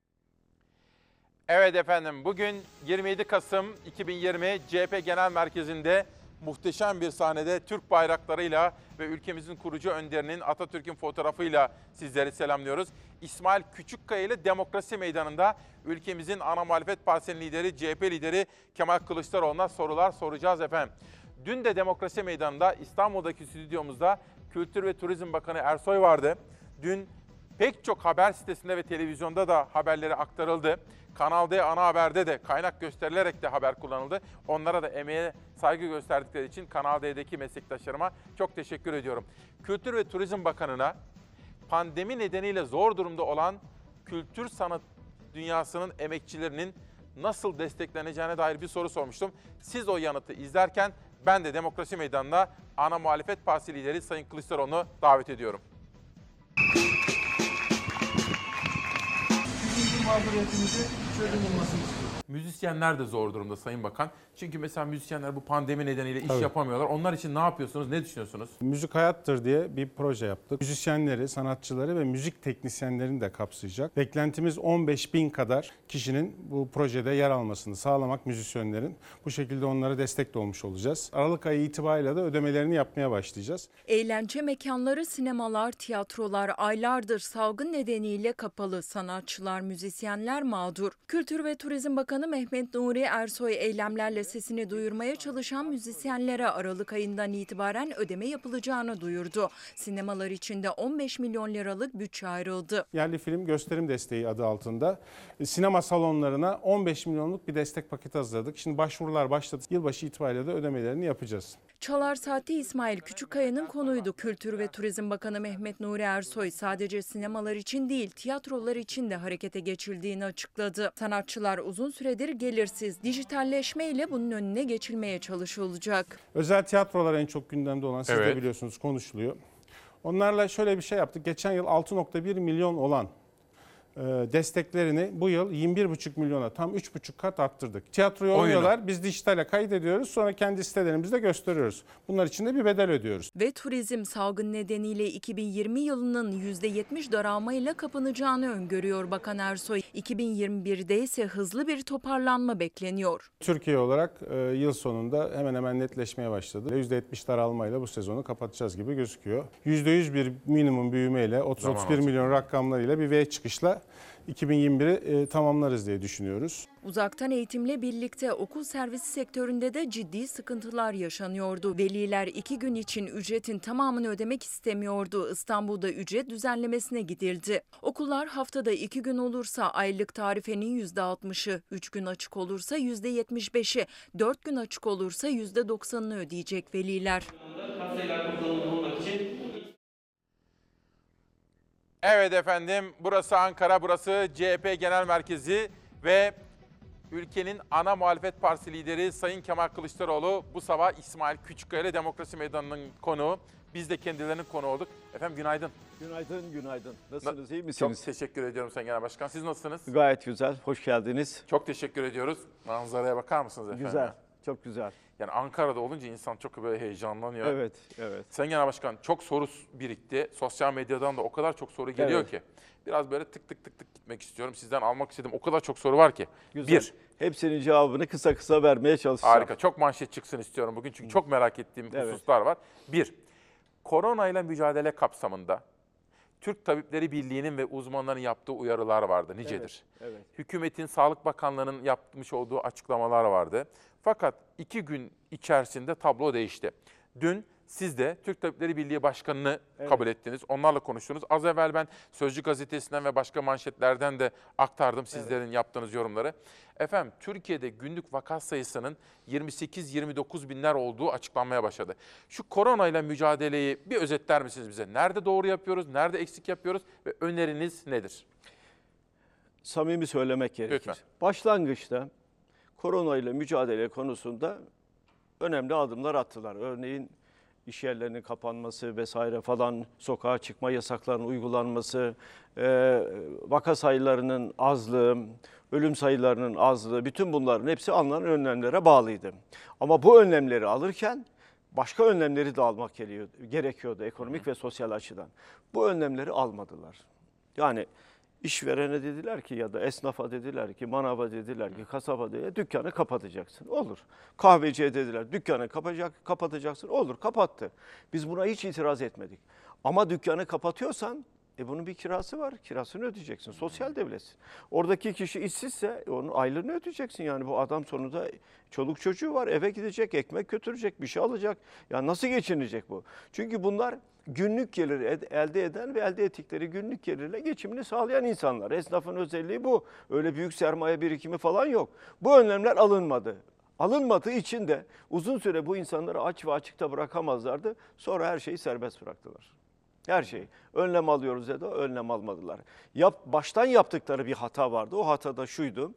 Evet efendim, bugün 27 Kasım 2020 CHP Genel Merkezi'nde muhteşem bir sahnede Türk bayraklarıyla ve ülkemizin kurucu önderinin Atatürk'ün fotoğrafıyla sizleri selamlıyoruz. İsmail Küçükkaya ile Demokrasi Meydanı'nda ülkemizin ana muhalefet partisinin lideri, CHP lideri Kemal Kılıçdaroğlu'na sorular soracağız efendim. Dün de Demokrasi Meydanı'nda İstanbul'daki stüdyomuzda Kültür ve Turizm Bakanı Ersoy vardı. Dün pek çok haber sitesinde ve televizyonda da haberleri aktarıldı. Kanal D Ana Haber'de de kaynak gösterilerek de haber kullanıldı. Onlara da emeğe saygı gösterdikleri için Kanal D'deki meslektaşlarıma çok teşekkür ediyorum. Kültür ve Turizm Bakanı'na pandemi nedeniyle zor durumda olan kültür sanat dünyasının emekçilerinin nasıl destekleneceğine dair bir soru sormuştum. Siz o yanıtı izlerken ben de Demokrasi Meydanı'na ana muhalefet partisi lideri Sayın Kılıçdaroğlu'nu davet ediyorum. Mağduriyetimizi çözülmesini istiyoruz. Müzisyenler de zor durumda Sayın Bakan. Çünkü mesela müzisyenler bu pandemi nedeniyle iş Tabii. yapamıyorlar. Onlar için ne yapıyorsunuz, ne düşünüyorsunuz? Müzik Hayattır diye bir proje yaptık. Müzisyenleri, sanatçıları ve müzik teknisyenlerini de kapsayacak. Beklentimiz 15.000 kadar kişinin bu projede yer almasını sağlamak, müzisyenlerin. Bu şekilde onlara destek de olmuş olacağız. Aralık ayı itibariyle de ödemelerini yapmaya başlayacağız. Eğlence mekanları, sinemalar, tiyatrolar aylardır salgın nedeniyle kapalı. Sanatçılar, müzisyenler mağdur. Kültür ve Turizm Bakanı Mehmet Nuri Ersoy eylemlerle sesini duyurmaya çalışan müzisyenlere Aralık ayından itibaren ödeme yapılacağını duyurdu. Sinemalar için de 15 milyon liralık bütçe ayrıldı. Yerli film gösterim desteği adı altında sinema salonlarına 15 milyonluk bir destek paketi hazırladık. Şimdi başvurular başladı. Yılbaşı itibariyle de ödemelerini yapacağız. Çalar Saati İsmail Küçükkaya'nın konuydu. Kültür ve Turizm Bakanı Mehmet Nuri Ersoy sadece sinemalar için değil, tiyatrolar için de harekete geçildiğini açıkladı. Sanatçılar uzun süredir gelirsiz, dijitalleşmeyle bunun önüne geçilmeye çalışılacak. Özel tiyatrolar en çok gündemde olan, siz Evet. de biliyorsunuz, konuşuluyor. Onlarla şöyle bir şey yaptık. Geçen yıl 6.1 milyon olan desteklerini bu yıl 21,5 milyona tam 3,5 kat arttırdık. Tiyatroyu oynuyorlar, biz dijitale kaydediyoruz, sonra kendi sitelerimizde gösteriyoruz. Bunlar için de bir bedel ödüyoruz. Ve turizm salgın nedeniyle 2020 yılının %70 daralmayla kapanacağını öngörüyor Bakan Ersoy. 2021'de ise hızlı bir toparlanma bekleniyor. Türkiye olarak yıl sonunda hemen hemen netleşmeye başladı. %70 daralmayla bu sezonu kapatacağız gibi gözüküyor. %100 bir minimum büyümeyle 30-31 milyon rakamlarıyla bir V çıkışla 2021'i tamamlarız diye düşünüyoruz. Uzaktan eğitimle birlikte okul servisi sektöründe de ciddi sıkıntılar yaşanıyordu. Veliler 2 gün için ücretin tamamını ödemek istemiyordu. İstanbul'da ücret düzenlemesine gidildi. Okullar haftada 2 gün olursa aylık tarifenin %60'ı, 3 gün açık olursa %75'i, 4 gün açık olursa %90'ını ödeyecek veliler. Evet efendim, burası Ankara, burası CHP Genel Merkezi ve ülkenin ana muhalefet partisi lideri Sayın Kemal Kılıçdaroğlu bu sabah İsmail Küçükkaya ile Demokrasi Meydanı'nın konuğu. Biz de kendilerinin konuğu olduk. Efendim günaydın. Günaydın, günaydın. Nasılsınız, iyi misiniz? Çok teşekkür ediyorum Sayın Genel Başkan. Siz nasılsınız? Gayet güzel, hoş geldiniz. Çok teşekkür ediyoruz. Manzaraya bakar mısınız efendim? Güzel, çok güzel. Yani Ankara'da olunca insan çok böyle heyecanlanıyor. Evet, evet. Sayın Genel Başkan, çok soru birikti. Sosyal medyadan da o kadar çok soru geliyor ki. Biraz böyle tık tık tık tık gitmek istiyorum. Sizden almak istedim. O kadar çok soru var ki. Güzel. Hepsinin cevabını kısa kısa vermeye çalışacağım. Harika. Çok manşet çıksın istiyorum bugün. Çünkü çok merak ettiğim hususlar var. 1. Koronayla mücadele kapsamında Türk Tabipleri Birliği'nin ve uzmanların yaptığı uyarılar vardı. Nicedir. Evet. Hükümetin, Sağlık Bakanlığı'nın yapmış olduğu açıklamalar vardı. Fakat 2 gün içerisinde tablo değişti. Dün siz de Türk Tabipleri Birliği Başkanı'nı kabul ettiniz. Onlarla konuştunuz. Az evvel ben Sözcü Gazetesi'nden ve başka manşetlerden de aktardım sizlerin yaptığınız yorumları. Efendim Türkiye'de günlük vaka sayısının 28-29 binler olduğu açıklanmaya başladı. Şu koronayla mücadeleyi bir özetler misiniz bize? Nerede doğru yapıyoruz, nerede eksik yapıyoruz ve öneriniz nedir? Samimi söylemek gerekir. Lütfen. Başlangıçta koronayla mücadele konusunda önemli adımlar attılar. Örneğin iş yerlerinin kapanması vesaire falan, sokağa çıkma yasaklarının uygulanması, vaka sayılarının azlığı, ölüm sayılarının azlığı, bütün bunların hepsi alınan önlemlere bağlıydı. Ama bu önlemleri alırken başka önlemleri de almak gerekiyordu ekonomik ve sosyal açıdan. Bu önlemleri almadılar. Yani işverene dediler ki ya da esnafa dediler ki, manava dediler ki, kasaba dediler, dükkanı kapatacaksın. Olur. Kahveciye dediler, dükkanı kapatacaksın. Olur, kapattı. Biz buna hiç itiraz etmedik. Ama dükkanı kapatıyorsan bunun bir kirası var. Kirasını ödeyeceksin. Sosyal devletsin. Oradaki kişi işsizse onun aylığını ödeyeceksin. Yani bu adam sonunda çoluk çocuğu var. Eve gidecek, ekmek götürecek, bir şey alacak. Ya nasıl geçinecek bu? Çünkü bunlar günlük gelir elde eden ve elde ettikleri günlük gelirle geçimini sağlayan insanlar. Esnafın özelliği bu. Öyle büyük sermaye birikimi falan yok. Bu önlemler alınmadı. Alınmadığı için de uzun süre bu insanları aç ve açıkta bırakamazlardı. Sonra her şeyi serbest bıraktılar. Her şeyi. Önlem alıyoruz dedi, önlem almadılar. Baştan yaptıkları bir hata vardı. O hata da şuydu.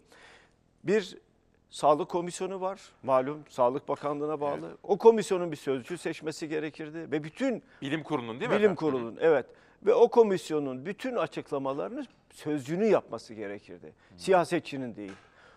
Bir sağlık komisyonu var. Malum Sağlık Bakanlığı'na bağlı. Evet. O komisyonun bir sözcü seçmesi gerekirdi. Ve bütün... Bilim Kurulu'nun değil mi? Bilim Kurulu'nun, evet. Ve o komisyonun bütün açıklamalarını sözcünün yapması gerekirdi. Siyasetçinin değil.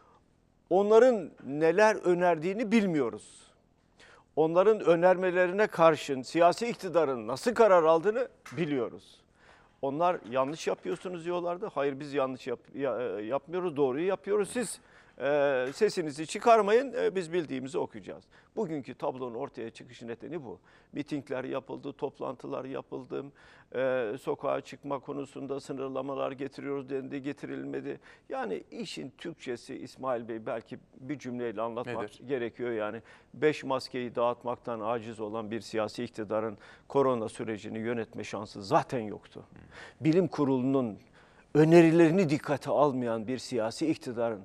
Onların neler önerdiğini bilmiyoruz. Onların önermelerine karşın siyasi iktidarın nasıl karar aldığını biliyoruz. Onlar yanlış yapıyorsunuz diyorlardı. Hayır, biz yanlış yapmıyoruz, doğruyu yapıyoruz. Siz sesinizi çıkarmayın, biz bildiğimizi okuyacağız. Bugünkü tablonun ortaya çıkış nedeni bu. Mitingler yapıldı, toplantılar yapıldı, sokağa çıkma konusunda sınırlamalar getiriyoruz dendi, getirilmedi. Yani işin Türkçesi İsmail Bey belki bir cümleyle anlatmak gerekiyor. Yani 5 maskeyi dağıtmaktan aciz olan bir siyasi iktidarın korona sürecini yönetme şansı zaten yoktu. Bilim Kurulu'nun önerilerini dikkate almayan bir siyasi iktidarın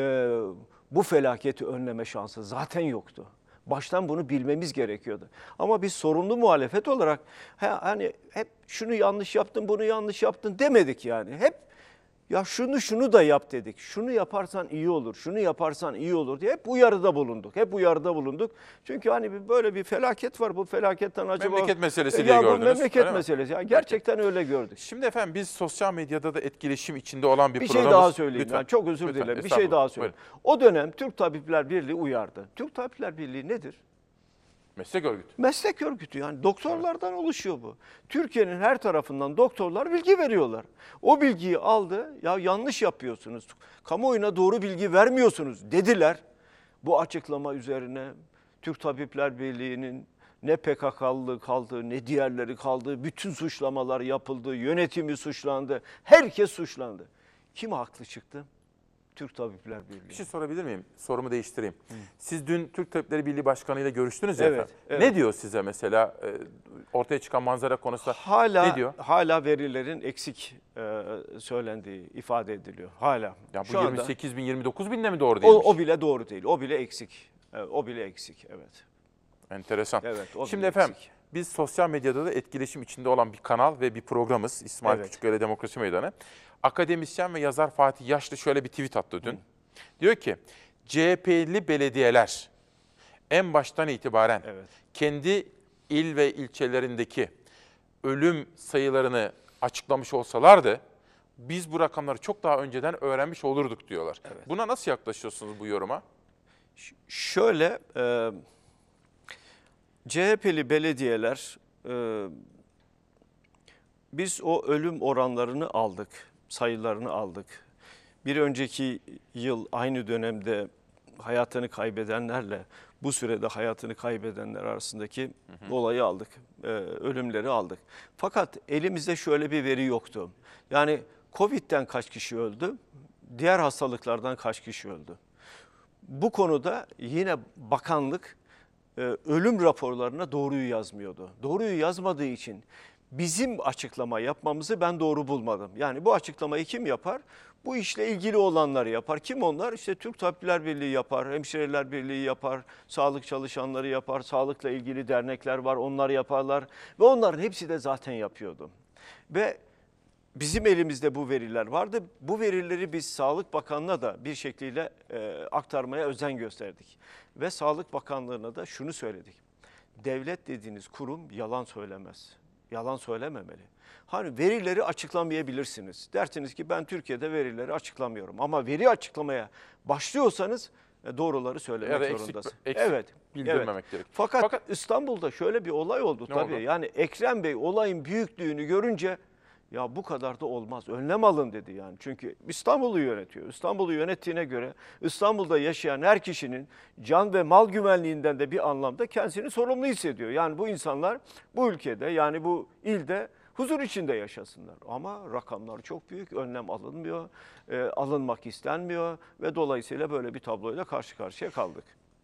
bu felaketi önleme şansı zaten yoktu. Baştan bunu bilmemiz gerekiyordu. Ama biz sorumlu muhalefet olarak hani hep şunu yanlış yaptın, bunu yanlış yaptın demedik yani. Hep Ya şunu da yap dedik. Şunu yaparsan iyi olur, şunu yaparsan iyi olur diye hep uyarıda bulunduk. Çünkü hani böyle bir felaket var. Bu felaketten acaba... Memleket meselesi diye gördünüz. Bu memleket meselesi. Yani gerçekten öyle gördük. Şimdi efendim biz sosyal medyada da etkileşim içinde olan bir şey programız. daha söyleyeyim. Lütfen. Yani çok özür Lütfen, dilerim. Bir şey daha söyleyeyim. O dönem Türk Tabipler Birliği uyardı. Türk Tabipler Birliği nedir? Meslek örgütü. Meslek örgütü, yani doktorlardan oluşuyor bu. Türkiye'nin her tarafından doktorlar bilgi veriyorlar. O bilgiyi aldı, ya yanlış yapıyorsunuz, kamuoyuna doğru bilgi vermiyorsunuz dediler. Bu açıklama üzerine Türk Tabipler Birliği'nin ne PKK'lı kaldı, ne diğerleri kaldı, bütün suçlamalar yapıldı, yönetimi suçlandı, herkes suçlandı. Kim haklı çıktı? Türk Tabipler Birliği. Bir şey sorabilir miyim? Sorumu değiştireyim. Siz dün Türk Tabipleri Birliği Başkanı ile görüştünüz ya Evet, efendim. evet. Ne diyor size mesela ortaya çıkan manzara konusunda? Ne diyor? Hala verilerin eksik söylendiği ifade ediliyor. Hala. Ya bu Şu anda 28 bin, 29 bin de mi doğru değilmiş? o bile doğru değil. O bile eksik. O bile eksik. Evet. Enteresan. Evet, o Şimdi bile efendim eksik. biz sosyal medyada da etkileşim içinde olan bir kanal ve bir programız. İsmail Evet. Küçükkaya Demokrasi Meydanı. Akademisyen ve yazar Fatih Yaşlı şöyle bir tweet attı dün. Diyor ki CHP'li belediyeler en baştan itibaren kendi il ve ilçelerindeki ölüm sayılarını açıklamış olsalardı biz bu rakamları çok daha önceden öğrenmiş olurduk diyorlar. Buna nasıl yaklaşıyorsunuz bu yoruma? Şöyle, CHP'li belediyeler, biz o ölüm oranlarını aldık, sayılarını aldık. Bir önceki yıl aynı dönemde hayatını kaybedenlerle bu sürede hayatını kaybedenler arasındaki olayı aldık, ölümleri aldık. Fakat elimizde şöyle bir veri yoktu. Yani Covid'den kaç kişi öldü, diğer hastalıklardan kaç kişi öldü? Bu konuda yine bakanlık ölüm raporlarına doğruyu yazmıyordu. Doğruyu yazmadığı için bizim açıklama yapmamızı ben doğru bulmadım. Yani bu açıklamayı kim yapar? Bu işle ilgili olanlar yapar. Kim onlar? İşte Türk Tabipler Birliği yapar, Hemşireler Birliği yapar, sağlık çalışanları yapar, sağlıkla ilgili dernekler var, onlar yaparlar. Ve onların hepsi de zaten yapıyordu. Ve bizim elimizde bu veriler vardı. Bu verileri biz Sağlık Bakanlığı'na da bir şekliyle aktarmaya özen gösterdik. Ve Sağlık Bakanlığı'na da şunu söyledik. Devlet dediğiniz kurum yalan söylemez. Yalan söylememeli. Hani verileri açıklamayabilirsiniz. Dersiniz ki ben Türkiye'de verileri açıklamıyorum. Ama veri açıklamaya başlıyorsanız doğruları söylemek zorundasınız. Eksik bildirmemek gerekiyor. Fakat İstanbul'da şöyle bir olay oldu tabii. oldu? Yani Ekrem Bey olayın büyüklüğünü görünce ya bu kadar da olmaz. Önlem alın dedi yani. Çünkü İstanbul'u yönetiyor. İstanbul'u yönettiğine göre İstanbul'da yaşayan her kişinin can ve mal güvenliğinden de bir anlamda kendisini sorumlu hissediyor. Yani bu insanlar bu ülkede, yani bu ilde huzur içinde yaşasınlar. Ama rakamlar çok büyük. Önlem alınmıyor, alınmak istenmiyor ve dolayısıyla böyle bir tabloyla karşı karşıya kaldık.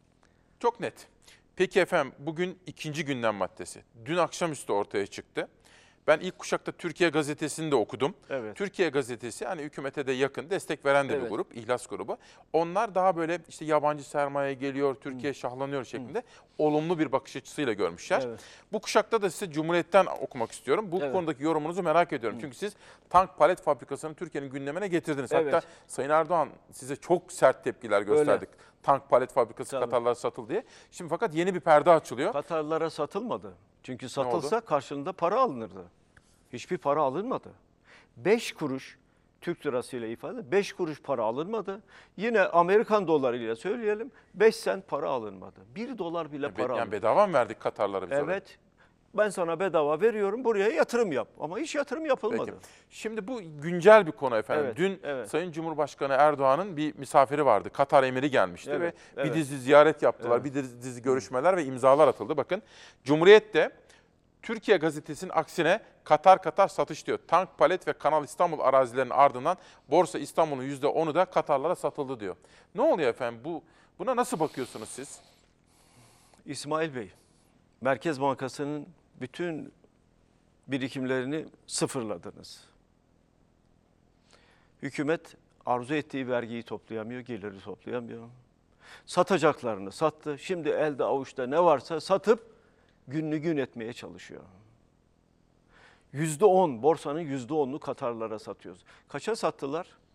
Çok net. Peki efendim bugün ikinci gündem maddesi. Dün akşamüstü ortaya çıktı. Ben ilk kuşakta Türkiye Gazetesi'ni de okudum. Evet. Türkiye Gazetesi hani hükümete de yakın, destek veren de bir grup, İhlas grubu. Onlar daha böyle işte yabancı sermaye geliyor, Türkiye şahlanıyor şeklinde olumlu bir bakış açısıyla görmüşler. Evet. Bu kuşakta da size Cumhuriyet'ten okumak istiyorum. Bu konudaki yorumunuzu merak ediyorum. Çünkü siz tank palet fabrikasını Türkiye'nin gündemine getirdiniz. Evet. Hatta Sayın Erdoğan size çok sert tepkiler gösterdik. Öyle. Tank palet fabrikası Katarlara satıldı diye. Şimdi fakat yeni bir perde açılıyor. Katarlara satılmadı. Çünkü satılsa karşılığında para alınırdı. Hiçbir para alınmadı. 5 kuruş Türk lirasıyla ifade, 5 kuruş para alınmadı. Yine Amerikan dolarıyla söyleyelim, 5 sent para alınmadı. 1 dolar bile para alınmadı. Yani bedava mı verdik Katarlara biz oraya? Evet. Ben sana bedava veriyorum, buraya yatırım yap. Ama hiç yatırım yapılmadı. Peki. Şimdi bu güncel bir konu efendim. Evet, Dün evet. Sayın Cumhurbaşkanı Erdoğan'ın bir misafiri vardı. Katar emiri gelmişti Evet, ve evet. bir dizi ziyaret yaptılar. Evet. Bir dizi görüşmeler ve imzalar atıldı. Bakın Cumhuriyet'te Türkiye Gazetesi'nin aksine Katar satış diyor. Tank, palet ve Kanal İstanbul arazilerinin ardından Borsa İstanbul'un %10'u da Katarlara satıldı diyor. Ne oluyor efendim? Buna nasıl bakıyorsunuz siz? İsmail Bey, Merkez Bankası'nın bütün birikimlerini sıfırladınız. Hükümet arzu ettiği vergiyi toplayamıyor, geliri toplayamıyor. Satacaklarını sattı. Şimdi elde avuçta ne varsa satıp gününü gün etmeye çalışıyor. %10, borsanın %10'unu Katarlara satıyoruz. Kaça sattılar?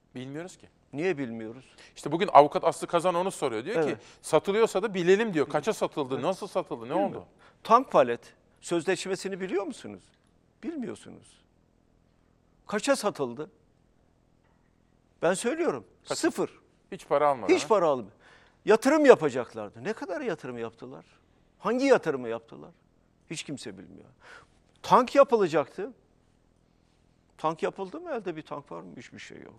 Bilmiyoruz ki. Niye bilmiyoruz? İşte bugün avukat Aslı Kazan onu soruyor. Diyor ki Evet. satılıyorsa da bilelim diyor. Kaça satıldı, nasıl satıldı, ne oldu? Tank palet sözleşmesini biliyor musunuz? Bilmiyorsunuz. Kaça satıldı? Ben söylüyorum. Sıfır. Hiç para almadı. Hiç para almıyor. Yatırım yapacaklardı. Ne kadar yatırım yaptılar? Hangi yatırımı yaptılar? Hiç kimse bilmiyor. Tank yapılacaktı. Tank yapıldı mı? Elde bir tank var mı? Hiçbir şey yok.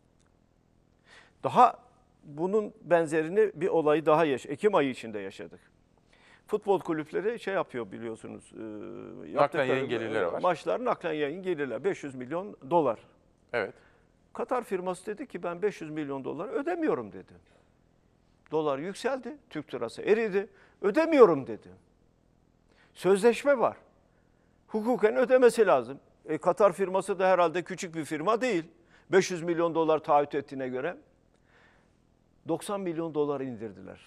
Daha bunun benzerini bir olayı daha Ekim ayı içinde yaşadık. Futbol kulüpleri şey yapıyor biliyorsunuz. Naklen yayın gelirleri var. Maçlar naklen yayın gelirler. 500 milyon dolar. Evet. Katar firması dedi ki ben 500 milyon dolar ödemiyorum dedi. Dolar yükseldi, Türk lirası eridi, ödemiyorum dedi. Sözleşme var. Hukuken ödemesi lazım. Katar firması da herhalde küçük bir firma değil. 500 milyon dolar taahhüt ettiğine göre 90 milyon dolar indirdiler.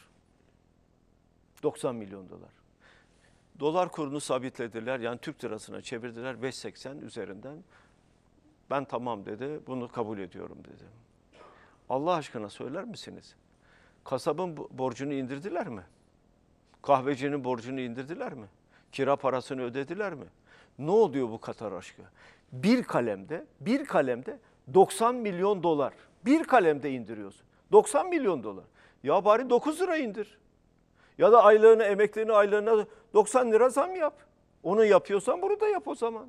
90 milyon dolar. Dolar kurunu sabitlediler. Yani Türk lirasına çevirdiler 5.80 üzerinden. Ben tamam dedi, bunu kabul ediyorum dedi. Allah aşkına söyler misiniz? Kasabın borcunu indirdiler mi? Kahvecinin borcunu indirdiler mi? Kira parasını ödediler mi? Ne oluyor bu Katar aşkı? Bir kalemde 90 milyon dolar. Bir kalemde indiriyorsun. 90 milyon dolar. Ya bari 9 lira indir. Ya da aylığını, emekliliğini aylığına 90 lira zam yap. Onu yapıyorsan bunu da yap o zaman.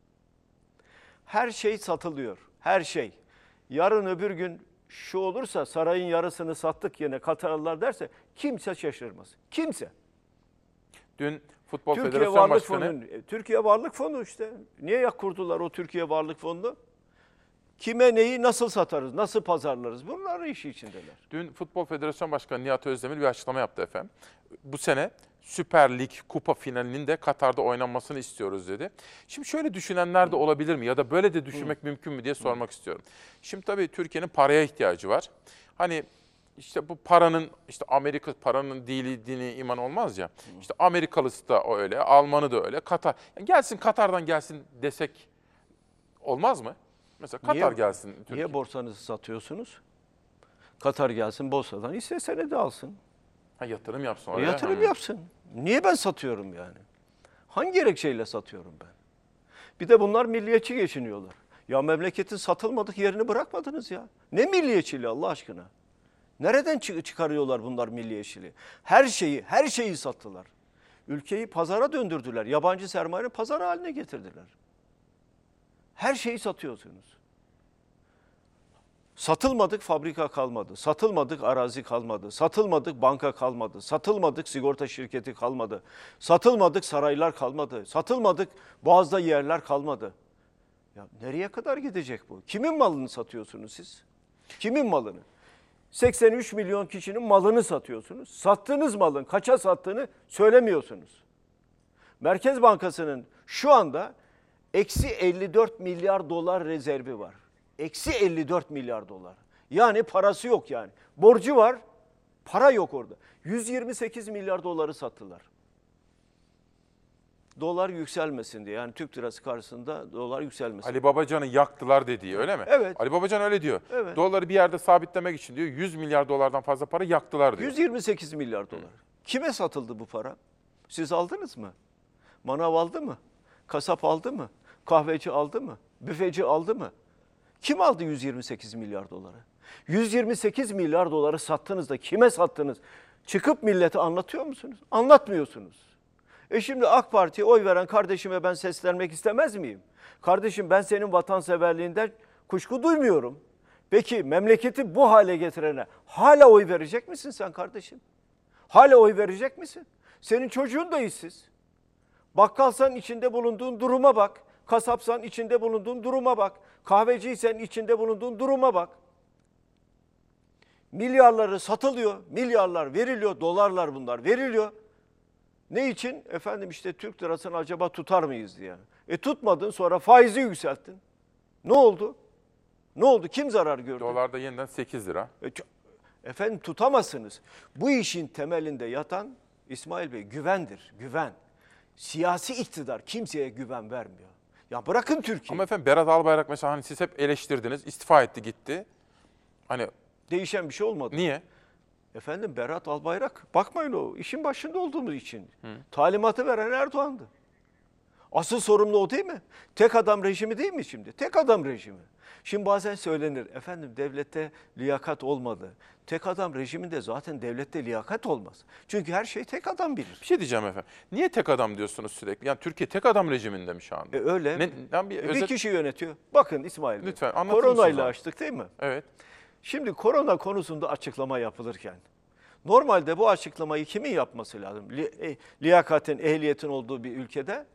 Her şey satılıyor. Her şey. Yarın öbür gün şu olursa sarayın yarısını sattık yine Katarlılar derse kimse şaşırmaz. Kimse. Dün Futbol Türkiye Federasyonu Varlık Başkanı... Fonu, Türkiye Varlık Fonu işte. Niye kurdular o Türkiye Varlık Fonu'nu? Kime neyi nasıl satarız, nasıl pazarlarız? Bunların işi içindeler. Dün Futbol Federasyonu Başkanı Nihat Özdemir bir açıklama yaptı efendim. Bu sene Süper Lig kupa finalinin de Katar'da oynanmasını istiyoruz dedi. Şimdi şöyle düşünenler de olabilir mi? Ya da böyle de düşünmek mümkün mü diye sormak istiyorum. Şimdi tabii Türkiye'nin paraya ihtiyacı var. Hani işte bu paranın, işte Amerika paranın dini iman olmaz ya. İşte Amerikalısı da öyle, Almanı da öyle. Katar, yani gelsin Katar'dan gelsin desek olmaz mı? Mesela Katar gelsin Türkiye. Niye borsanızı satıyorsunuz? Katar gelsin borsadan hisse senedi alsın. Ha, yatırım yapsın oraya. Yatırım yapsın. Niye ben satıyorum yani? Hangi gerekçeyle satıyorum ben? Bir de bunlar milliyetçi geçiniyorlar. Ya memleketin satılmadık yerini bırakmadınız ya. Ne milliyetçiliği Allah aşkına? Nereden çıkarıyorlar bunlar milliyetçiliği? Her şeyi sattılar. Ülkeyi pazara döndürdüler. Yabancı sermayeyi pazar haline getirdiler. Her şeyi satıyorsunuz. Satılmadık fabrika kalmadı, satılmadık arazi kalmadı, satılmadık banka kalmadı, satılmadık sigorta şirketi kalmadı, satılmadık saraylar kalmadı, satılmadık Boğaz'da yerler kalmadı. Ya nereye kadar gidecek bu? Kimin malını satıyorsunuz siz? Kimin malını? 83 milyon kişinin malını satıyorsunuz. Sattığınız malın kaça sattığını söylemiyorsunuz. Merkez Bankası'nın şu anda eksi 54 milyar dolar rezervi var. Eksi 54 milyar dolar. Yani parası yok yani. Borcu var, para yok orada. 128 milyar doları sattılar. Dolar yükselmesin diye. Yani Türk lirası karşısında dolar yükselmesin. Ali Babacan'ı yaktılar dediği öyle mi? Evet. Ali Babacan öyle diyor. Evet. Doları bir yerde sabitlemek için diyor 100 milyar dolardan fazla para yaktılar diyor. 128 milyar dolar. Kime satıldı bu para? Siz aldınız mı? Manav aldı mı? Kasap aldı mı? Kahveci aldı mı? Büfeci aldı mı? Kim aldı 128 milyar doları? 128 milyar doları sattınız da kime sattınız? Çıkıp millete anlatıyor musunuz? Anlatmıyorsunuz. Şimdi AK Parti'ye oy veren kardeşime ben seslenmek istemez miyim? Kardeşim ben senin vatanseverliğinden kuşku duymuyorum. Peki memleketi bu hale getirene hala oy verecek misin sen kardeşim? Hala oy verecek misin? Senin çocuğun da işsiz. Bakkalsan içinde bulunduğun duruma bak. Kasapsan içinde bulunduğun duruma bak. Kahveciysen içinde bulunduğun duruma bak. Milyarları satılıyor, milyarlar veriliyor, dolarlar bunlar veriliyor. Ne için? Efendim işte Türk lirasını acaba tutar mıyız diye. Tutmadın, sonra faizi yükselttin. Ne oldu? Ne oldu? Kim zarar gördü? Dolarda yeniden 8 lira. Efendim tutamazsınız. Bu işin temelinde yatan İsmail Bey güvendir, güven. Siyasi iktidar kimseye güven vermiyor. Ya bırakın Türkiye'yi. Ama efendim Berat Albayrak mesela hani siz hep eleştirdiniz, istifa etti gitti. Hani değişen bir şey olmadı. Niye? Efendim Berat Albayrak, bakmayın o işin başında olduğumuz için. Talimatı veren Erdoğan'dı. Asıl sorumlu o değil mi? Tek adam rejimi değil mi şimdi? Tek adam rejimi. Şimdi bazen söylenir, efendim devlette liyakat olmadı. Tek adam rejiminde zaten devlette liyakat olmaz. Çünkü her şey tek adam bilir. Bir şey diyeceğim efendim. Niye tek adam diyorsunuz sürekli? Yani Türkiye tek adam rejiminde mi şu anda? Öyle. Bir Bir kişi yönetiyor. Bakın İsmail Bey. Lütfen anlatır mısınız? Koronayla açtık değil mi? Evet. Şimdi korona konusunda açıklama yapılırken normalde bu açıklamayı kimin yapması lazım? Liyakatin, ehliyetin olduğu bir ülkede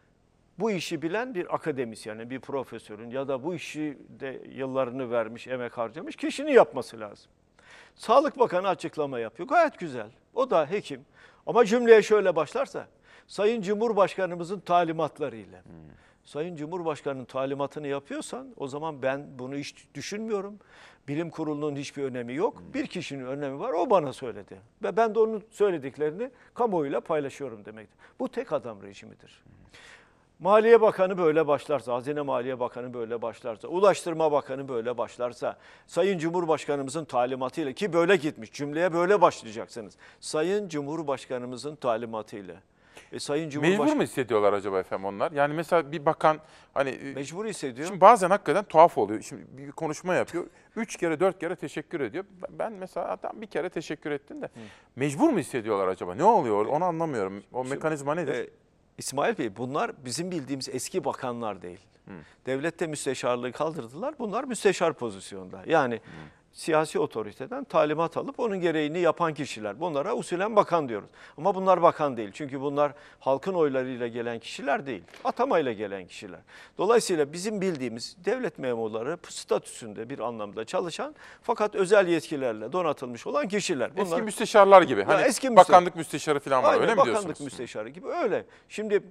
bu işi bilen bir akademisyenin, bir profesörün ya da bu işi de yıllarını vermiş, emek harcamış kişinin yapması lazım. Sağlık Bakanı açıklama yapıyor. Gayet güzel. O da hekim. Ama cümleye şöyle başlarsa, Sayın Cumhurbaşkanımızın talimatlarıyla. Sayın Cumhurbaşkanı'nın talimatını yapıyorsan o zaman ben bunu hiç düşünmüyorum. Bilim kurulunun hiçbir önemi yok. Bir kişinin önemi var, o bana söyledi. Ve ben de onun söylediklerini kamuoyuyla paylaşıyorum demektir. Bu tek adam rejimidir. Maliye Bakanı böyle başlarsa, Hazine Maliye Bakanı böyle başlarsa, Ulaştırma Bakanı böyle başlarsa, Sayın Cumhurbaşkanımızın talimatıyla, ki böyle gitmiş, cümleye böyle başlayacaksınız. Sayın Cumhurbaşkanımızın talimatıyla. Mecbur mu hissediyorlar acaba efendim onlar? Yani mesela bir bakan hani mecbur hissediyor. Şimdi bazen hakikaten tuhaf oluyor. Şimdi bir konuşma yapıyor. 3 kere 4 kere teşekkür ediyor. Ben mesela adam bir kere teşekkür ettim de. Mecbur mu hissediyorlar acaba? Ne oluyor? Onu anlamıyorum. O mekanizma nedir? İsmail Bey, bunlar bizim bildiğimiz eski bakanlar değil. Devlette müsteşarlığı kaldırdılar. Bunlar müsteşar pozisyonda. Yani siyasi otoriteden talimat alıp onun gereğini yapan kişiler. Bunlara usulen bakan diyoruz. Ama bunlar bakan değil. Çünkü bunlar halkın oylarıyla gelen kişiler değil. Atamayla gelen kişiler. Dolayısıyla bizim bildiğimiz devlet memurları statüsünde bir anlamda çalışan fakat özel yetkilerle donatılmış olan kişiler. Bunlar, eski müsteşarlar gibi. Hani eski bakanlık müsteşarı falan var. Aynen, öyle mi diyorsunuz? Bakanlık müsteşarı gibi öyle. Şimdi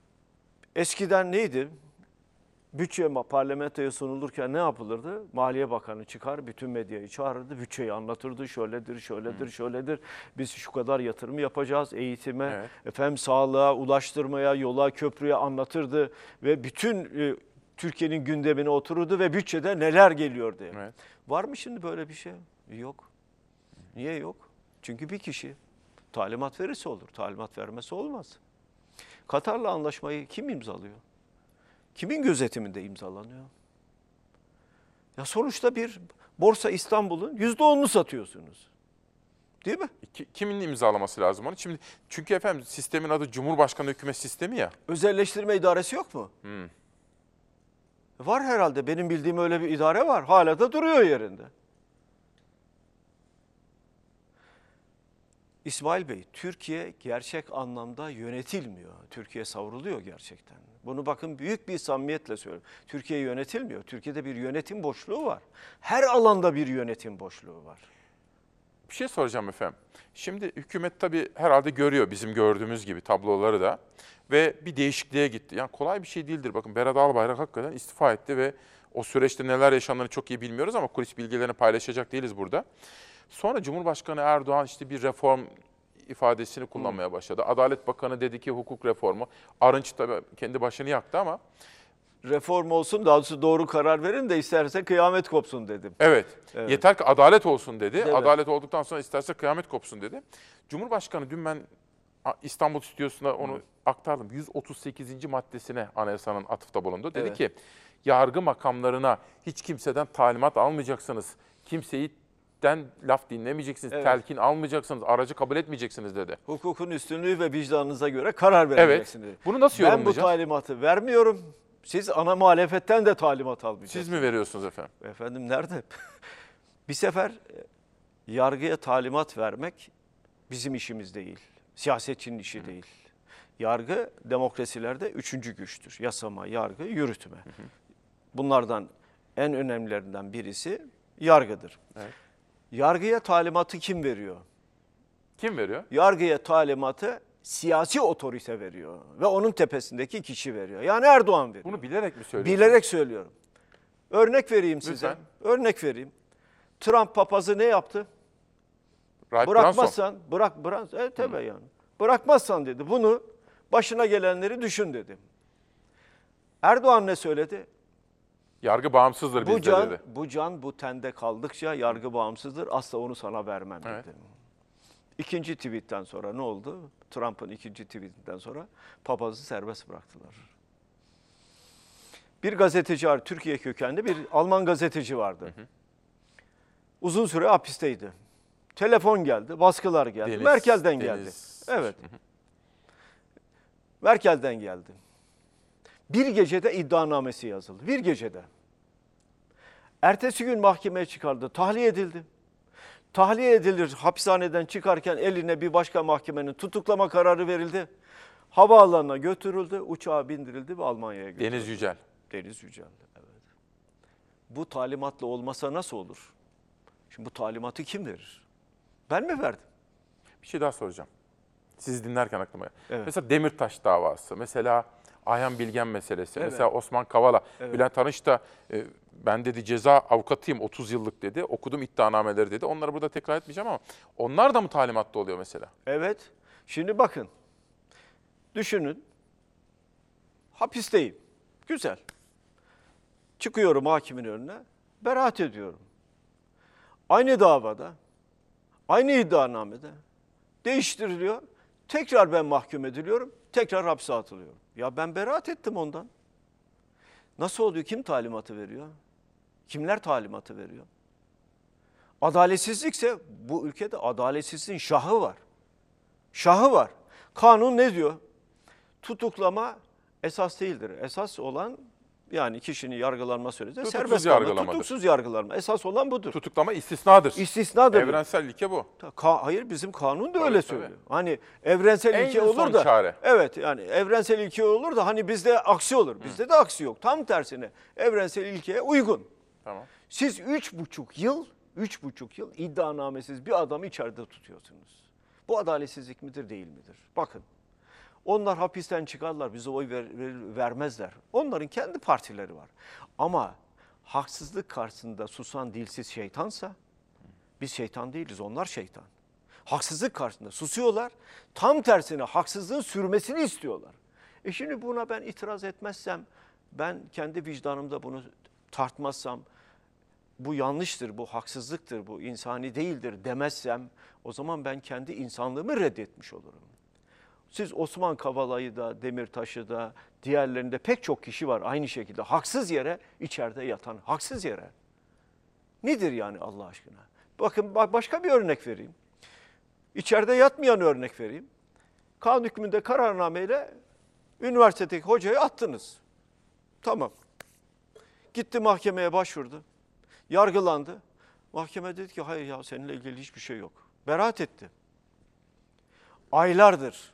eskiden neydi? Bütçe parlamentoya sunulurken ne yapılırdı? Maliye Bakanı çıkar, bütün medyayı çağırırdı, bütçeyi anlatırdı. Şöyledir, şöyledir, şöyledir. Biz şu kadar yatırım yapacağız eğitime, efendim sağlığa, ulaştırmaya, yola, köprüye anlatırdı. Ve bütün Türkiye'nin gündemine otururdu ve bütçede neler geliyor diye. Var mı şimdi böyle bir şey? Yok. Niye yok? Çünkü bir kişi talimat verirse olur, talimat vermesi olmaz. Katar'la anlaşmayı kim imzalıyor? Kimin gözetiminde imzalanıyor? Ya sonuçta bir Borsa İstanbul'un %10'unu satıyorsunuz. Değil mi? Kimin imzalaması lazım onu? Şimdi çünkü efendim sistemin adı Cumhurbaşkanı Hükümet Sistemi ya. Özelleştirme idaresi yok mu? Var herhalde. Benim bildiğim öyle bir idare var. Hala da duruyor yerinde. İsmail Bey, Türkiye gerçek anlamda yönetilmiyor. Türkiye savruluyor gerçekten. Bunu bakın büyük bir samimiyetle söylüyorum. Türkiye yönetilmiyor. Türkiye'de bir yönetim boşluğu var. Her alanda bir yönetim boşluğu var. Bir şey soracağım efendim. Şimdi hükümet tabii herhalde görüyor bizim gördüğümüz gibi tabloları da ve bir değişikliğe gitti. Yani kolay bir şey değildir. Bakın Berat Albayrak hakikaten istifa etti ve o süreçte neler yaşandığını çok iyi bilmiyoruz ama kulis bilgilerini paylaşacak değiliz burada. Sonra Cumhurbaşkanı Erdoğan işte bir reform ifadesini kullanmaya başladı. Adalet Bakanı dedi ki hukuk reformu. Arınç tabii kendi başını yaktı ama. Reform olsun, daha doğru karar verin de isterse kıyamet kopsun dedim. Evet. Yeter ki adalet olsun dedi. Evet. Adalet olduktan sonra isterse kıyamet kopsun dedi. Cumhurbaşkanı dün ben İstanbul Stüdyosu'nda onu aktardım. 138. maddesine anayasanın atıfta bulundu. Dedi ki yargı makamlarına hiç kimseden talimat almayacaksınız. Kimseyi laf dinlemeyeceksiniz, telkin almayacaksınız, aracı kabul etmeyeceksiniz dedi. Hukukun üstünlüğü ve vicdanınıza göre karar vereceksiniz dedi. Bunu nasıl yorumlayacağız? Ben bu talimatı vermiyorum. Siz ana muhalefetten de talimat almayacaksınız. Siz mi veriyorsunuz efendim? Efendim nerede? Bir sefer yargıya talimat vermek bizim işimiz değil. Siyasetçinin işi değil. Yargı demokrasilerde üçüncü güçtür. Yasama, yargı, yürütme. Bunlardan en önemlilerinden birisi yargıdır. Evet. Yargıya talimatı kim veriyor? Kim veriyor? Yargıya talimatı siyasi otorite veriyor ve onun tepesindeki kişi veriyor. Yani Erdoğan veriyor. Bunu bilerek mi söylüyorsun? Bilerek söylüyorum. Örnek vereyim size. Lütfen. Örnek vereyim. Trump papazı ne yaptı? Bırakmazsan, tabii yani. Bırakmazsan dedi. Bunu başına gelenleri düşün dedi. Erdoğan ne söyledi? Yargı bağımsızdır bizde dedi. Bu can bu tende kaldıkça yargı bağımsızdır. Asla onu sana vermem Evet. dedi. İkinci tweetten sonra ne oldu? Trump'ın ikinci tweetinden sonra papazı serbest bıraktılar. Bir gazeteci var, Türkiye kökenli bir Alman gazeteci vardı. Uzun süre hapisteydi. Telefon geldi, baskılar geldi. Merkel'den geldi. Evet. Merkel'den geldi. Bir gecede iddianamesi yazıldı. Bir gecede. Ertesi gün mahkemeye çıkardı. Tahliye edildi. Tahliye edilir, hapishaneden çıkarken eline bir başka mahkemenin tutuklama kararı verildi. Havaalanına götürüldü, uçağa bindirildi ve Almanya'ya götürüldü. Deniz Yücel. Deniz Yücel, evet. Bu talimatla olmasa nasıl olur? Şimdi bu talimatı kim verir? Ben mi verdim? Bir şey daha soracağım. Sizi dinlerken aklıma geldi. Evet. Mesela Demirtaş davası, mesela Ayhan Bilgen meselesi, Evet. mesela Osman Kavala, Evet. Bülent Arınç da ben dedi ceza avukatıyım 30 yıllık dedi, okudum iddianameleri dedi. Onları burada tekrar etmeyeceğim ama onlar da mı talimatta oluyor mesela? Evet. Şimdi bakın. Düşünün. Hapisteyim. Güzel. Çıkıyorum hakimin önüne. Beraat ediyorum. Aynı davada, aynı iddianamede değiştiriliyor. Tekrar ben mahkum ediliyorum. Tekrar hapse atılıyorum. Ya ben beraat ettim ondan. Nasıl oluyor? Kim talimatı veriyor? Kimler talimatı veriyor? Adaletsizlikse bu ülkede adaletsizliğin şahı var. Şahı var. Kanun ne diyor? Tutuklama esas değildir. Esas olan yani kişinin yargılanma süreci serbest kalma, tutuksuz yargılanma. Esas olan budur. Tutuklama istisnadır. İstisnadır. Evrensel ilke bu. Hayır bizim kanun da öyle söylüyor. Hani evrensel ilke olur da. Çare. Evet yani evrensel ilke olur da hani bizde aksi olur. Bizde de aksi yok. Tam tersine evrensel ilkeye uygun. Tamam. Siz 3,5 yıl iddianamesiz bir adamı içeride tutuyorsunuz. Bu adaletsizlik midir değil midir? Bakın. Onlar hapisten çıkarlar, bize oy vermezler. Onların kendi partileri var. Ama haksızlık karşısında susan dilsiz şeytansa, biz şeytan değiliz, onlar şeytan. Haksızlık karşısında susuyorlar, tam tersine haksızlığın sürmesini istiyorlar. Şimdi buna ben itiraz etmezsem, ben kendi vicdanımda bunu tartmazsam, bu yanlıştır, bu haksızlıktır, bu insani değildir demezsem, o zaman ben kendi insanlığımı reddetmiş olurum. Siz Osman Kavala'yı da, Demirtaş'ı da, diğerlerinde pek çok kişi var aynı şekilde. Haksız yere içeride yatan, haksız yere. Nedir yani Allah aşkına? Bakın başka bir örnek vereyim. İçeride yatmayan örnek vereyim. Kanun hükmünde kararnameyle üniversitedeki hocayı attınız. Tamam. Gitti mahkemeye başvurdu. Yargılandı. Mahkeme dedi ki hayır ya seninle ilgili hiçbir şey yok. Beraat etti. Aylardır,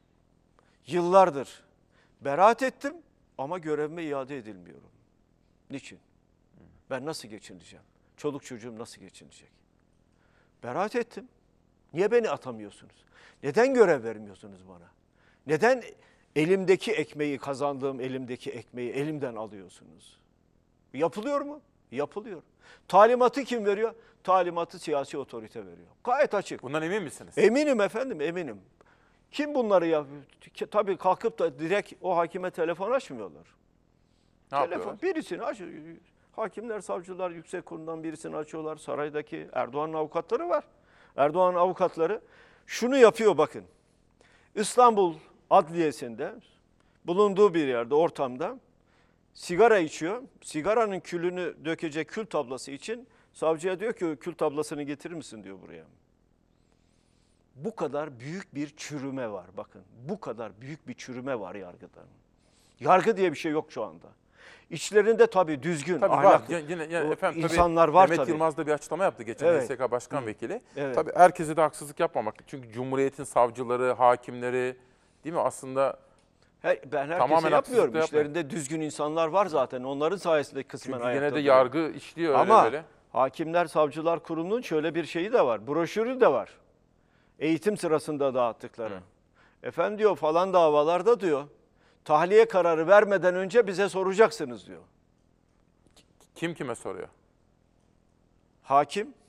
yıllardır beraat ettim ama görevime iade edilmiyorum. Niçin? Ben nasıl geçineceğim? Çoluk çocuğum nasıl geçinecek? Beraat ettim. Niye beni atamıyorsunuz? Neden görev vermiyorsunuz bana? Neden elimdeki ekmeği, kazandığım elimdeki ekmeği elimden alıyorsunuz? Yapılıyor mu? Yapılıyor. Talimatı kim veriyor? Talimatı siyasi otorite veriyor. Gayet açık. Bundan emin misiniz? Eminim efendim, eminim. Kim bunları yapıyor? Tabii kalkıp da direkt o hakime telefon açmıyorlar. Ne yapıyorlar? Birisini açıyor. Hakimler, savcılar, yüksek kuruldan birisini açıyorlar. Saraydaki Erdoğan'ın avukatları var. Erdoğan'ın avukatları şunu yapıyor bakın. İstanbul Adliyesi'nde bulunduğu bir yerde, ortamda sigara içiyor. Sigaranın külünü dökecek kül tablası için savcıya diyor ki kül tablasını getirir misin diyor buraya. Bu kadar büyük bir çürüme var bakın. Bu kadar büyük bir çürüme var yargıda. Yargı diye bir şey yok şu anda. İçlerinde tabii düzgün, ahlaklı efendim, insanlar var tabii. Mehmet Yılmaz da bir açıklama yaptı geçen HSK Başkan Vekili. Evet. Tabii herkese de haksızlık yapmamak. Çünkü Cumhuriyet'in savcıları, hakimleri değil mi aslında ben herkese yapmıyorum. İçlerinde düzgün insanlar var zaten. Onların sayesinde kısmen çünkü ayakta gene de duruyor. yargı işliyor öyle ama böyle. Hakimler Savcılar Kurulu'nun şöyle bir şeyi de var. Broşürü de var. Eğitim sırasında dağıttıkları. Efendim diyor falan davalarda diyor tahliye kararı vermeden önce bize soracaksınız diyor. Kim kime soruyor? Hakim.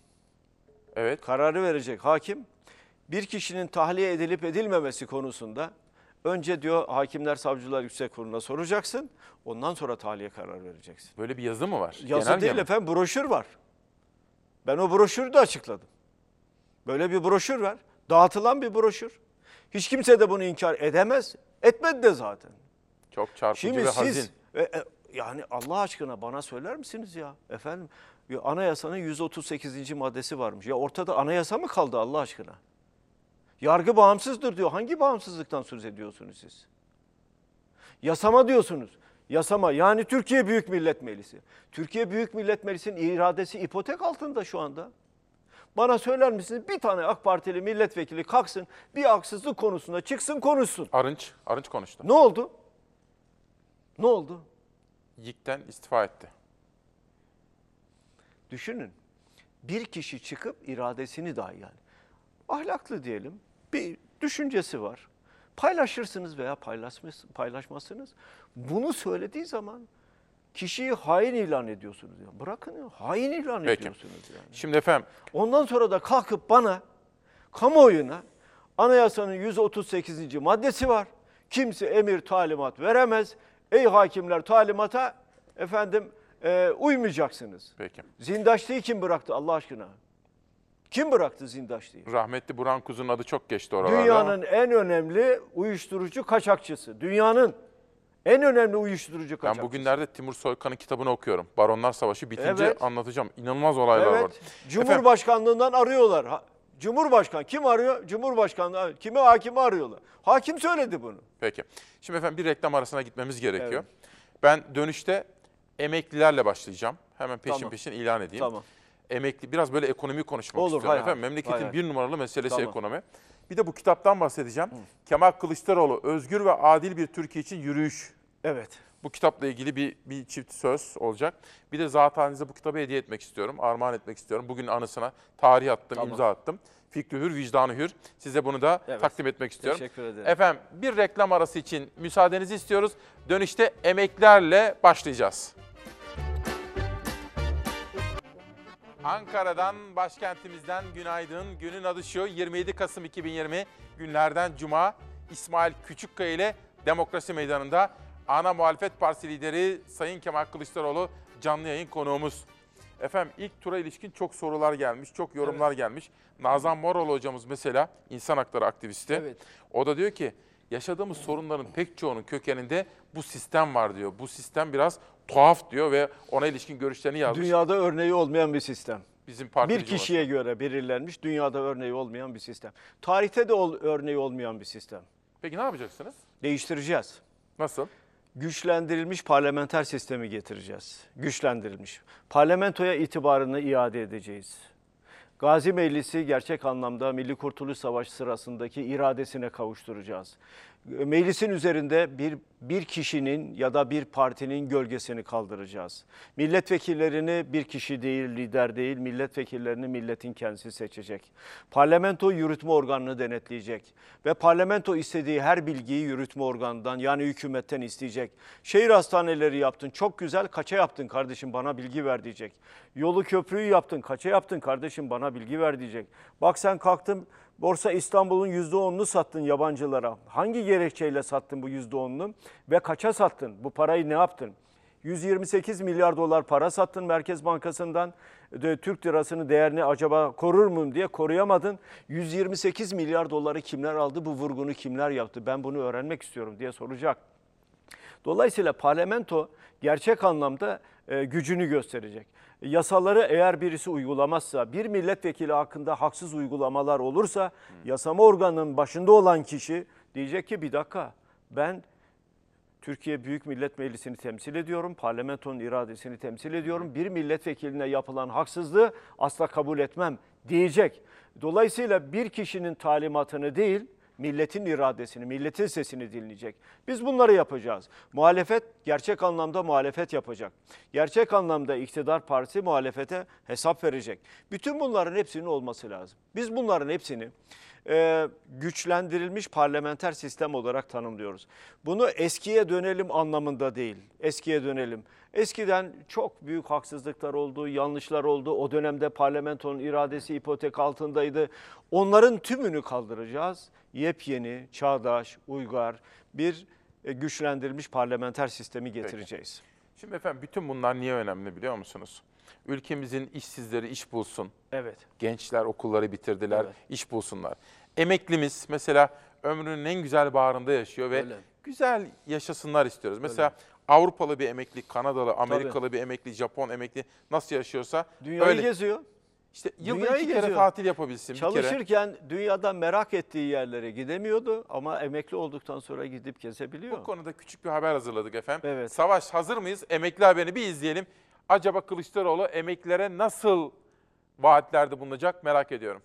Evet. Kararı verecek hakim. Bir kişinin tahliye edilip edilmemesi konusunda Önce diyor Hakimler Savcılar Yüksek Kurulu'na soracaksın. Ondan sonra tahliye kararı vereceksin. Böyle bir yazı mı var? Yazı Genelge değil mi? efendim, broşür var. Ben o broşürü de açıkladım. Böyle bir broşür var. Dağıtılan bir broşür. Hiç kimse de bunu inkar edemez. Etmedi de zaten. Çok çarpıcı Şimdi ve hazin. siz yani Allah aşkına bana söyler misiniz ya efendim? Anayasanın 138. maddesi varmış. Ya ortada anayasa mı kaldı Allah aşkına? Yargı bağımsızdır diyor. Hangi bağımsızlıktan söz ediyorsunuz siz? Yasama diyorsunuz. Yasama yani Türkiye Büyük Millet Meclisi. Türkiye Büyük Millet Meclisi'nin iradesi ipotek altında şu anda. Bana söyler misiniz bir tane AK Partili milletvekili kalksın bir haksızlık konusunda çıksın konuşsun. Arınç konuştu. Ne oldu? Ne oldu? YİK'ten istifa etti. Düşünün. Bir kişi çıkıp iradesini dahi yani ahlaklı diyelim bir düşüncesi var. Paylaşırsınız veya paylaşmazsınız. Bunu söylediği zaman kişiyi hain ilan ediyorsunuz. Ya. Bırakın ya, hain ilan ediyorsunuz. Yani. Şimdi efendim. Ondan sonra da kalkıp bana, kamuoyuna anayasanın 138. maddesi var. Kimse emir talimat veremez. Ey hakimler talimata efendim uymayacaksınız. Peki. Zindaşlığı kim bıraktı Allah aşkına? Kim bıraktı zindaşlığı? Rahmetli Burhan Kuzu'nun adı çok geçti oralarda. Dünyanın en önemli uyuşturucu kaçakçısı. Dünyanın en önemli uyuşturucu kaçakçısı. Ben bugünlerde Timur Soykan'ın kitabını okuyorum. Baronlar Savaşı bitince Evet. anlatacağım. İnanılmaz olaylar var. Cumhurbaşkanlığından arıyorlar. Cumhurbaşkanı kim arıyor? Cumhurbaşkanlığı kimi hakimi arıyorlar. Hakim söyledi bunu. Peki. Şimdi efendim bir reklam arasına gitmemiz gerekiyor. Evet. Ben dönüşte emeklilerle başlayacağım. Hemen Tamam. peşin ilan edeyim. Tamam. Emekli biraz böyle ekonomi konuşmak Olur, istiyorum. hay Efendim memleketin hay. bir numaralı meselesi Tamam. ekonomi. Bir de bu kitaptan bahsedeceğim. Kemal Kılıçdaroğlu Özgür ve Adil Bir Türkiye için Yürüyüş. Evet. Bu kitapla ilgili bir çift söz olacak. Bir de zaten halinize bu kitabı hediye etmek istiyorum. Armağan etmek istiyorum. Bugün anısına tarih attım, Tamam. imza attım. Fikri hür, vicdanı hür. Size bunu da takdim etmek istiyorum. Teşekkür ederim. Efendim bir reklam arası için müsaadenizi istiyoruz. Dönüşte emeklilerle başlayacağız. Ankara'dan, başkentimizden günaydın. Günün adı şu, 27 Kasım 2020 günlerden Cuma. İsmail Küçükkaya ile Demokrasi Meydanı'nda ana muhalefet partisi lideri Sayın Kemal Kılıçdaroğlu canlı yayın konuğumuz. Efendim ilk tura ilişkin çok sorular gelmiş, çok yorumlar gelmiş. Nazan Moroğlu hocamız mesela insan hakları aktivisti. Evet. O da diyor ki yaşadığımız sorunların pek çoğunun kökeninde bu sistem var diyor. Bu sistem biraz tuhaf diyor ve ona ilişkin görüşlerini yazmış. Dünyada örneği olmayan bir sistem. Bizim parti bir kişiye göre belirlenmiş, dünyada örneği olmayan bir sistem. Tarihte de örneği olmayan bir sistem. Peki ne yapacaksınız? Değiştireceğiz. Nasıl? Güçlendirilmiş parlamenter sistemi getireceğiz. Güçlendirilmiş. Parlamentoya itibarını iade edeceğiz. Gazi Meclisi gerçek anlamda Milli Kurtuluş Savaşı sırasındaki iradesine kavuşturacağız. Meclisin üzerinde bir kişinin ya da bir partinin gölgesini kaldıracağız. Milletvekillerini bir kişi değil, lider değil, milletvekillerini milletin kendisi seçecek. Parlamento yürütme organını denetleyecek ve parlamento istediği her bilgiyi yürütme organından yani hükümetten isteyecek. Şehir hastaneleri yaptın, çok güzel, kaça yaptın kardeşim bana bilgi ver diyecek. Yolu köprüyü yaptın, kaça yaptın kardeşim bana bilgi ver diyecek. Bak sen kalktın Borsa İstanbul'un %10'unu sattın yabancılara. Hangi gerekçeyle sattın bu %10'unu ve kaça sattın? Bu parayı ne yaptın? 128 milyar dolar para sattın Merkez Bankası'ndan. Türk lirasının değerini acaba korur muyum diye koruyamadın. 128 milyar doları kimler aldı? Bu vurgunu kimler yaptı? Ben bunu öğrenmek istiyorum diye soracak. Dolayısıyla parlamento gerçek anlamda gücünü gösterecek. Yasaları eğer birisi uygulamazsa, bir milletvekili hakkında haksız uygulamalar olursa yasama organının başında olan kişi diyecek ki bir dakika ben Türkiye Büyük Millet Meclisi'ni temsil ediyorum, parlamentonun iradesini temsil ediyorum. Bir milletvekiline yapılan haksızlığı asla kabul etmem diyecek. Dolayısıyla bir kişinin talimatını değil, milletin iradesini, milletin sesini dinleyecek. Biz bunları yapacağız. Muhalefet gerçek anlamda muhalefet yapacak. Gerçek anlamda iktidar partisi muhalefete hesap verecek. Bütün bunların hepsinin olması lazım. Biz bunların hepsini güçlendirilmiş parlamenter sistem olarak tanımlıyoruz. Bunu eskiye dönelim anlamında değil. Eskiye dönelim. Eskiden çok büyük haksızlıklar oldu, yanlışlar oldu. O dönemde parlamentonun iradesi ipotek altındaydı. Onların tümünü kaldıracağız. yepyeni, çağdaş, uygar bir güçlendirilmiş parlamenter sistemi getireceğiz. Peki. Şimdi efendim bütün bunlar niye önemli biliyor musunuz? Ülkemizin işsizleri iş bulsun. Evet. Gençler okulları bitirdiler, Evet. iş bulsunlar. Emeklimiz mesela ömrünün en güzel baharında yaşıyor ve Öyle. güzel yaşasınlar istiyoruz. Mesela Avrupalı bir emekli, Kanadalı, Amerikalı Tabii. bir emekli, Japon emekli nasıl yaşıyorsa Dünyayı öyle. geziyor. İşte yılda Dünyayı 2 kere geziyor. tatil yapabilsin. Bir kere. Çalışırken dünyada merak ettiği yerlere gidemiyordu ama emekli olduktan sonra gidip gezebiliyor. Bu konuda küçük bir haber hazırladık efendim. Evet. Savaş hazır mıyız? Emekli haberini bir izleyelim. Acaba Kılıçdaroğlu emeklilere nasıl vaatlerde bulunacak merak ediyorum.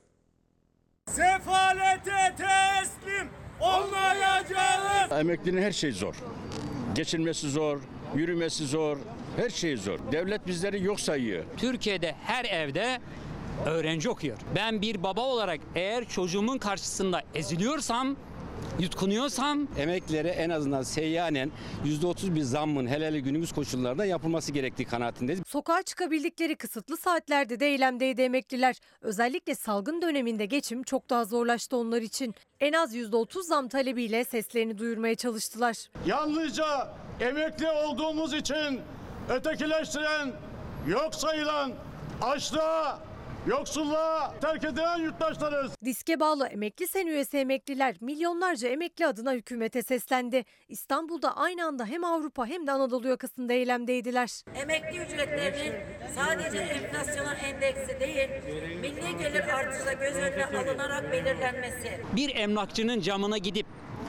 Sefalete teslim olmayacağız. Emeklinin her şeyi zor. Geçinmesi zor, yürümesi zor, her şey zor. Devlet bizleri yok sayıyor. Türkiye'de her evde öğrenci okuyor. Ben bir baba olarak eğer çocuğumun karşısında eziliyorsam, yutkunuyorsam Emeklilere en azından seyyanen %30 bir zammın hele günümüz koşullarında yapılması gerektiği kanaatindeyiz. Sokağa çıkabildikleri kısıtlı saatlerde de eylemdeydi emekliler. Özellikle salgın döneminde geçim çok daha zorlaştı onlar için. En az %30 zam talebiyle seslerini duyurmaya çalıştılar. Yalnızca emekli olduğumuz için ötekileştiren, yok sayılan, açlığa, yoksulluğa terk edilen yurttaşlarız. Diske bağlı emekli sen üyesi emekliler milyonlarca emekli adına hükümete seslendi. İstanbul'da aynı anda hem Avrupa hem de Anadolu yakasında eylemdeydiler. Emekli ücretlerinin sadece enflasyona endeksi değil, milli gelir artışla göz önüne alınarak belirlenmesi. bir emlakçının camına gidip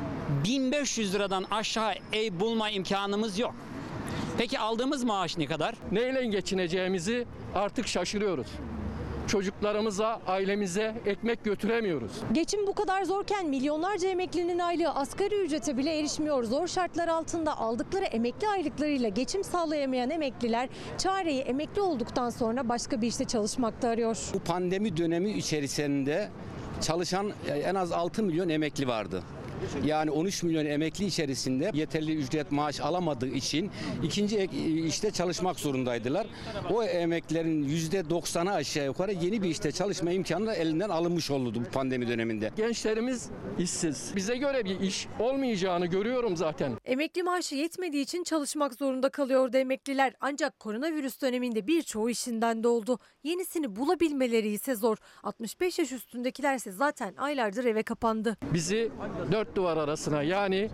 1500 liradan aşağı ev bulma imkanımız yok. Peki aldığımız maaş ne kadar? Neyle geçineceğimizi artık şaşırıyoruz. Çocuklarımıza, ailemize ekmek götüremiyoruz. Geçim bu kadar zorken milyonlarca emeklinin aylığı asgari ücrete bile erişmiyor. Zor şartlar altında aldıkları emekli aylıklarıyla geçim sağlayamayan emekliler çareyi emekli olduktan sonra başka bir işte çalışmakta arıyor. Bu pandemi dönemi içerisinde çalışan en az 6 milyon emekli vardı. Yani 13 milyon emekli içerisinde yeterli ücret maaş alamadığı için ikinci işte çalışmak zorundaydılar. O emeklilerin %90'ı aşağı yukarı yeni bir işte çalışma imkanı da elinden alınmış oldu bu pandemi döneminde. Gençlerimiz işsiz. Bize göre bir iş olmayacağını görüyorum zaten. Emekli maaşı yetmediği için çalışmak zorunda kalıyordu emekliler. Ancak koronavirüs döneminde birçoğu işinden de oldu. Yenisini bulabilmeleri ise zor. 65 yaş üstündekilerse zaten aylardır eve kapandı. Bizi dört duvar arasına yani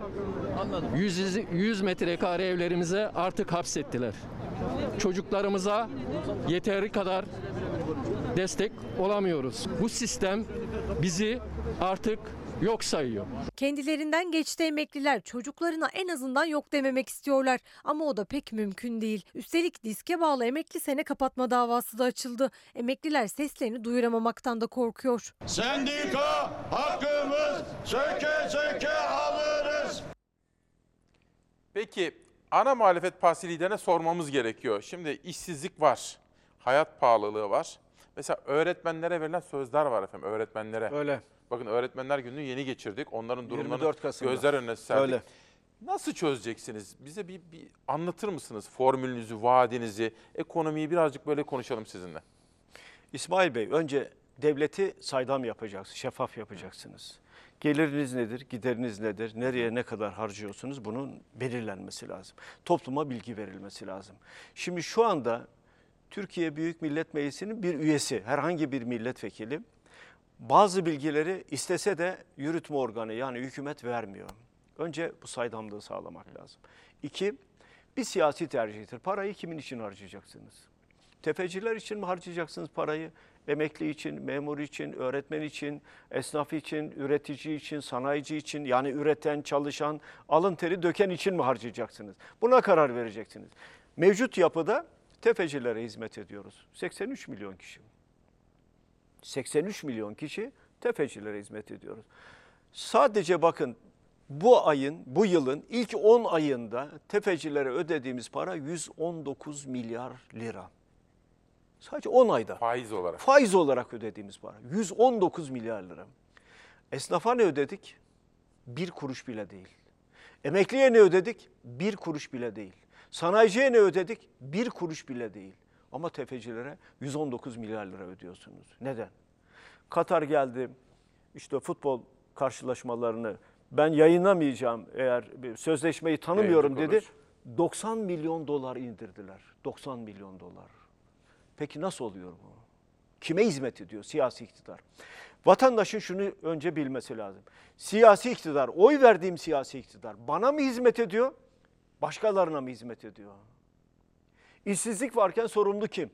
100 metrekare evlerimize artık hapsettiler. Çocuklarımıza yeteri kadar destek olamıyoruz. Bu sistem bizi artık yok sayıyor. Kendilerinden geçti emekliler çocuklarına en azından yok dememek istiyorlar ama o da pek mümkün değil. Üstelik diske bağlı emekli sene kapatma davası da açıldı. Emekliler seslerini duyuramamaktan da korkuyor. Sendika hakkımız söke söke alırız. Peki ana muhalefet partisi liderine sormamız gerekiyor. Şimdi işsizlik var, hayat pahalılığı var. Mesela öğretmenlere verilen sözler var efendim, öğretmenlere. Öyle. Bakın Öğretmenler Günü'nü yeni geçirdik. Onların durumlarını 24 Kasım'da. gözler önüne serdik. Öyle. Nasıl çözeceksiniz? Bize bir anlatır mısınız formülünüzü, vaadinizi, ekonomiyi birazcık böyle konuşalım sizinle. İsmail Bey, önce devleti saydam yapacaksınız, şeffaf yapacaksınız. Geliriniz nedir, gideriniz nedir, nereye ne kadar harcıyorsunuz bunun belirlenmesi lazım. Topluma bilgi verilmesi lazım. Şimdi şu anda Türkiye Büyük Millet Meclisi'nin bir üyesi, herhangi bir milletvekili bazı bilgileri istese de yürütme organı yani hükümet vermiyor. Önce bu saydamlığı sağlamak lazım. 2, bir siyasi tercihtir. Parayı kimin için harcayacaksınız? Tefeciler için mi harcayacaksınız parayı? Emekli için, memur için, öğretmen için, esnaf için, üretici için, sanayici için yani üreten, çalışan, alın teri döken için mi harcayacaksınız? Buna karar vereceksiniz. Mevcut yapıda tefecilere hizmet ediyoruz. 83 milyon kişi. 83 milyon kişi tefecilere hizmet ediyoruz. Sadece bakın bu yılın ilk 10 ayında tefecilere ödediğimiz para 119 milyar lira. Sadece 10 ayda. Faiz olarak. Faiz olarak ödediğimiz para 119 milyar lira. Esnafa ne ödedik? 1 kuruş bile değil. Emekliye ne ödedik? 1 kuruş bile değil. Sanayiciye ne ödedik? 1 kuruş bile değil. Ama tefecilere 119 milyar lira ödüyorsunuz. Neden? Katar geldi, işte futbol karşılaşmalarını ben yayınlamayacağım eğer sözleşmeyi tanımıyorum Yayıncılık dedi. 90 milyon dolar indirdiler. 90 milyon dolar. Peki nasıl oluyor bu? Kime hizmet ediyor siyasi iktidar? Vatandaşın şunu önce bilmesi lazım. Siyasi iktidar, oy verdiğim siyasi iktidar bana mı hizmet ediyor? Başkalarına mı hizmet ediyor? İşsizlik varken sorumlu kim?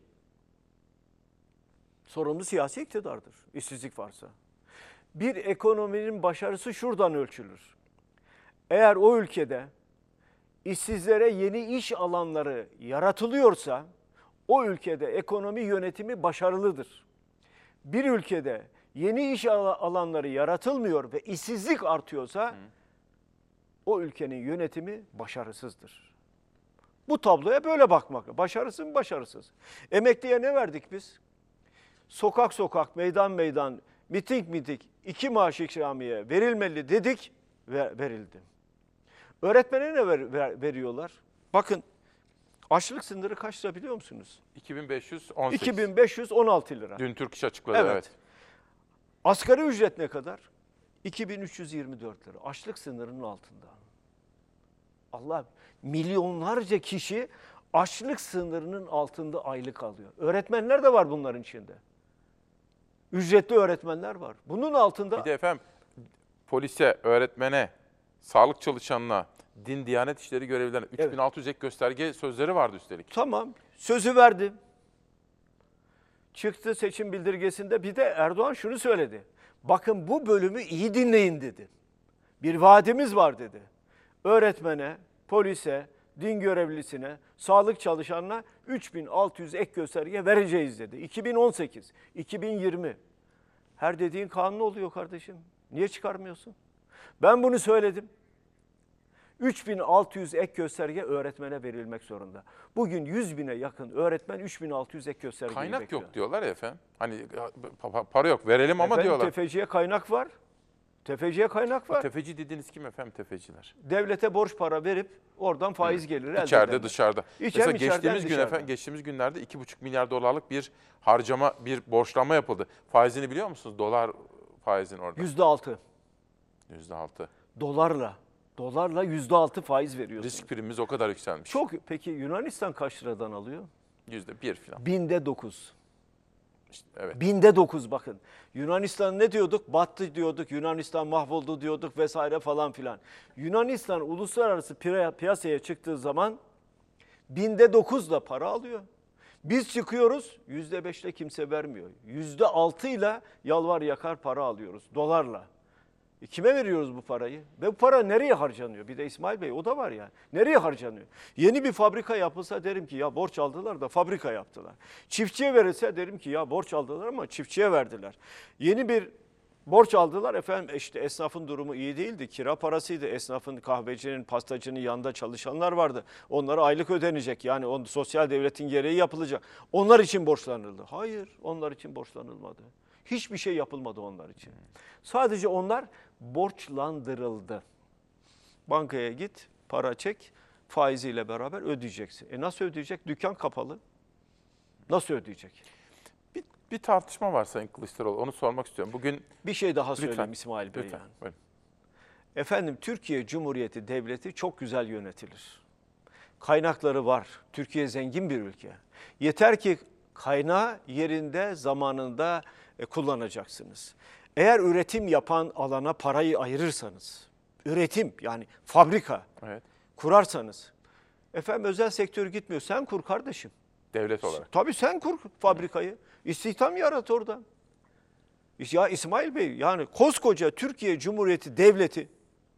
Sorumlu siyasi iktidardır, işsizlik varsa. Bir ekonominin başarısı şuradan ölçülür. Eğer o ülkede işsizlere yeni iş alanları yaratılıyorsa, o ülkede ekonomi yönetimi başarılıdır. Bir ülkede yeni iş alanları yaratılmıyor ve işsizlik artıyorsa, o ülkenin yönetimi başarısızdır. Bu tabloya böyle bakmak. Başarısız mı, başarısız. Emekliye ne verdik biz? Sokak sokak, meydan meydan, miting 2 maaş ikramiye verilmeli dedik ve verildi. Öğretmene ne veriyorlar? Bakın açlık sınırı kaç lira biliyor musunuz? 2518. 2516 lira. Dün Türk İş açıkladı, evet. Asgari ücret ne kadar? 2324 lira. Açlık sınırının altında. Allah, milyonlarca kişi açlık sınırının altında aylık alıyor. Öğretmenler de var bunların içinde. Ücretli öğretmenler var. Bunun altında... Bir de efendim polise, öğretmene, sağlık çalışanına, din, diyanet işleri görevlilerine 3600 ek gösterge sözleri vardı üstelik. Tamam, sözü verdi. Çıktı seçim bildirgesinde, bir de Erdoğan şunu söyledi. Bakın bu bölümü iyi dinleyin dedi. Bir vaadimiz var dedi. Öğretmene, polise, din görevlisine, sağlık çalışanına 3600 ek gösterge vereceğiz dedi. 2018, 2020. Her dediğin kanun oluyor kardeşim. Niye çıkarmıyorsun? Ben bunu söyledim. 3600 ek gösterge öğretmene verilmek zorunda. Bugün 100.000'e yakın öğretmen 3600 ek göstergeyi Kaynak bekliyor. yok diyorlar ya efendim. Hani para yok, verelim ama diyorlar. Tefeciye kaynak var. Tefeciye kaynak var. Tefeci dediğiniz kim efendim, tefeciler? Devlete borç para verip oradan faiz gelir elde İçeride, edenler. dışarıda. Mesela geçtiğimiz günlerde 2,5 milyar dolarlık bir harcama, bir borçlanma yapıldı. Faizini biliyor musunuz? Dolar faizini orada. %6. %6. Dolarla %6 faiz veriyorsunuz. Risk primimiz o kadar yükselmiş. Çok. Peki Yunanistan kaç liradan alıyor? %1 falan. Binde 9. İşte, evet. Binde 9 bakın. Yunanistan ne diyorduk? Battı diyorduk, Yunanistan mahvoldu diyorduk vesaire falan filan. Yunanistan uluslararası piyasaya çıktığı zaman binde 9'la para alıyor. Biz çıkıyoruz, %5'le kimse vermiyor. %6'yla yalvar yakar para alıyoruz, dolarla. Kime veriyoruz bu parayı? Ve bu para nereye harcanıyor? Bir de İsmail Bey, o da var yani. Nereye harcanıyor? Yeni bir fabrika yapılsa derim ki ya borç aldılar da fabrika yaptılar. Çiftçiye verilse derim ki ya borç aldılar ama çiftçiye verdiler. Yeni bir borç aldılar, efendim işte esnafın durumu iyi değildi. Kira parasıydı. Esnafın, kahvecinin, pastacının yanında çalışanlar vardı. Onlara aylık ödenecek. Yani on, sosyal devletin gereği yapılacak. Onlar için borçlanıldı. Hayır, onlar için borçlanılmadı. Hiçbir şey yapılmadı onlar için. Sadece onlar borçlandırıldı. Bankaya git, para çek, faiziyle beraber ödeyeceksin. Nasıl ödeyecek? Dükkan kapalı. Nasıl ödeyecek? Bir tartışma var Sayın Kılıçdaroğlu. Onu sormak istiyorum. Bugün bir şey daha söyleyeyim İsmail Bey. Lütfen. Yani. Efendim, Türkiye Cumhuriyeti Devleti çok güzel yönetilir. Kaynakları var. Türkiye zengin bir ülke. Yeter ki kaynağı yerinde, zamanında kullanacaksınız. Eğer üretim yapan alana parayı ayırırsanız, üretim yani fabrika kurarsanız, efendim özel sektör gitmiyor. Sen kur kardeşim. Devlet olarak. Tabii sen kur fabrikayı. İstihdam yarat orada. Ya İsmail Bey, yani koskoca Türkiye Cumhuriyeti Devleti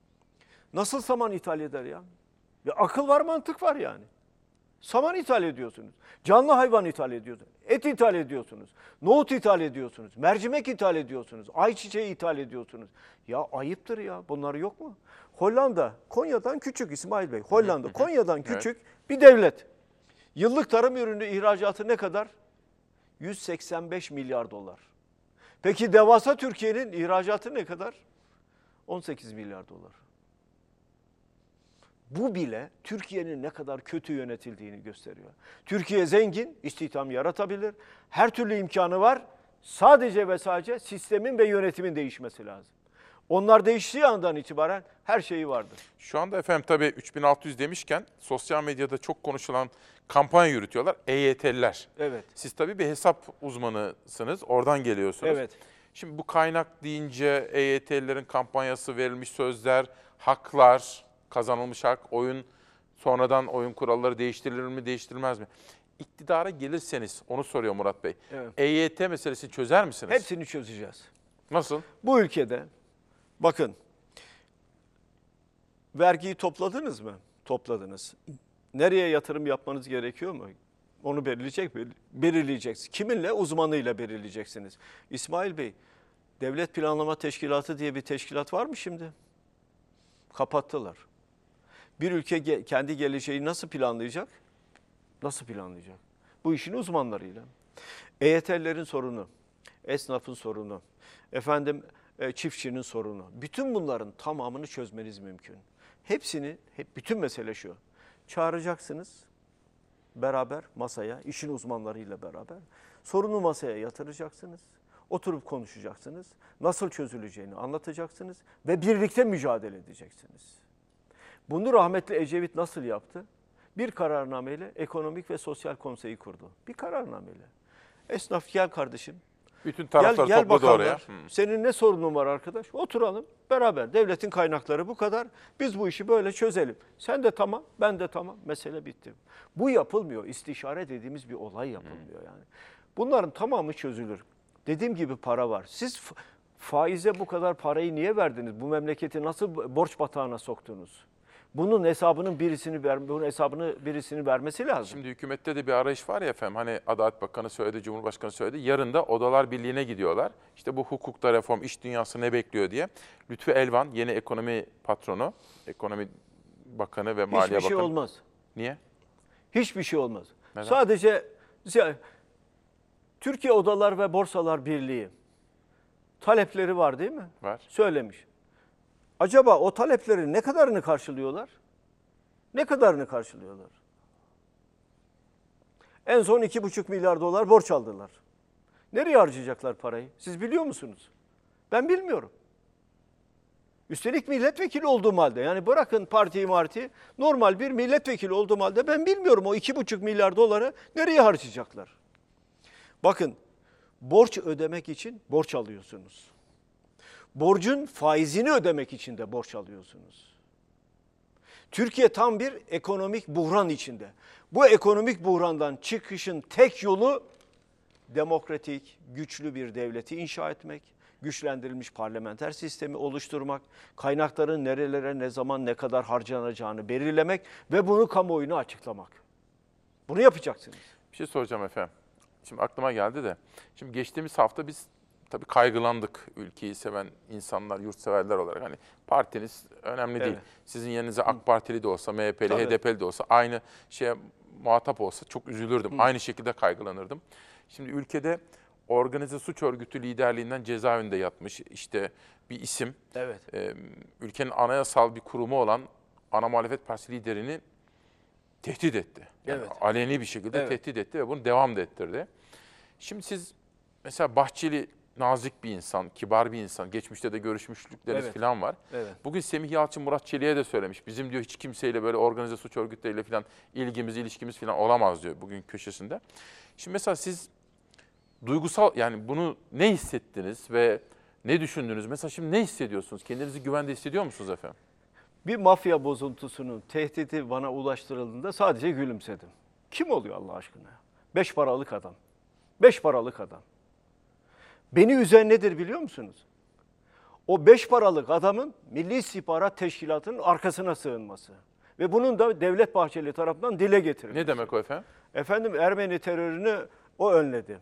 nasıl saman ithal eder ya? Ya akıl var, mantık var yani. Saman ithal ediyorsunuz. Canlı hayvan ithal ediyorsunuz. Et ithal ediyorsunuz. Nohut ithal ediyorsunuz. Mercimek ithal ediyorsunuz. Ayçiçeği ithal ediyorsunuz. Ya ayıptır ya. Bunlar yok mu? Hollanda, Konya'dan küçük İsmail Bey. Hollanda, Konya'dan küçük bir devlet. Yıllık tarım ürünü ihracatı ne kadar? 185 milyar dolar. Peki devasa Türkiye'nin ihracatı ne kadar? 18 milyar dolar. Bu bile Türkiye'nin ne kadar kötü yönetildiğini gösteriyor. Türkiye zengin, istihdam yaratabilir. Her türlü imkanı var. Sadece ve sadece sistemin ve yönetimin değişmesi lazım. Onlar değiştiği andan itibaren her şeyi vardır. Şu anda efendim tabii 3600 demişken sosyal medyada çok konuşulan kampanya yürütüyorlar. EYT'liler. Evet. Siz tabii bir hesap uzmanısınız. Oradan geliyorsunuz. Evet. Şimdi bu kaynak deyince EYT'lilerin kampanyası, verilmiş sözler, haklar, kazanılmış hak, sonradan oyun kuralları değiştirilir mi, değiştirilmez mi? İktidara gelirseniz onu soruyor Murat Bey. Evet. EYT meselesini çözer misiniz? Hepsini çözeceğiz. Nasıl? Bu ülkede bakın vergiyi topladınız mı? Topladınız. Nereye yatırım yapmanız gerekiyor mu? Onu belirleyeceksiniz. Kiminle? Uzmanıyla belirleyeceksiniz. İsmail Bey, Devlet Planlama Teşkilatı diye bir teşkilat var mı şimdi? Kapattılar. Bir ülke kendi geleceği nasıl planlayacak? Nasıl planlayacak? Bu işin uzmanlarıyla. EYT'lilerin sorunu, esnafın sorunu, çiftçinin sorunu. Bütün bunların tamamını çözmeniz mümkün. Bütün mesele şu. Çağıracaksınız beraber masaya, işin uzmanlarıyla beraber. Sorunu masaya yatıracaksınız. Oturup konuşacaksınız. Nasıl çözüleceğini anlatacaksınız ve birlikte mücadele edeceksiniz. Bunu rahmetli Ecevit nasıl yaptı? Bir kararnameyle Ekonomik ve Sosyal Konseyi kurdu. Bir kararnameyle. Esnaf gel kardeşim. Bütün tarafları gel topladı oraya. Senin ne sorunun var arkadaş? Oturalım beraber. Devletin kaynakları bu kadar. Biz bu işi böyle çözelim. Sen de tamam, ben de tamam. Mesele bitti. Bu yapılmıyor. İstişare dediğimiz bir olay yapılmıyor yani. Bunların tamamı çözülür. Dediğim gibi para var. Siz faize bu kadar parayı niye verdiniz? Bu memleketi nasıl borç batağına soktunuz? Bunun hesabını birisinin vermesi lazım. Şimdi hükümette de bir arayış var ya efendim. Hani Adalet Bakanı söyledi, Cumhurbaşkanı söyledi. Yarın da Odalar Birliği'ne gidiyorlar. İşte bu hukukta reform, iş dünyası ne bekliyor diye. Lütfü Elvan, yeni ekonomi patronu, ekonomi bakanı ve maliye bakanı. Hiçbir şey olmaz. Niye? Hiçbir şey olmaz. Neden? Sadece Türkiye Odalar ve Borsalar Birliği talepleri var değil mi? Var. Söylemiş. Acaba o taleplerin ne kadarını karşılıyorlar? Ne kadarını karşılıyorlar? En son 2,5 milyar dolar borç aldılar. Nereye harcayacaklar parayı? Siz biliyor musunuz? Ben bilmiyorum. Üstelik milletvekili olduğum halde, yani bırakın partiyi normal bir milletvekili olduğum halde ben bilmiyorum o 2,5 milyar doları nereye harcayacaklar? Bakın, borç ödemek için borç alıyorsunuz. Borcun faizini ödemek için de borç alıyorsunuz. Türkiye tam bir ekonomik buhran içinde. Bu ekonomik buhrandan çıkışın tek yolu demokratik, güçlü bir devleti inşa etmek, güçlendirilmiş parlamenter sistemi oluşturmak, kaynakların nerelere, ne zaman, ne kadar harcanacağını belirlemek ve bunu kamuoyuna açıklamak. Bunu yapacaksınız. Bir şey soracağım efendim. Şimdi aklıma geldi de. Şimdi geçtiğimiz hafta biz tabii kaygılandık, ülkeyi seven insanlar, yurtseverler olarak. Hani partiniz önemli değil. Sizin yerinize AK Partili de olsa, MHP'li, Tabii. HDP'li de olsa aynı şeye muhatap olsa çok üzülürdüm. Aynı şekilde kaygılanırdım. Şimdi ülkede organize suç örgütü liderliğinden cezaevinde yatmış işte bir isim. Evet. Ülkenin anayasal bir kurumu olan ana muhalefet partisi liderini tehdit etti. Yani Evet. aleni bir şekilde Evet. tehdit etti ve bunu devam da ettirdi. Şimdi siz mesela Bahçeli nazik bir insan, kibar bir insan. Geçmişte de görüşmüşlükleriniz Evet. falan var. Evet. Bugün Semih Yalçın Murat Çelik'e de söylemiş. Bizim diyor hiç kimseyle böyle organize suç örgütleriyle falan ilgimiz, ilişkimiz falan olamaz diyor bugün köşesinde. Şimdi mesela siz duygusal, yani bunu ne hissettiniz ve ne düşündünüz? Mesela şimdi ne hissediyorsunuz? Kendinizi güvende hissediyor musunuz efendim? Bir mafya bozuntusunun tehdidi bana ulaştırıldığında sadece gülümsedim. Kim oluyor Allah aşkına? 5 paralık adam. 5 paralık adam. Beni üzen nedir biliyor musunuz? O 5 paralık adamın Milli İstihbarat Teşkilatı'nın arkasına sığınması. Ve bunun da Devlet Bahçeli tarafından dile getirilmesi. Ne demek o efendim? Efendim Ermeni terörünü o önledi.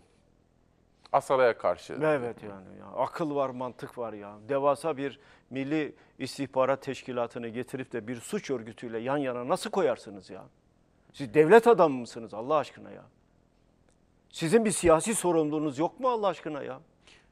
Asaraya karşı. Evet yani ya. Akıl var, mantık var ya. Devasa bir Milli İstihbarat Teşkilatı'nı getirip de bir suç örgütüyle yan yana nasıl koyarsınız ya? Siz devlet adamı mısınız Allah aşkına ya? Sizin bir siyasi sorumluluğunuz yok mu Allah aşkına ya?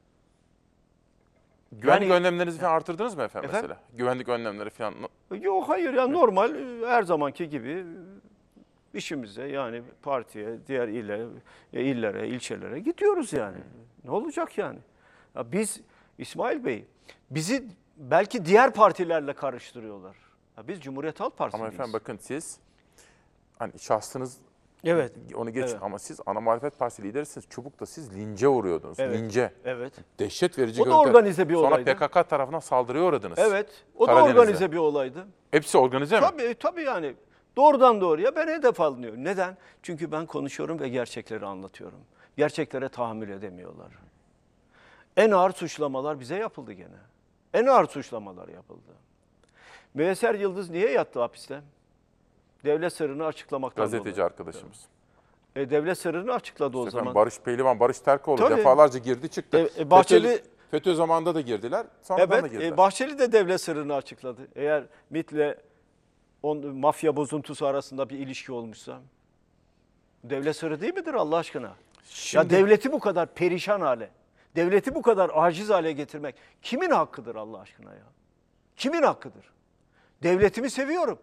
Güvenlik önlemlerinizi falan artırdınız mı efendim, Efendim? mesela? Güvenlik önlemleri falan. Yok hayır ya, normal her zamanki gibi işimize, yani partiye, diğer illere, ilçelere gidiyoruz yani. Ne olacak yani? Ya biz İsmail Bey, bizi belki diğer partilerle karıştırıyorlar. Ya biz Cumhuriyet Halk Partisi'yiz. Ama efendim bakın siz hani şahsınız evet. onu geçin Evet. ama siz ana muhalefet partisi liderisiniz. Çubuk'ta siz lince uğruyordunuz. Evet. Lince. Evet. Dehşet verici O da görüntüler. organize bir Sonra olaydı. PKK tarafından saldırıya uğradınız. Evet. O da Karadeniz'de. organize bir olaydı. Hepsi organize mi? Tabii yani. Doğrudan doğruya ben hedef alınıyor. Neden? Çünkü ben konuşuyorum ve gerçekleri anlatıyorum. Gerçeklere tahammül edemiyorlar. En ağır suçlamalar bize yapıldı gene. En ağır suçlamalar yapıldı. Müyesser Yıldız niye yattı hapiste? Devlet sırrını açıklamaktan Gazeteci dolayı. arkadaşımız. Devlet sırrını açıkladı o İşte zaman. Barış Pehlivan, Barış Terkoğlu Tabii. defalarca girdi çıktı. Bahçeli FETÖ zamanında da girdiler. Sonradan da girdiler. Evet, Bahçeli de devlet sırrını açıkladı. Eğer MİT'le mafya bozuntusu arasında bir ilişki olmuşsa, devlet sırrı değil midir Allah aşkına? Ya devleti bu kadar perişan hale, devleti bu kadar aciz hale getirmek kimin hakkıdır Allah aşkına ya? Kimin hakkıdır? Devletimi seviyorum.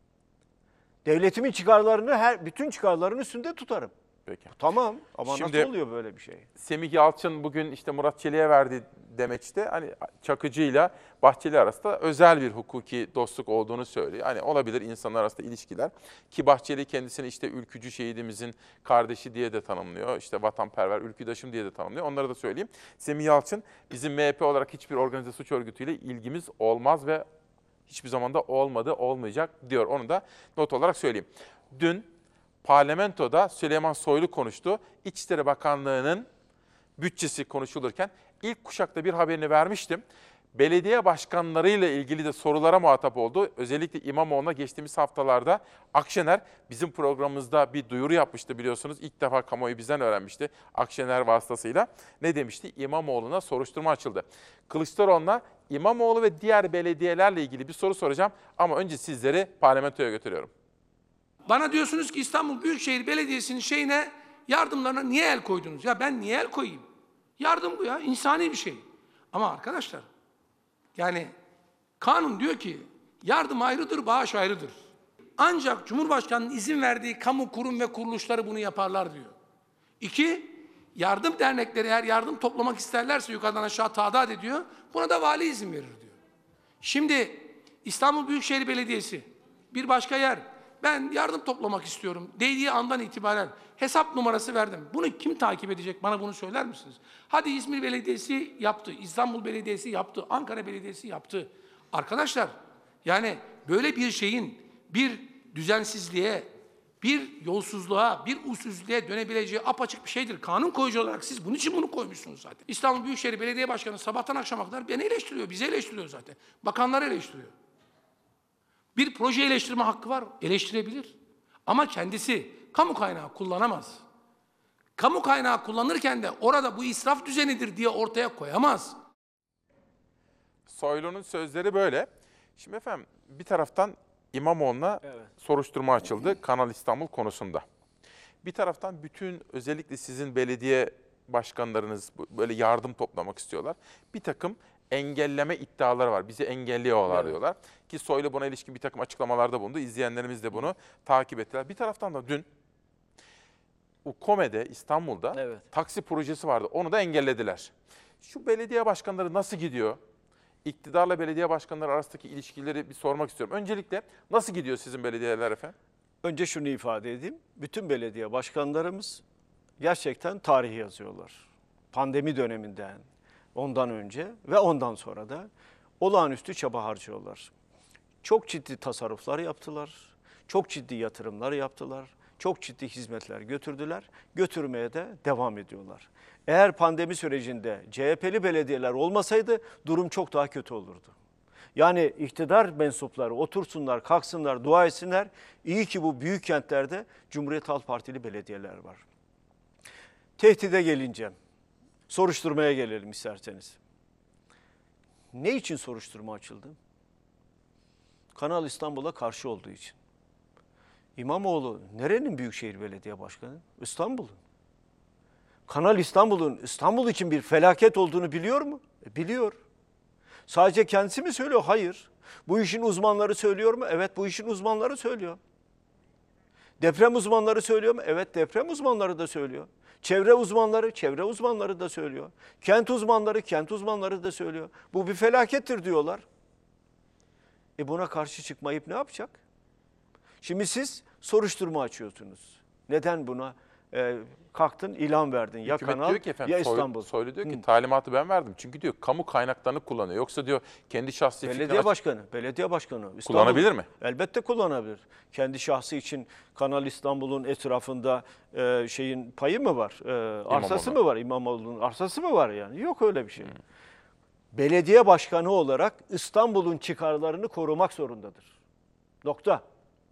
Devletimin çıkarlarını bütün çıkarların üstünde tutarım. Peki. Tamam ama Şimdi, nasıl oluyor böyle bir şey? Semih Yalçın bugün işte Murat Çelik'e verdiği demeçte hani Çakıcı ile Bahçeli arasında özel bir hukuki dostluk olduğunu söylüyor. Hani olabilir insanlar arasında ilişkiler ki Bahçeli kendisini işte ülkücü şehidimizin kardeşi diye de tanımlıyor. İşte vatanperver, ülküdaşım diye de tanımlıyor. Onları da söyleyeyim. Semih Yalçın bizim MHP olarak hiçbir organize suç örgütüyle ilgimiz olmaz ve hiçbir zaman da olmadı, olmayacak diyor. Onu da not olarak söyleyeyim. Dün parlamentoda Süleyman Soylu konuştu. İçişleri Bakanlığı'nın bütçesi konuşulurken ilk kuşakta bir haberini vermiştim. Belediye başkanlarıyla ilgili de sorulara muhatap oldu. Özellikle İmamoğlu'na geçtiğimiz haftalarda Akşener bizim programımızda bir duyuru yapmıştı biliyorsunuz. İlk defa kamuoyu bizden öğrenmişti Akşener vasıtasıyla. Ne demişti? İmamoğlu'na soruşturma açıldı. Kılıçdaroğlu'na İmamoğlu ve diğer belediyelerle ilgili bir soru soracağım. Ama önce sizleri parlamentoya götürüyorum. Bana diyorsunuz ki İstanbul Büyükşehir Belediyesi'nin şeyine, yardımlarına niye el koydunuz? Ya ben niye el koyayım? Yardım bu ya, insani bir şey. Ama arkadaşlar, yani kanun diyor ki yardım ayrıdır, bağış ayrıdır. Ancak Cumhurbaşkanı'nın izin verdiği kamu kurum ve kuruluşları bunu yaparlar diyor. 2, yardım dernekleri eğer yardım toplamak isterlerse yukarıdan aşağı tadat ediyor, buna da vali izin verir diyor. Şimdi İstanbul Büyükşehir Belediyesi, bir başka yer, ben yardım toplamak istiyorum dediği andan itibaren hesap numarası verdim. Bunu kim takip edecek? Bana bunu söyler misiniz? Hadi İzmir Belediyesi yaptı, İstanbul Belediyesi yaptı, Ankara Belediyesi yaptı. Arkadaşlar yani böyle bir şeyin bir düzensizliğe, bir yolsuzluğa, bir usulsüzlüğe dönebileceği apaçık bir şeydir. Kanun koyucu olarak siz bunun için bunu koymuşsunuz zaten. İstanbul Büyükşehir Belediye Başkanı sabahtan akşama kadar beni eleştiriyor, bizi eleştiriyor zaten. Bakanları eleştiriyor. Bir proje eleştirme hakkı var, eleştirebilir. Ama kendisi kamu kaynağı kullanamaz. Kamu kaynağı kullanırken de orada bu israf düzenidir diye ortaya koyamaz. Soylu'nun sözleri böyle. Şimdi efendim bir taraftan İmamoğlu'na soruşturma açıldı Kanal İstanbul konusunda. Bir taraftan bütün özellikle sizin belediye başkanlarınız böyle yardım toplamak istiyorlar. Bir takım engelleme iddiaları var. Bizi engelliyorlar diyorlar. Ki Soylu buna ilişkin bir takım açıklamalarda bulundu. İzleyenlerimiz de bunu takip ettiler. Bir taraftan da dün UKOME'de İstanbul'da taksi projesi vardı. Onu da engellediler. Şu belediye başkanları nasıl gidiyor? İktidarla belediye başkanları arasındaki ilişkileri bir sormak istiyorum. Öncelikle nasıl gidiyor sizin belediyeler efendim? Önce şunu ifade edeyim. Bütün belediye başkanlarımız gerçekten tarih yazıyorlar. Pandemi döneminden, ondan önce ve ondan sonra da olağanüstü çaba harcıyorlar. Çok ciddi tasarruflar yaptılar, çok ciddi yatırımlar yaptılar, çok ciddi hizmetler götürdüler, götürmeye de devam ediyorlar. Eğer pandemi sürecinde CHP'li belediyeler olmasaydı durum çok daha kötü olurdu. Yani iktidar mensupları otursunlar, kalksınlar, dua etsinler. İyi ki bu büyük kentlerde Cumhuriyet Halk Partili belediyeler var. Tehdide gelince, soruşturmaya gelelim isterseniz. Ne için soruşturma açıldı? Kanal İstanbul'a karşı olduğu için. İmamoğlu nerenin Büyükşehir Belediye Başkanı? İstanbul'un. Kanal İstanbul'un İstanbul için bir felaket olduğunu biliyor mu? Biliyor. Sadece kendisi mi söylüyor? Hayır. Bu işin uzmanları söylüyor mu? Evet, bu işin uzmanları söylüyor. Deprem uzmanları söylüyor mu? Evet, deprem uzmanları da söylüyor. Çevre uzmanları da söylüyor. Kent uzmanları da söylüyor. Bu bir felakettir diyorlar. Buna karşı çıkmayıp ne yapacak? Şimdi siz soruşturma açıyorsunuz. Neden buna kalktın, ilan verdin? Ya Hükümet Kanal diyor ki efendim, ya İstanbul. Soylu diyor ki talimatı ben verdim. Çünkü diyor kamu kaynaklarını kullanıyor. Yoksa diyor kendi şahsi Belediye başkanı İstanbul, kullanabilir mi? Elbette kullanabilir. Kendi şahsı için Kanal İstanbul'un etrafında şeyin payı mı var? Arsası mı var? İmamoğlu'nun arsası mı var yani? Yok öyle bir şey. Belediye başkanı olarak İstanbul'un çıkarlarını korumak zorundadır. Nokta.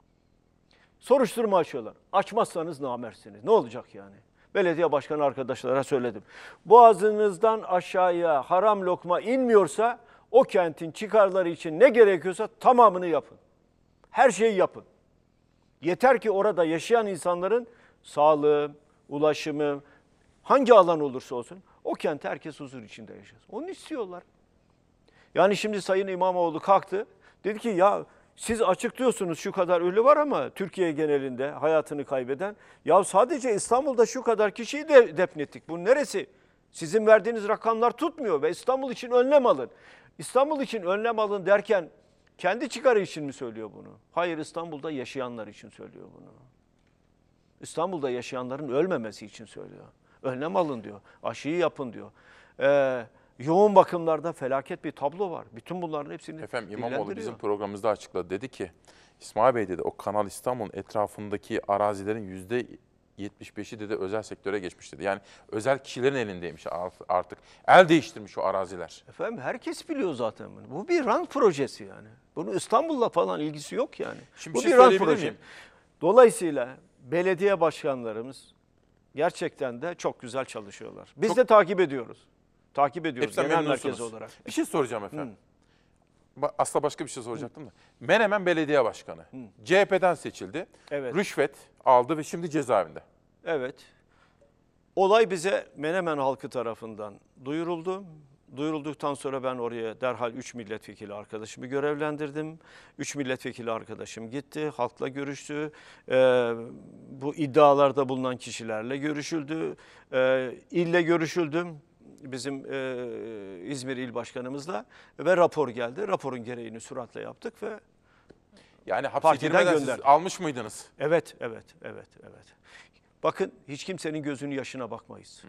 Soruşturma açıyorlar. Açmazsanız namertsiniz. Ne olacak yani? Belediye başkanı arkadaşlara söyledim. Boğazınızdan aşağıya haram lokma inmiyorsa o kentin çıkarları için ne gerekiyorsa tamamını yapın. Her şeyi yapın. Yeter ki orada yaşayan insanların sağlığı, ulaşımı, hangi alan olursa olsun o kentte herkes huzur içinde yaşasın. Onu istiyorlar. Yani şimdi Sayın İmamoğlu kalktı. Dedi ki ya siz açıklıyorsunuz şu kadar ölü var ama Türkiye genelinde hayatını kaybeden. Ya sadece İstanbul'da şu kadar kişiyi de defnettik. Bu neresi? Sizin verdiğiniz rakamlar tutmuyor ve İstanbul için önlem alın. İstanbul için önlem alın derken kendi çıkarı için mi söylüyor bunu? Hayır, İstanbul'da yaşayanlar için söylüyor bunu. İstanbul'da yaşayanların ölmemesi için söylüyor. Önlem alın diyor. Aşıyı yapın diyor. Yoğun bakımlarda felaket bir tablo var. Bütün bunların hepsini efendim İmamoğlu bizim programımızda açıkladı. Dedi ki İsmail Bey dedi o Kanal İstanbul'un etrafındaki arazilerin %75'i dedi özel sektöre geçmiş dedi. Yani özel kişilerin elindeymiş artık. El değiştirmiş o araziler. Efendim herkes biliyor zaten bunu. Bu bir rant projesi yani. Bunun İstanbul'la falan ilgisi yok yani. Şimdi bu bir bir rant projesi. projesi. Dolayısıyla belediye başkanlarımız gerçekten de çok güzel çalışıyorlar. Biz de takip ediyoruz. Takip ediyoruz genel merkez olarak. Bir şey soracağım efendim. Aslında başka bir şey soracaktım da. Menemen Belediye Başkanı. CHP'den seçildi. Evet. Rüşvet aldı ve şimdi cezaevinde. Evet. Olay bize Menemen halkı tarafından duyuruldu. Duyurulduktan sonra ben oraya derhal 3 milletvekili arkadaşımı görevlendirdim. 3 milletvekili arkadaşım gitti, halkla görüştü. Bu iddialarda bulunan kişilerle görüşüldü. İlle görüşüldüm. Bizim İzmir İl Başkanımızla ve rapor geldi. Raporun gereğini süratle yaptık ve yani hapse girmeden siz almış mıydınız? Evet. Bakın hiç kimsenin gözünün yaşına bakmayız.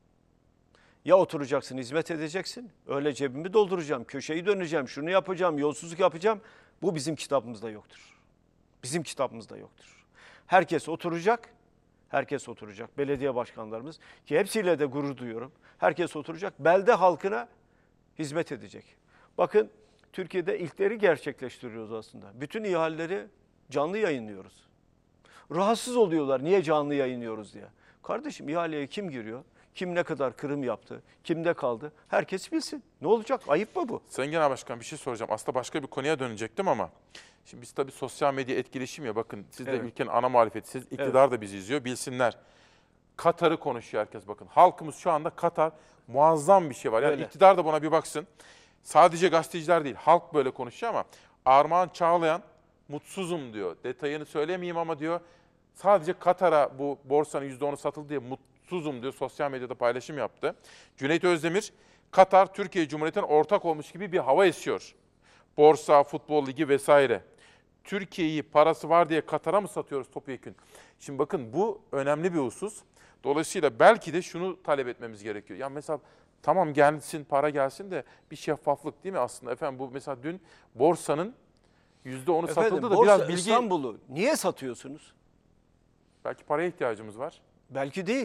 Ya oturacaksın, hizmet edeceksin. Öyle cebimi dolduracağım, köşeyi döneceğim, şunu yapacağım, yolsuzluk yapacağım. Bu bizim kitabımızda yoktur. Bizim kitabımızda yoktur. Herkes oturacak. Belediye başkanlarımız ki hepsiyle de gurur duyuyorum. Herkes oturacak. Belde halkına hizmet edecek. Bakın Türkiye'de ilkleri gerçekleştiriyoruz aslında. Bütün ihaleleri canlı yayınlıyoruz. Rahatsız oluyorlar niye canlı yayınlıyoruz diye. Kardeşim ihaleye kim giriyor? Kim ne kadar kırım yaptı? Kimde kaldı? Herkes bilsin. Ne olacak? Ayıp mı bu? Sayın Genel Başkan bir şey soracağım. Aslında başka bir konuya dönecektim ama şimdi biz tabii sosyal medya etkileşim ya bakın siz de ülkenin ana muhalefeti, siz iktidar da bizi izliyor bilsinler. Katar'ı konuşuyor herkes bakın. Halkımız şu anda Katar muazzam bir şey var. Yani iktidar da buna bir baksın. Sadece gazeteciler değil halk böyle konuşuyor ama Armağan Çağlayan mutsuzum diyor. Detayını söylemeyeyim ama diyor sadece Katar'a bu borsanın %10'u satıldı diye mutsuzum diyor. Sosyal medyada paylaşım yaptı. Cüneyt Özdemir, Katar Türkiye Cumhuriyeti'ne ortak olmuş gibi bir hava esiyor. Borsa, futbol ligi vesaire. Türkiye'yi parası var diye Katar'a mı satıyoruz topyekün? Şimdi bakın bu önemli bir husus. Dolayısıyla belki de şunu talep etmemiz gerekiyor. Ya mesela tamam gelsin para gelsin de bir şeffaflık değil mi aslında? Efendim bu mesela dün borsanın %10'u satıldı da biraz bilgi... İstanbul'u niye satıyorsunuz? Belki paraya ihtiyacımız var. Belki değil.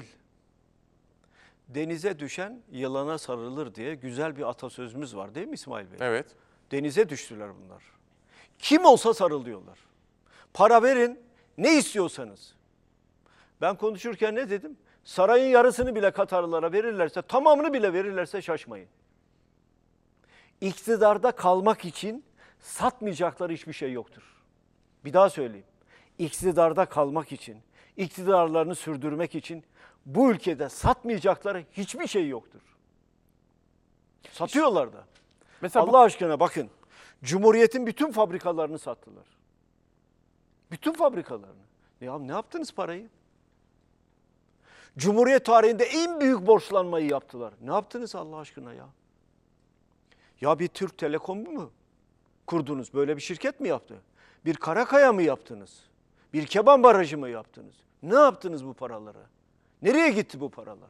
Denize düşen yılana sarılır diye güzel bir atasözümüz var değil mi İsmail Bey? Evet. Denize düştüler bunlar. Kim olsa sarıl diyorlar. Para verin, ne istiyorsanız. Ben konuşurken ne dedim? Sarayın yarısını bile Katarlılara verirlerse, tamamını bile verirlerse şaşmayın. İktidarda kalmak için satmayacakları hiçbir şey yoktur. Bir daha söyleyeyim. İktidarda kalmak için, iktidarlarını sürdürmek için bu ülkede satmayacakları hiçbir şey yoktur. Satıyorlar da. Mesela Allah aşkına bakın. Cumhuriyet'in bütün fabrikalarını sattılar. Bütün fabrikalarını. Ya ne yaptınız parayı? Cumhuriyet tarihinde en büyük borçlanmayı yaptılar. Ne yaptınız Allah aşkına ya? Ya bir Türk Telekom'u mu kurdunuz? Böyle bir şirket mi yaptı? Bir Karakaya mı yaptınız? Bir Keban Barajı mı yaptınız? Ne yaptınız bu paralara? Nereye gitti bu paralar?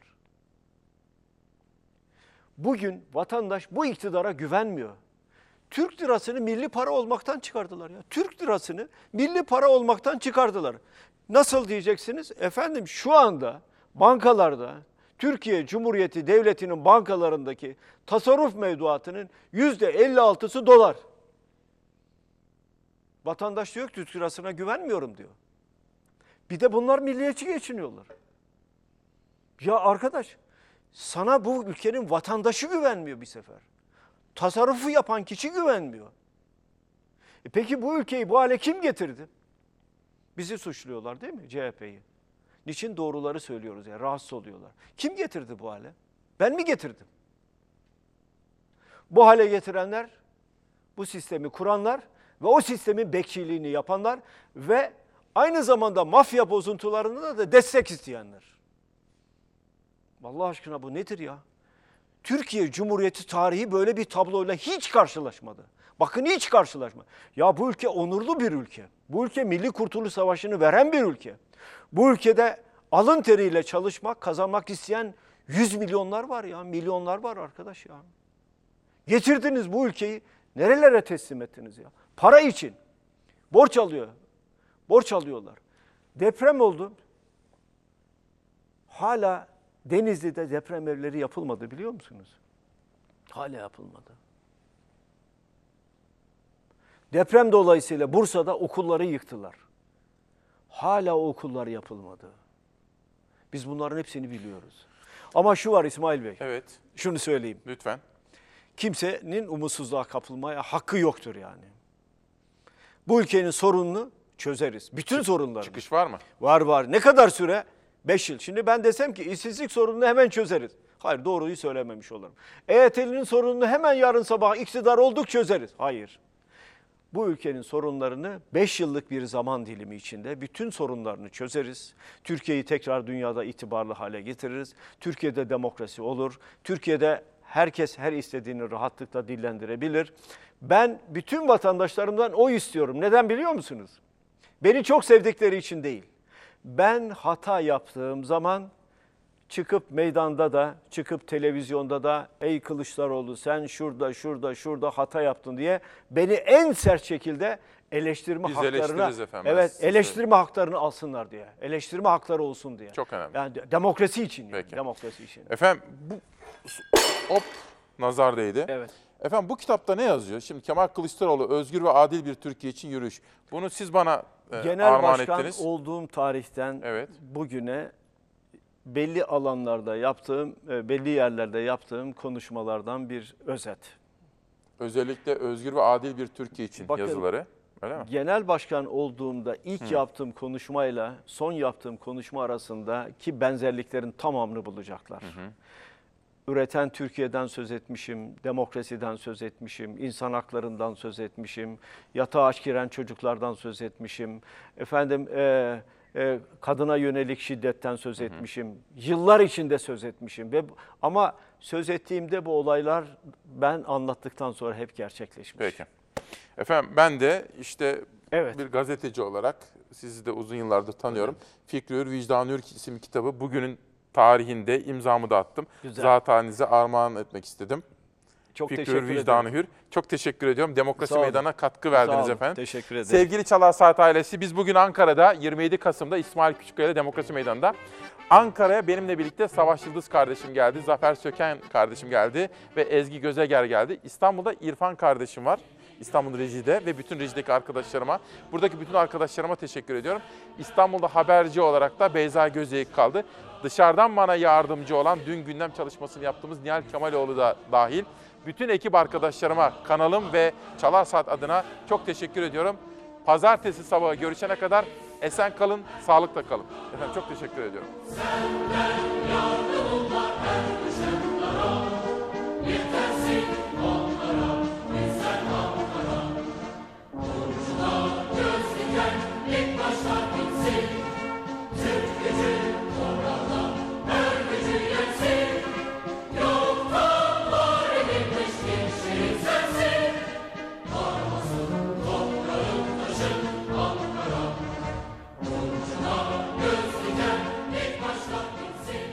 Bugün vatandaş bu iktidara güvenmiyor. Türk lirasını milli para olmaktan çıkardılar ya. Türk lirasını milli para olmaktan çıkardılar. Nasıl diyeceksiniz? Efendim şu anda bankalarda Türkiye Cumhuriyeti Devleti'nin bankalarındaki tasarruf mevduatının %56'sı dolar. Vatandaş diyor ki Türk lirasına güvenmiyorum diyor. Bir de bunlar milliyetçi geçiniyorlar. Ya arkadaş sana bu ülkenin vatandaşı güvenmiyor bir sefer. Tasarrufu yapan kişi güvenmiyor. Peki bu ülkeyi bu hale kim getirdi? Bizi suçluyorlar değil mi CHP'yi? Niçin doğruları söylüyoruz ya, rahatsız oluyorlar. Kim getirdi bu hale? Ben mi getirdim? Bu hale getirenler, bu sistemi kuranlar ve o sistemin bekçiliğini yapanlar ve aynı zamanda mafya bozuntularına da destek isteyenler. Allah aşkına bu nedir ya? Türkiye Cumhuriyeti tarihi böyle bir tabloyla hiç karşılaşmadı. Bakın hiç karşılaşmadı. Ya bu ülke onurlu bir ülke. Bu ülke Milli Kurtuluş Savaşı'nı veren bir ülke. Bu ülkede alın teriyle çalışmak, kazanmak isteyen 100 milyonlar var ya, milyonlar var arkadaş ya. Getirdiniz bu ülkeyi, nerelere teslim ettiniz ya? Para için. Borç alıyor. Borç alıyorlar. Deprem oldu. Hala Denizli'de deprem evleri yapılmadı biliyor musunuz? Hala yapılmadı. Deprem dolayısıyla Bursa'da okulları yıktılar. Hala o okullar yapılmadı. Biz bunların hepsini biliyoruz. Ama şu var İsmail Bey. Evet. Şunu söyleyeyim. Lütfen. Kimsenin umutsuzluğa kapılmaya hakkı yoktur yani. Bu ülkenin sorununu çözeriz. Bütün sorunları. Çıkış var mı? Var. Ne kadar süre? 5 yıl. Şimdi ben desem ki işsizlik sorununu hemen çözeriz. Hayır, doğruyu söylememiş olurum. EYT'linin sorununu hemen yarın sabah iktidar olduk çözeriz. Hayır. Bu ülkenin sorunlarını 5 yıllık bir zaman dilimi içinde bütün sorunlarını çözeriz. Türkiye'yi tekrar dünyada itibarlı hale getiririz. Türkiye'de demokrasi olur. Türkiye'de herkes her istediğini rahatlıkla dillendirebilir. Ben bütün vatandaşlarımdan oy istiyorum. Neden biliyor musunuz? Beni çok sevdikleri için değil. Ben hata yaptığım zaman çıkıp meydanda da, çıkıp televizyonda da ey Kılıçdaroğlu sen şurada hata yaptın diye beni en sert şekilde eleştirme haklarına, evet, eleştirme haklarını alsınlar diye. Eleştirme hakları olsun diye. Çok önemli. Yani demokrasi için. Peki. Demokrasi için. Efendim hop nazar değdi. Evet. Efendim bu kitapta ne yazıyor? Şimdi Kemal Kılıçdaroğlu özgür ve adil bir Türkiye için yürüyüş. Bunu siz bana Genel armağan başkan ettiniz. olduğum tarihten bugüne belli alanlarda yaptığım, belli yerlerde yaptığım konuşmalardan bir özet. Özellikle özgür ve adil bir Türkiye için Bakın, yazıları. Öyle mi? Genel başkan olduğumda ilk yaptığım konuşmayla son yaptığım konuşma arasındaki benzerliklerin tamamını bulacaklar. Üreten Türkiye'den söz etmişim, demokrasiden söz etmişim, insan haklarından söz etmişim, yatağa aç giren çocuklardan söz etmişim, kadına yönelik şiddetten söz etmişim, yıllar içinde söz etmişim. Ama söz ettiğimde bu olaylar ben anlattıktan sonra hep gerçekleşmiş. Peki. Efendim ben de işte bir gazeteci olarak sizi de uzun yıllardır tanıyorum. Fikri Hür, Vicdanı Hür isimli kitabı bugünün tarihinde imzamı da attım. Güzel. Zat halinize armağan etmek istedim. Çok Fikri teşekkür Hür, Vicdanı ederim. Hür. Çok teşekkür ediyorum. Demokrasi Sağ olun. Meydanı'na katkı verdiniz Sağ olun. efendim. Teşekkür ederim. Sevgili Çalar Saat ailesi, biz bugün Ankara'da 27 Kasım'da İsmail Küçükkaya Demokrasi Meydanı'nda. Ankara'ya benimle birlikte Savaş Yıldız kardeşim geldi, Zafer Söken kardeşim geldi ve Ezgi Gözeger geldi. İstanbul'da İrfan kardeşim var. İstanbul Reji'de ve bütün Reji'deki arkadaşlarıma, buradaki bütün arkadaşlarıma teşekkür ediyorum. İstanbul'da haberci olarak da Beyza Gözeyik kaldı. Dışarıdan bana yardımcı olan, dün gündem çalışmasını yaptığımız Nihal Kemaloğlu da dahil. Bütün ekip arkadaşlarıma, kanalım ve Çalar Saat adına çok teşekkür ediyorum. Pazartesi sabahı görüşene kadar esen kalın, sağlıkla kalın. Efendim çok teşekkür ediyorum.